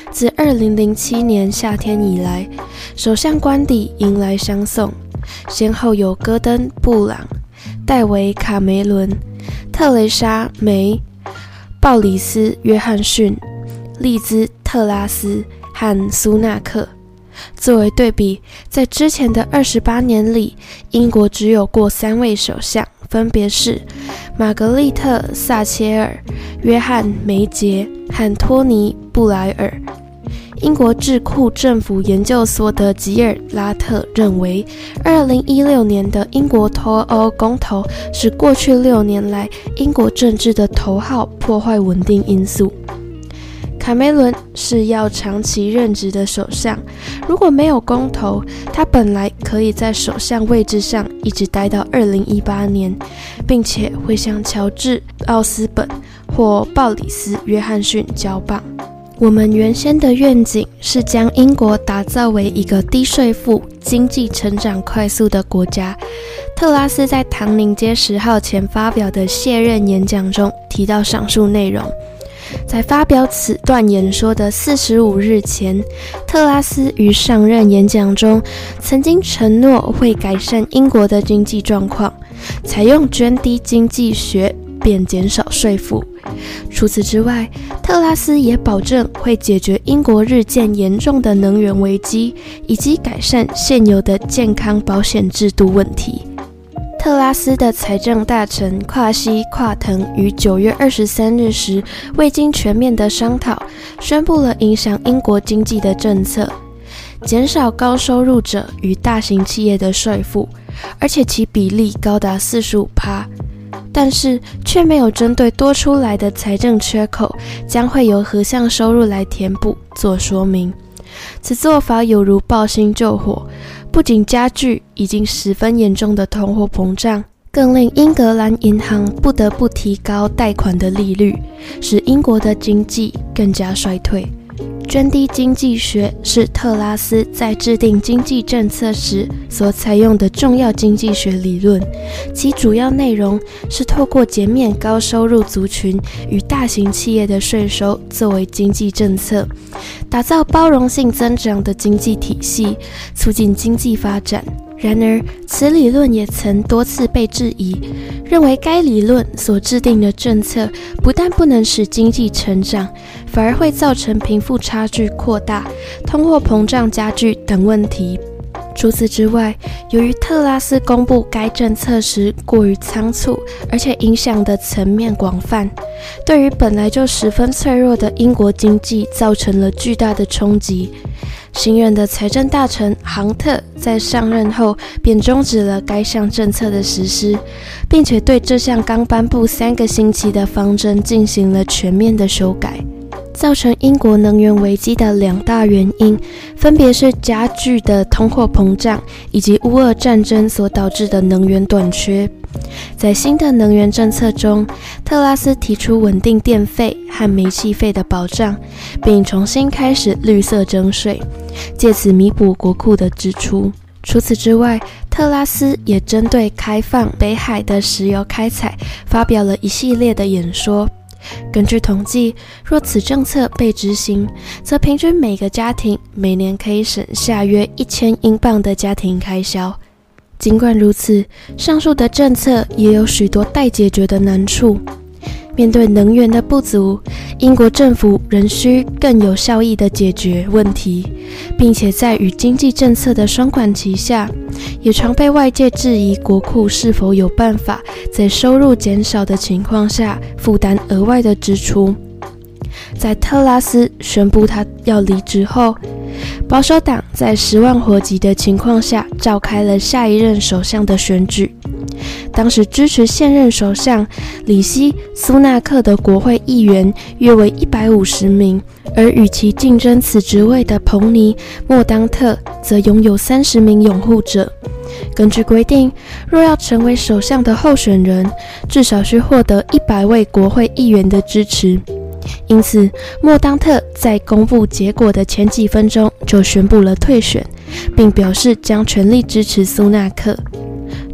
Speaker 1: 自2007年夏天以来，首相官邸迎来相送，先后有戈登·布朗、戴维·卡梅伦、特蕾莎·梅、鲍里斯·约翰逊、利兹·特拉斯和苏纳克。作为对比，在之前的28年里，英国只有过3位首相，分别是玛格丽特·撒切尔、约翰·梅杰和托尼·布莱尔。英国智库政府研究所的吉尔拉特认为，2016年的英国脱欧公投是过去6年来英国政治的头号破坏稳定因素。卡梅伦是要长期任职的首相，如果没有公投，他本来可以在首相位置上一直待到2018年，并且会向乔治·奥斯本或鲍里斯·约翰逊交棒。我们原先的愿景是将英国打造为一个低税负、经济成长快速的国家。特拉斯在唐宁街10号前发表的卸任演讲中提到上述内容。在发表此段演说的45日前，特拉斯于上任演讲中曾经承诺会改善英国的经济状况，采用涓滴经济学便减少税负。除此之外，特拉斯也保证会解决英国日渐严重的能源危机，以及改善现有的健康保险制度问题。特拉斯的财政大臣跨西跨腾于9月23日时未经全面的商讨，宣布了影响英国经济的政策，减少高收入者与大型企业的税负，而且其比例高达 45%， 但是却没有针对多出来的财政缺口将会由何项收入来填补做说明。此做法有如抱薪救火，不仅加剧已经十分严重的通货膨胀，更令英格兰银行不得不提高贷款的利率，使英国的经济更加衰退。涓滴经济学是特拉斯在制定经济政策时所采用的重要经济学理论，其主要内容是透过减免高收入族群与大型企业的税收作为经济政策，打造包容性增长的经济体系，促进经济发展。然而，此理论也曾多次被质疑，认为该理论所制定的政策不但不能使经济成长，反而会造成贫富差距扩大、通货膨胀加剧等问题。除此之外，由于特拉斯公布该政策时过于仓促，而且影响的层面广泛，对于本来就十分脆弱的英国经济造成了巨大的冲击。新任的财政大臣杭特在上任后便终止了该项政策的实施，并且对这项刚颁布3个星期的方针进行了全面的修改。造成英国能源危机的2大原因，分别是加剧的通货膨胀以及乌俄战争所导致的能源短缺。在新的能源政策中，特拉斯提出稳定电费和煤气费的保障，并重新开始绿色征税，借此弥补国库的支出。除此之外，特拉斯也针对开放北海的石油开采发表了一系列的演说。根据统计，若此政策被执行，则平均每个家庭每年可以省下约1000英镑的家庭开销。尽管如此，上述的政策也有许多待解决的难处。面对能源的不足，英国政府仍需更有效益地解决问题，并且在与经济政策的双管齐下，也常被外界质疑国库是否有办法在收入减少的情况下负担额外的支出。在特拉斯宣布他要离职后，保守党在10万火急的情况下召开了下一任首相的选举。当时支持现任首相里希·苏纳克的国会议员约为150名，而与其竞争此职位的彭尼·莫当特则拥有30名拥护者。根据规定，若要成为首相的候选人，至少需获得100位国会议员的支持。因此，莫当特在公布结果的前几分钟就宣布了退选，并表示将全力支持苏纳克。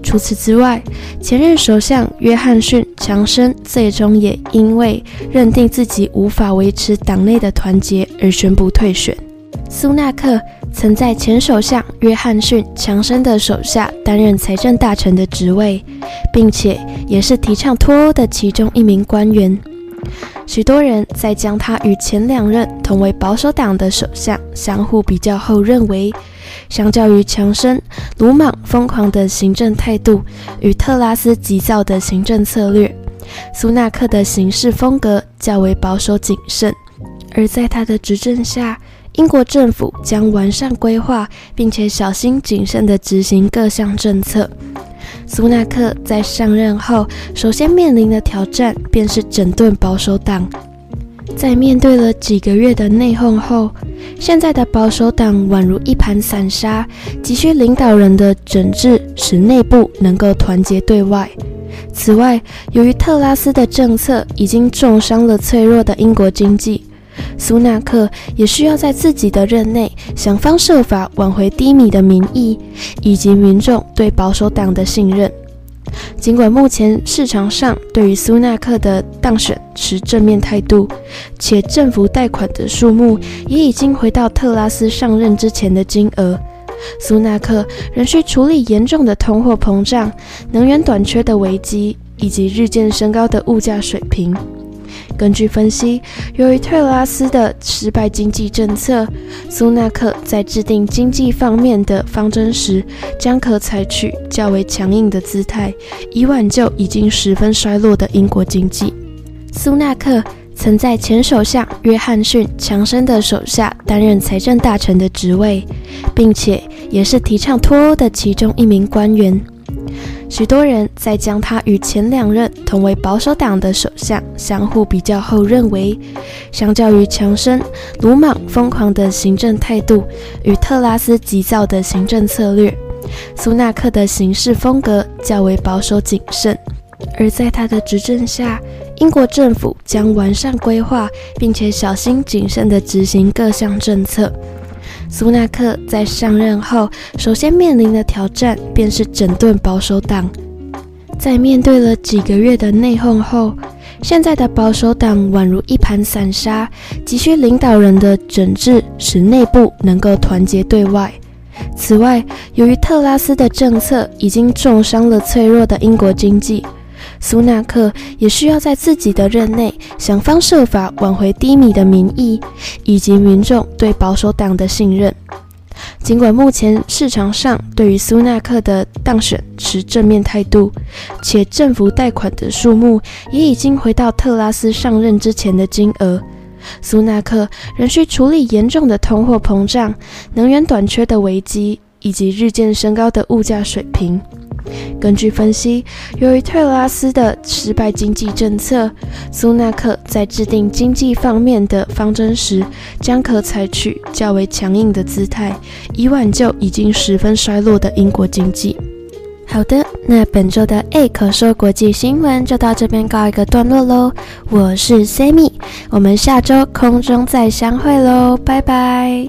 Speaker 1: 除此之外，前任首相约翰逊·强生最终也因为认定自己无法维持党内的团结而宣布退选。苏纳克曾在前首相约翰逊·强生的手下担任财政大臣的职位，并且也是提倡脱欧的其中一名官员。许多人在将他与前2任同为保守党的首相相互比较后认为，相较于强生鲁莽疯狂的行政态度与特拉斯急躁的行政策略，苏纳克的行事风格较为保守谨慎。而在他的执政下，英国政府将完善规划，并且小心谨慎地执行各项政策。苏纳克在上任后，首先面临的挑战便是整顿保守党。在面对了几个月的内讧后，现在的保守党宛如一盘散沙，急需领导人的整治，使内部能够团结对外。此外，由于特拉斯的政策已经重伤了脆弱的英国经济，苏纳克也需要在自己的任内想方设法挽回低迷的民意以及民众对保守党的信任。尽管目前市场上对于苏纳克的当选持正面态度，且政府贷款的数目也已经回到特拉斯上任之前的金额，苏纳克仍需处理严重的通货膨胀、能源短缺的危机以及日渐升高的物价水平。根据分析，由于特拉斯的失败经济政策，苏纳克在制定经济方面的方针时，将可采取较为强硬的姿态，以挽救已经十分衰落的英国经济。苏纳克曾在前首相约翰逊·强生的手下担任财政大臣的职位，并且也是提倡脱欧的其中一名官员。许多人在将他与前2任同为保守党的首相相互比较后认为，相较于强生鲁莽疯狂的行政态度与特拉斯急躁的行政策略，苏纳克的行事风格较为保守谨慎。而在他的执政下，英国政府将完善规划，并且小心谨慎地执行各项政策。苏纳克在上任后，首先面临的挑战便是整顿保守党。在面对了几个月的内讧后，现在的保守党宛如一盘散沙，急需领导人的整治，使内部能够团结对外。此外，由于特拉斯的政策已经重伤了脆弱的英国经济，苏纳克也需要在自己的任内想方设法挽回低迷的民意以及民众对保守党的信任。尽管目前市场上对于苏纳克的当选持正面态度，且政府贷款的数目也已经回到特拉斯上任之前的金额，苏纳克仍需处理严重的通货膨胀、能源短缺的危机以及日渐升高的物价水平。根据分析，由于特拉斯的失败经济政策，苏纳克在制定经济方面的方针时，将可采取较为强硬的姿态，以挽救已经十分衰落的英国经济。好的，那本周的可说国际新闻就到这边告一个段落咯。我是 Sammy， 我们下周空中再相会咯，拜拜。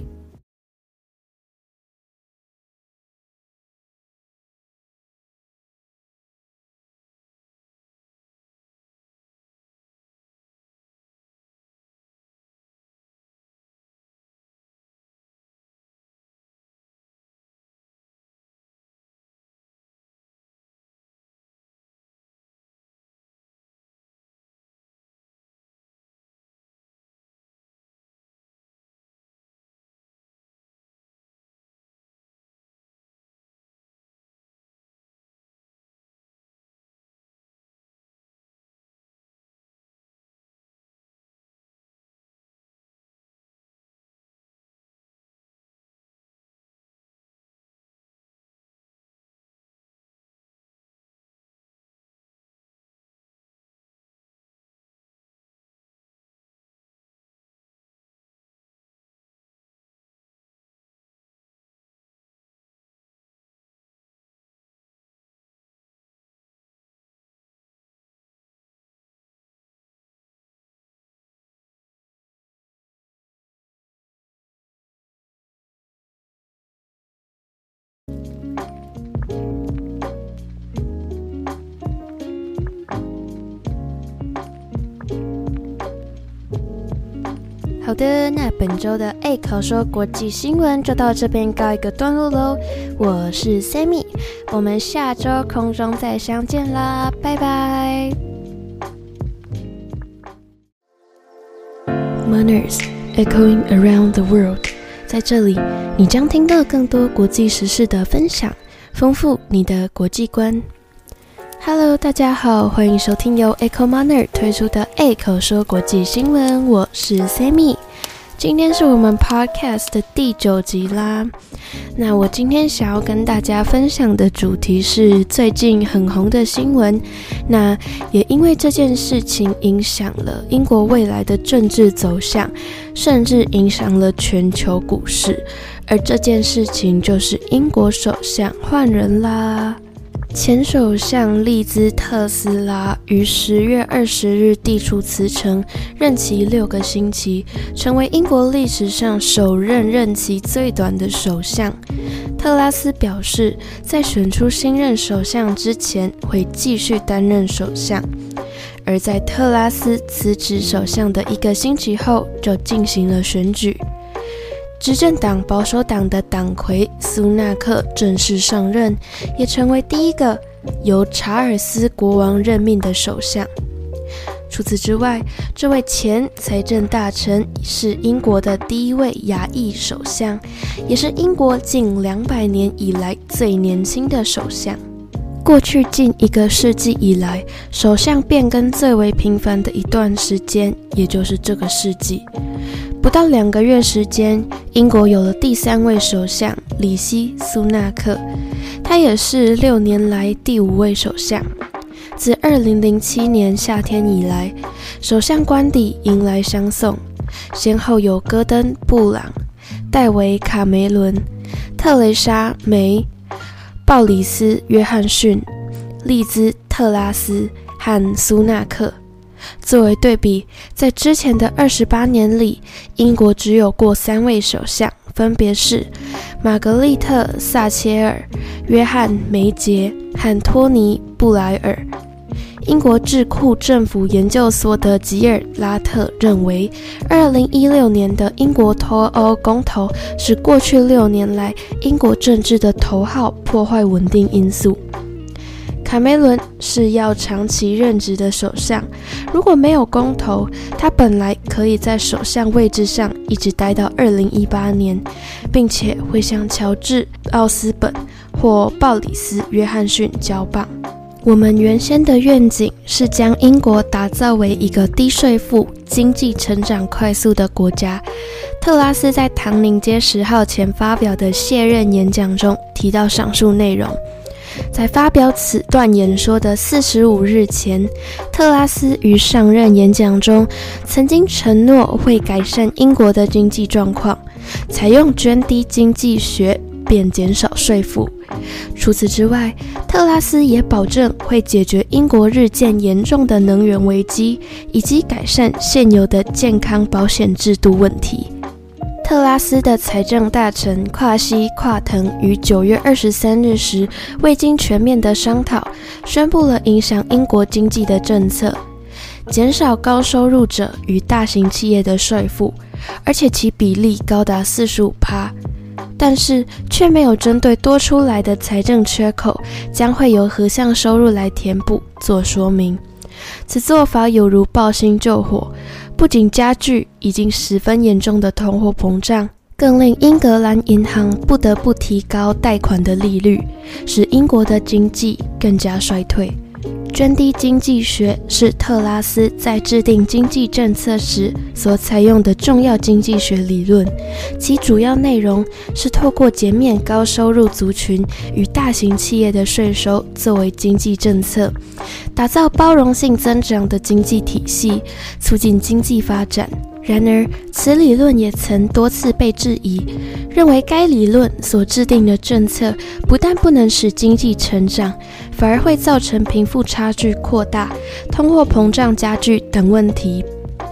Speaker 1: 好的，那本周的口说国际新闻就到这边告一个段落咯。我是 Sammy， 我们下周空中再相见啦，拜拜。Manners echoing around the world， 在这里你将听到更多国际时事的分享，丰富你的国际观。Hello， 大家好，欢迎收听由 Echo Manner 推出的口说国际新闻，我是 Sammy。今天是我们 Podcast 的第9集啦。那我今天想要跟大家分享的主题是最近很红的新闻，那也因为这件事情影响了英国未来的政治走向，甚至影响了全球股市，而这件事情就是英国首相换人啦。前首相利兹特斯拉于10月20日递出辞呈，任期6个星期，成为英国历史上首任任期最短的首相。特拉斯表示，在选出新任首相之前，会继续担任首相。而在特拉斯辞职首相的1个星期后，就进行了选举。执政党保守党的党魁苏纳克正式上任，也成为第一个由查尔斯国王任命的首相。除此之外，这位前财政大臣是英国的第一位亚裔首相，也是英国近200年以来最年轻的首相。过去近1个世纪以来，首相变更最为频繁的一段时间，也就是这个世纪。不到2个月时间，英国有了第3位首相里希·苏纳克，他也是6年来第5位首相。自2007年夏天以来，首相官邸迎来相送，先后有戈登·布朗、戴维·卡梅伦、特蕾莎·梅、鲍里斯·约翰逊、利兹·特拉斯和苏纳克。作为对比，在之前的28年里，英国只有过3位首相，分别是玛格丽特·撒切尔、约翰·梅杰和托尼·布莱尔。英国智库政府研究所的吉尔拉特认为，2016年的英国脱欧公投是过去6年来英国政治的头号破坏稳定因素。卡梅伦是要长期任职的首相，如果没有公投，他本来可以在首相位置上一直待到2018年，并且会向乔治·奥斯本或鲍里斯·约翰逊交棒。我们原先的愿景是将英国打造为一个低税负、经济成长快速的国家。特拉斯在唐宁街10号前发表的卸任演讲中提到上述内容。在发表此段演说的45日前，特拉斯于上任演讲中曾经承诺会改善英国的经济状况，采用涓滴经济学便减少税负。除此之外，特拉斯也保证会解决英国日渐严重的能源危机，以及改善现有的健康保险制度问题。特拉斯的财政大臣跨西跨腾于9月23日时，未经全面的商讨，宣布了影响英国经济的政策，减少高收入者与大型企业的税负，而且其比例高达 45%， 但是却没有针对多出来的财政缺口将会由何项收入来填补做说明。此做法有如抱薪救火，不仅加剧已经十分严重的通货膨胀，更令英格兰银行不得不提高贷款的利率，使英国的经济更加衰退。涓滴经济学是特拉斯在制定经济政策时所采用的重要经济学理论，其主要内容是透过减免高收入族群与大型企业的税收作为经济政策，打造包容性增长的经济体系，促进经济发展。然而，此理论也曾多次被质疑，认为该理论所制定的政策不但不能使经济成长，反而会造成贫富差距扩大、通货膨胀加剧等问题。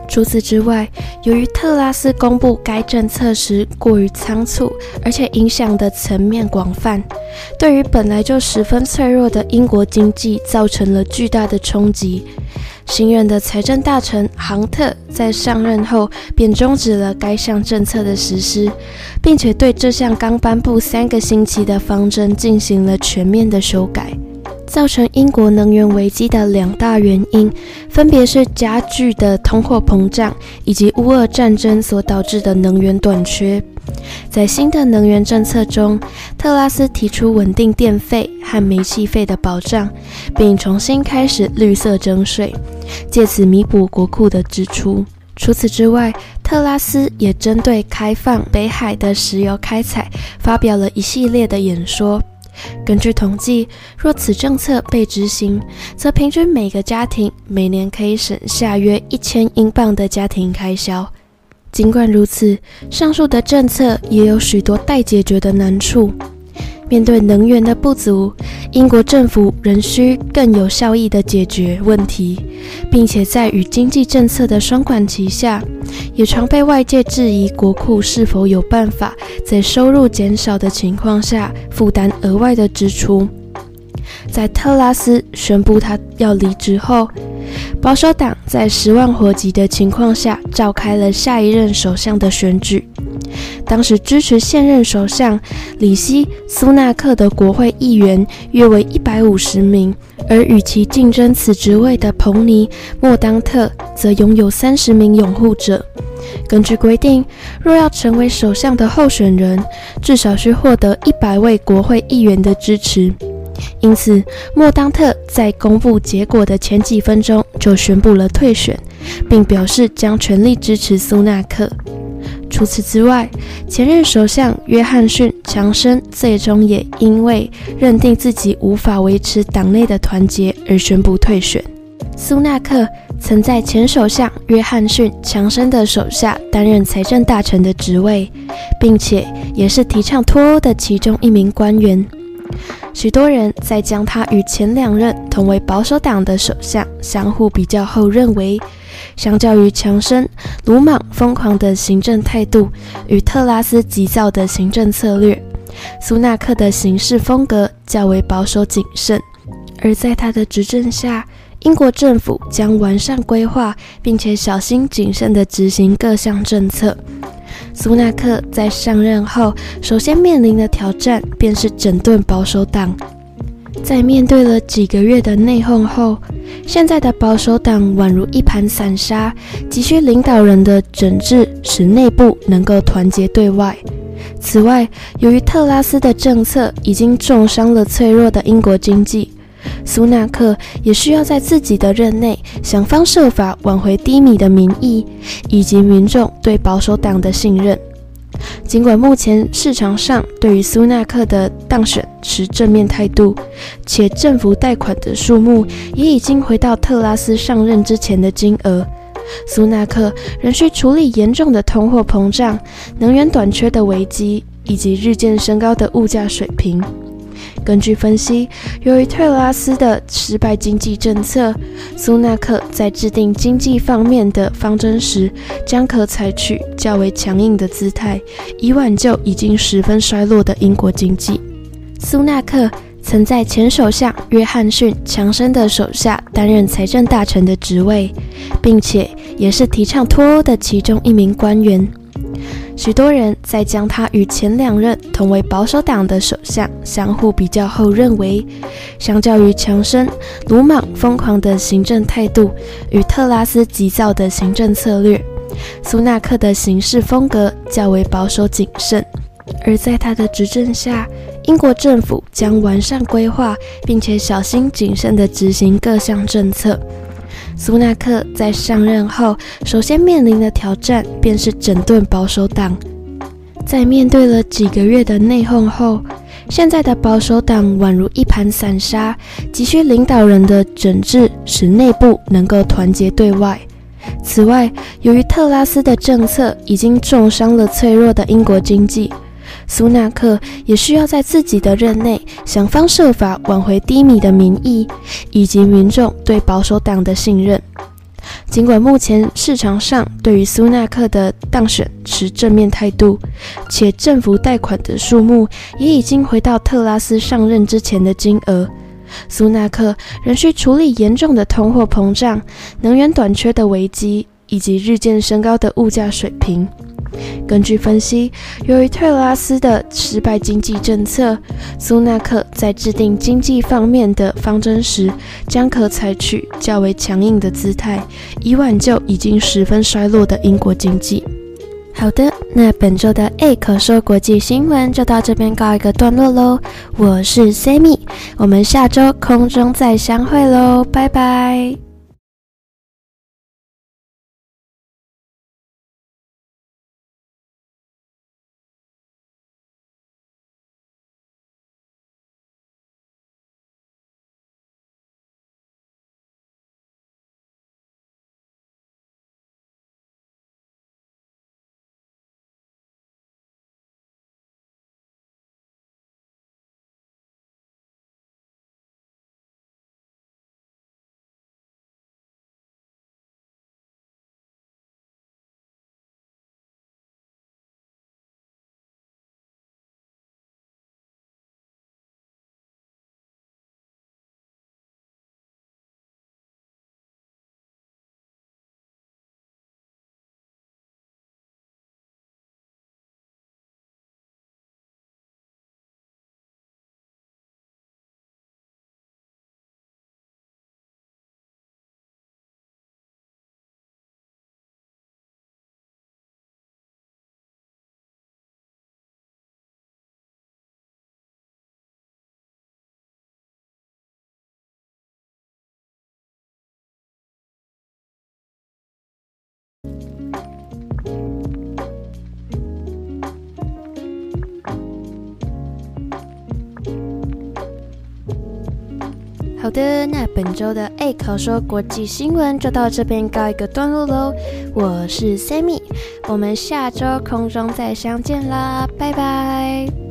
Speaker 1: 除此之外，由于特拉斯公布该政策时过于仓促，而且影响的层面广泛，对于本来就十分脆弱的英国经济造成了巨大的冲击。新任的财政大臣杭特在上任后便终止了该项政策的实施，并且对这项刚颁布3个星期的方针进行了全面的修改。造成英国能源危机的2大原因，分别是加剧的通货膨胀以及乌俄战争所导致的能源短缺。在新的能源政策中，特拉斯提出稳定电费和煤气费的保障，并重新开始绿色征税，借此弥补国库的支出。除此之外，特拉斯也针对开放北海的石油开采发表了一系列的演说。根据统计，若此政策被执行，则平均每个家庭每年可以省下约1000英镑的家庭开销。尽管如此，上述的政策也有许多待解决的难处。面对能源的不足，英国政府仍需更有效益地解决问题，并且在与经济政策的双管齐下，也常被外界质疑国库是否有办法在收入减少的情况下负担额外的支出。在特拉斯宣布他要离职后，保守党在10万火急的情况下召开了下一任首相的选举。当时支持现任首相里希·苏纳克的国会议员约为150名，而与其竞争此职位的彭尼·莫当特则拥有30名拥护者。根据规定，若要成为首相的候选人，至少需获得100位国会议员的支持。因此，莫当特在公布结果的前几分钟就宣布了退选，并表示将全力支持苏纳克。除此之外，前任首相约翰逊·强生最终也因为认定自己无法维持党内的团结而宣布退选。苏纳克曾在前首相约翰逊·强生的手下担任财政大臣的职位，并且也是提倡脱欧的其中一名官员。许多人在将他与前2任同为保守党的首相相互比较后认为，相较于强生鲁莽疯狂的行政态度与特拉斯急躁的行政策略，苏纳克的行事风格较为保守谨慎。而在他的执政下，英国政府将完善规划，并且小心谨慎地执行各项政策。苏纳克在上任后首先面临的挑战便是整顿保守党。在面对了几个月的内讧后，现在的保守党宛如一盘散沙，急需领导人的整治，使内部能够团结对外。此外，由于特拉斯的政策已经重伤了脆弱的英国经济，苏纳克也需要在自己的任内想方设法挽回低迷的民意以及民众对保守党的信任。尽管目前市场上对于苏纳克的当选持正面态度，且政府贷款的数目也已经回到特拉斯上任之前的金额，苏纳克仍需处理严重的通货膨胀、能源短缺的危机以及日渐升高的物价水平。根据分析，由于特拉斯的失败经济政策，苏纳克在制定经济方面的方针时，将可采取较为强硬的姿态，以挽救已经十分衰落的英国经济。苏纳克曾在前首相约翰逊·强生的手下担任财政大臣的职位，并且也是提倡脱欧的其中一名官员。许多人在将他与前2任同为保守党的首相相互比较后认为，相较于强生鲁莽疯狂的行政态度与特拉斯急躁的行政策略，苏纳克的行事风格较为保守谨慎。而在他的执政下，英国政府将完善规划，并且小心谨慎地执行各项政策。苏纳克在上任后首先面临的挑战便是整顿保守党。在面对了几个月的内讧后，现在的保守党宛如一盘散沙，急需领导人的整治，使内部能够团结对外。此外，由于特拉斯的政策已经重伤了脆弱的英国经济，苏纳克也需要在自己的任内想方设法挽回低迷的民意以及民众对保守党的信任。 尽管目前市场上对于苏纳克的当选持正面态度，且政府贷款的数目也已经回到特拉斯上任之前的金额，苏纳克仍需处理严重的通货膨胀、能源短缺的危机以及日渐升高的物价水平。根据分析，由于特拉斯的失败经济政策，苏纳克在制定经济方面的方针时，将可采取较为强硬的姿态，以挽救已经十分衰落的英国经济。好的，那本周的可说国际新闻就到这边告一个段落咯。我是 Sammy， 我们下周空中再相会咯，拜拜。好的，那本周的口说国际新闻就到这边告一个段落咯。我是 Sammy， 我们下周空中再相见啦，拜拜。